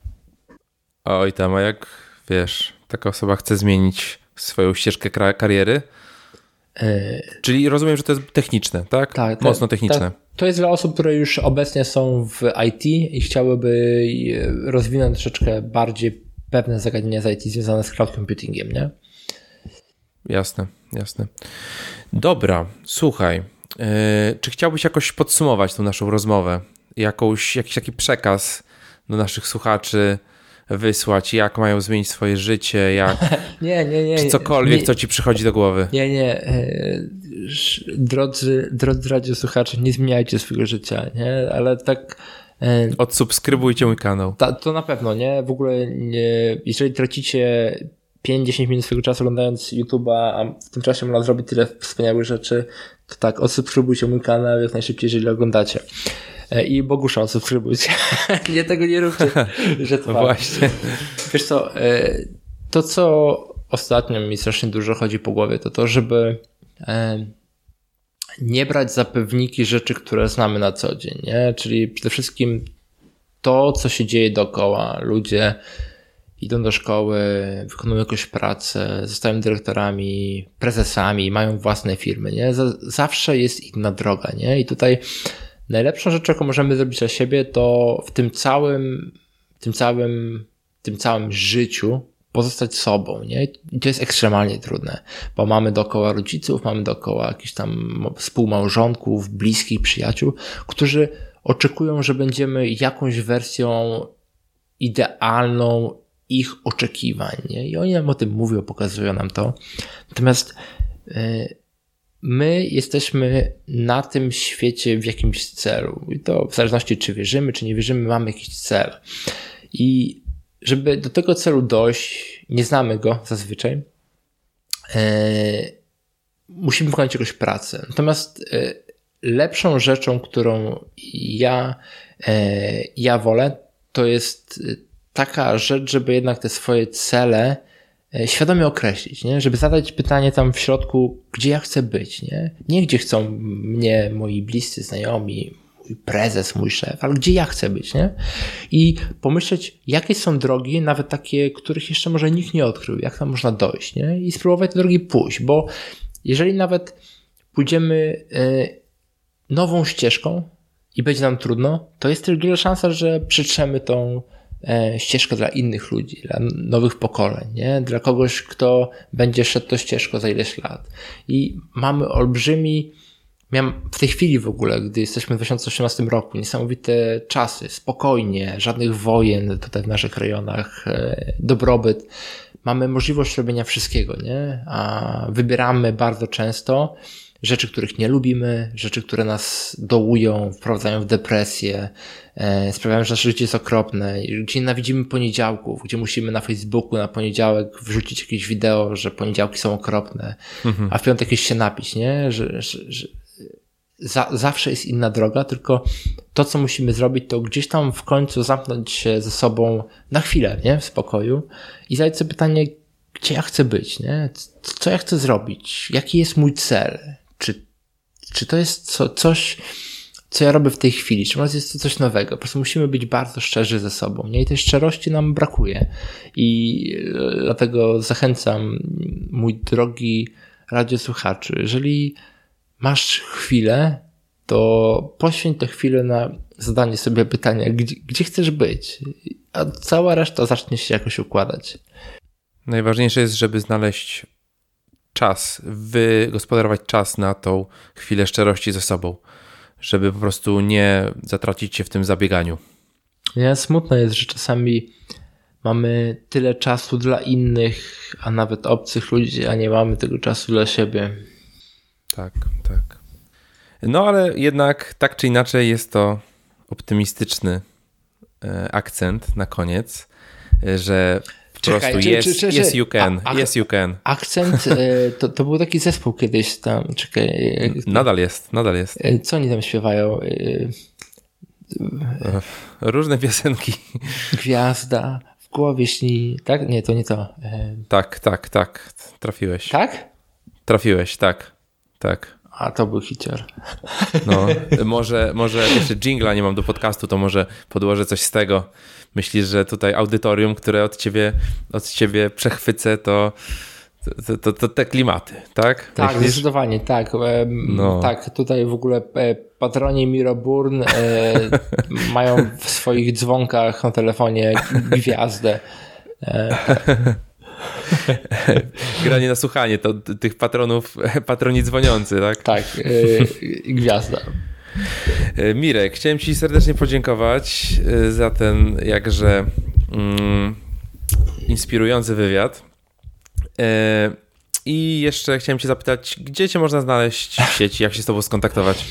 Oj tam, a jak wiesz, taka osoba chce zmienić swoją ścieżkę kariery, Czyli rozumiem, że to jest techniczne, tak? Tak. Mocno techniczne. To jest dla osób, które już obecnie są w IT i chciałyby rozwinąć troszeczkę bardziej pewne zagadnienia z IT związane z cloud computingiem, nie? Jasne. Dobra, słuchaj, czy chciałbyś jakoś podsumować tą naszą rozmowę? Jakiś taki przekaz do naszych słuchaczy wysłać, jak mają zmienić swoje życie, Nie. czy cokolwiek, co ci przychodzi do głowy? Nie. Drodzy radiosłuchacze, nie zmieniajcie swojego życia, nie? Ale tak... Odsubskrybujcie mój kanał. To na pewno, nie? W ogóle jeżeli tracicie 5-10 minut swojego czasu oglądając YouTube'a, a w tym czasie można zrobić tyle wspaniałych rzeczy, to tak, odsubskrybujcie mój kanał jak najszybciej, jeżeli oglądacie. I Bogusza odsubskrybujcie. Nie, tego nie róbcie. Że to właśnie. Wiesz co, to co ostatnio mi strasznie dużo chodzi po głowie, to żeby nie brać za pewniki rzeczy, które znamy na co dzień, nie? Czyli przede wszystkim to, co się dzieje dookoła. Ludzie idą do szkoły, wykonują jakąś pracę, zostają dyrektorami, prezesami, mają własne firmy, nie? Zawsze jest inna droga, nie? I tutaj najlepszą rzeczą, jaką możemy zrobić dla siebie, to w tym całym życiu pozostać sobą, nie? I to jest ekstremalnie trudne, bo mamy dookoła rodziców, mamy dookoła jakichś tam współmałżonków, bliskich, przyjaciół, którzy oczekują, że będziemy jakąś wersją idealną ich oczekiwań, nie? I oni nam o tym mówią, pokazują nam to. Natomiast my jesteśmy na tym świecie w jakimś celu. I to w zależności, czy wierzymy, czy nie wierzymy, mamy jakiś cel. I żeby do tego celu dojść, nie znamy go zazwyczaj, musimy wykonać jakąś pracę. Natomiast lepszą rzeczą, którą ja wolę, to jest taka rzecz, żeby jednak te swoje cele świadomie określić, nie? Żeby zadać pytanie tam w środku, gdzie ja chcę być, nie? Nie gdzie chcą mnie moi bliscy znajomi, mój prezes, mój szef, ale gdzie ja chcę być, nie? I pomyśleć, jakie są drogi, nawet takie, których jeszcze może nikt nie odkrył, jak tam można dojść, nie? I spróbować te drogi pójść, bo jeżeli nawet pójdziemy nową ścieżką i będzie nam trudno, to jest też duża szansa, że przetrzemy tą ścieżkę dla innych ludzi, dla nowych pokoleń, nie? Dla kogoś, kto będzie szedł tą ścieżką za ileś lat. I mamy miałem w tej chwili w ogóle, gdy jesteśmy w 2018 roku, niesamowite czasy, spokojnie, żadnych wojen tutaj w naszych rejonach, dobrobyt. Mamy możliwość robienia wszystkiego, nie? A wybieramy bardzo często rzeczy, których nie lubimy, rzeczy, które nas dołują, wprowadzają w depresję, sprawiają, że nasze życie jest okropne, gdzie nienawidzimy poniedziałków, gdzie musimy na Facebooku na poniedziałek wrzucić jakieś wideo, że poniedziałki są okropne, a w piątek się napić, nie? Że zawsze jest inna droga, tylko to, co musimy zrobić, to gdzieś tam w końcu zamknąć się ze sobą na chwilę, nie? W spokoju i zadać sobie pytanie, gdzie ja chcę być, nie? Co ja chcę zrobić? Jaki jest mój cel? Czy to jest coś, co ja robię w tej chwili? Czy może jest to coś nowego? Po prostu musimy być bardzo szczerzy ze sobą, nie? I tej szczerości nam brakuje. I dlatego zachęcam, mój drogi radiosłuchaczy, jeżeli masz chwilę, to poświęć tę chwilę na zadanie sobie pytania, gdzie chcesz być? A cała reszta zacznie się jakoś układać. Najważniejsze jest, żeby znaleźć czas, wygospodarować czas na tą chwilę szczerości ze sobą, żeby po prostu nie zatracić się w tym zabieganiu. Smutne jest, że czasami mamy tyle czasu dla innych, a nawet obcych ludzi, a nie mamy tego czasu dla siebie. Tak. No ale jednak tak czy inaczej jest to optymistyczny akcent na koniec, że po prostu yes you can, yes you can. Akcent, to był taki zespół kiedyś tam, Nadal jest. Co oni tam śpiewają? Różne piosenki. Gwiazda, w głowie śni, tak? Nie, to nie to. Tak, trafiłeś. Tak? Trafiłeś, tak. A to był hicior. No, może jeszcze dżingla nie mam do podcastu, to może podłożę coś z tego. Myślisz, że tutaj audytorium, które od ciebie przechwycę, To te klimaty, tak? Tak, Myślisz? zdecydowanie, tak. Tak, tutaj w ogóle patroni Miro Burn mają w swoich dzwonkach na telefonie gwiazdę. Granie na słuchanie, to tych patroni dzwoniący, tak? Tak, gwiazda. Mirek, chciałem Ci serdecznie podziękować za ten jakże inspirujący wywiad. I jeszcze chciałem Cię zapytać, gdzie Cię można znaleźć w sieci, jak się z Tobą skontaktować?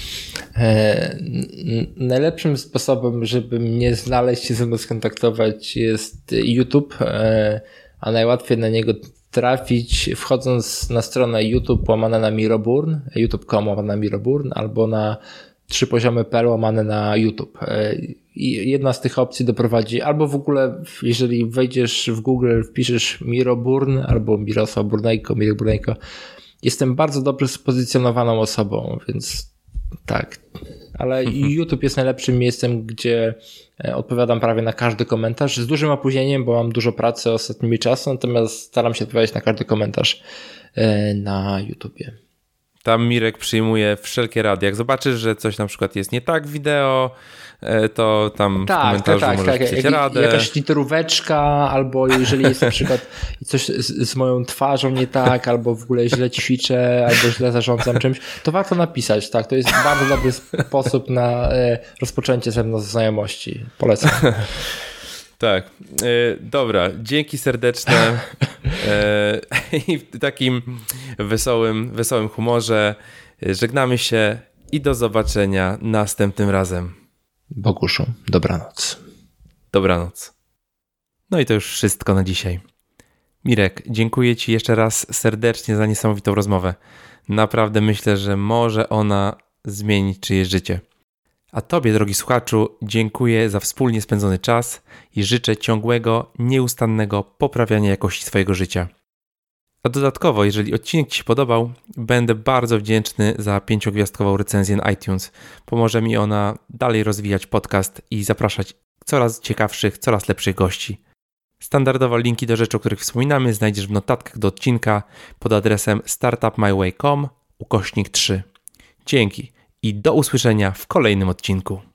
Najlepszym sposobem, żeby mnie znaleźć i ze mną skontaktować, jest YouTube, a najłatwiej na niego trafić wchodząc na stronę YouTube łamane na Miroburn, youtube.com łamane na Miroburn, albo na 3poziomy.pl łamane na YouTube. I jedna z tych opcji doprowadzi, albo w ogóle, jeżeli wejdziesz w Google, wpiszesz Miroburn albo Mirosław Burnejko, Mirek Burnejko, jestem bardzo dobrze spozycjonowaną osobą, więc tak. Ale YouTube jest najlepszym miejscem, gdzie odpowiadam prawie na każdy komentarz, z dużym opóźnieniem, bo mam dużo pracy ostatnimi czasem, natomiast staram się odpowiadać na każdy komentarz na YouTubie. Tam Mirek przyjmuje wszelkie rady. Jak zobaczysz, że coś na przykład jest nie tak w wideo, to tam w komentarzu możesz pisać radę. Jakaś literóweczka, albo jeżeli jest na przykład coś z moją twarzą nie tak, albo w ogóle źle ćwiczę, albo źle zarządzam czymś, to warto napisać. Tak, to jest bardzo dobry sposób na rozpoczęcie ze mną znajomości. Polecam. Tak. Dobra, dzięki serdeczne i w takim wesołym humorze żegnamy się i do zobaczenia następnym razem. Boguszu, dobranoc. Dobranoc. No i to już wszystko na dzisiaj. Mirek, dziękuję Ci jeszcze raz serdecznie za niesamowitą rozmowę. Naprawdę myślę, że może ona zmienić czyjeś życie. A Tobie, drogi słuchaczu, dziękuję za wspólnie spędzony czas i życzę ciągłego, nieustannego poprawiania jakości swojego życia. A dodatkowo, jeżeli odcinek Ci się podobał, będę bardzo wdzięczny za 5-gwiazdkową recenzję na iTunes. Pomoże mi ona dalej rozwijać podcast i zapraszać coraz ciekawszych, coraz lepszych gości. Standardowo linki do rzeczy, o których wspominamy, znajdziesz w notatkach do odcinka pod adresem startupmyway.com/3. Dzięki i do usłyszenia w kolejnym odcinku.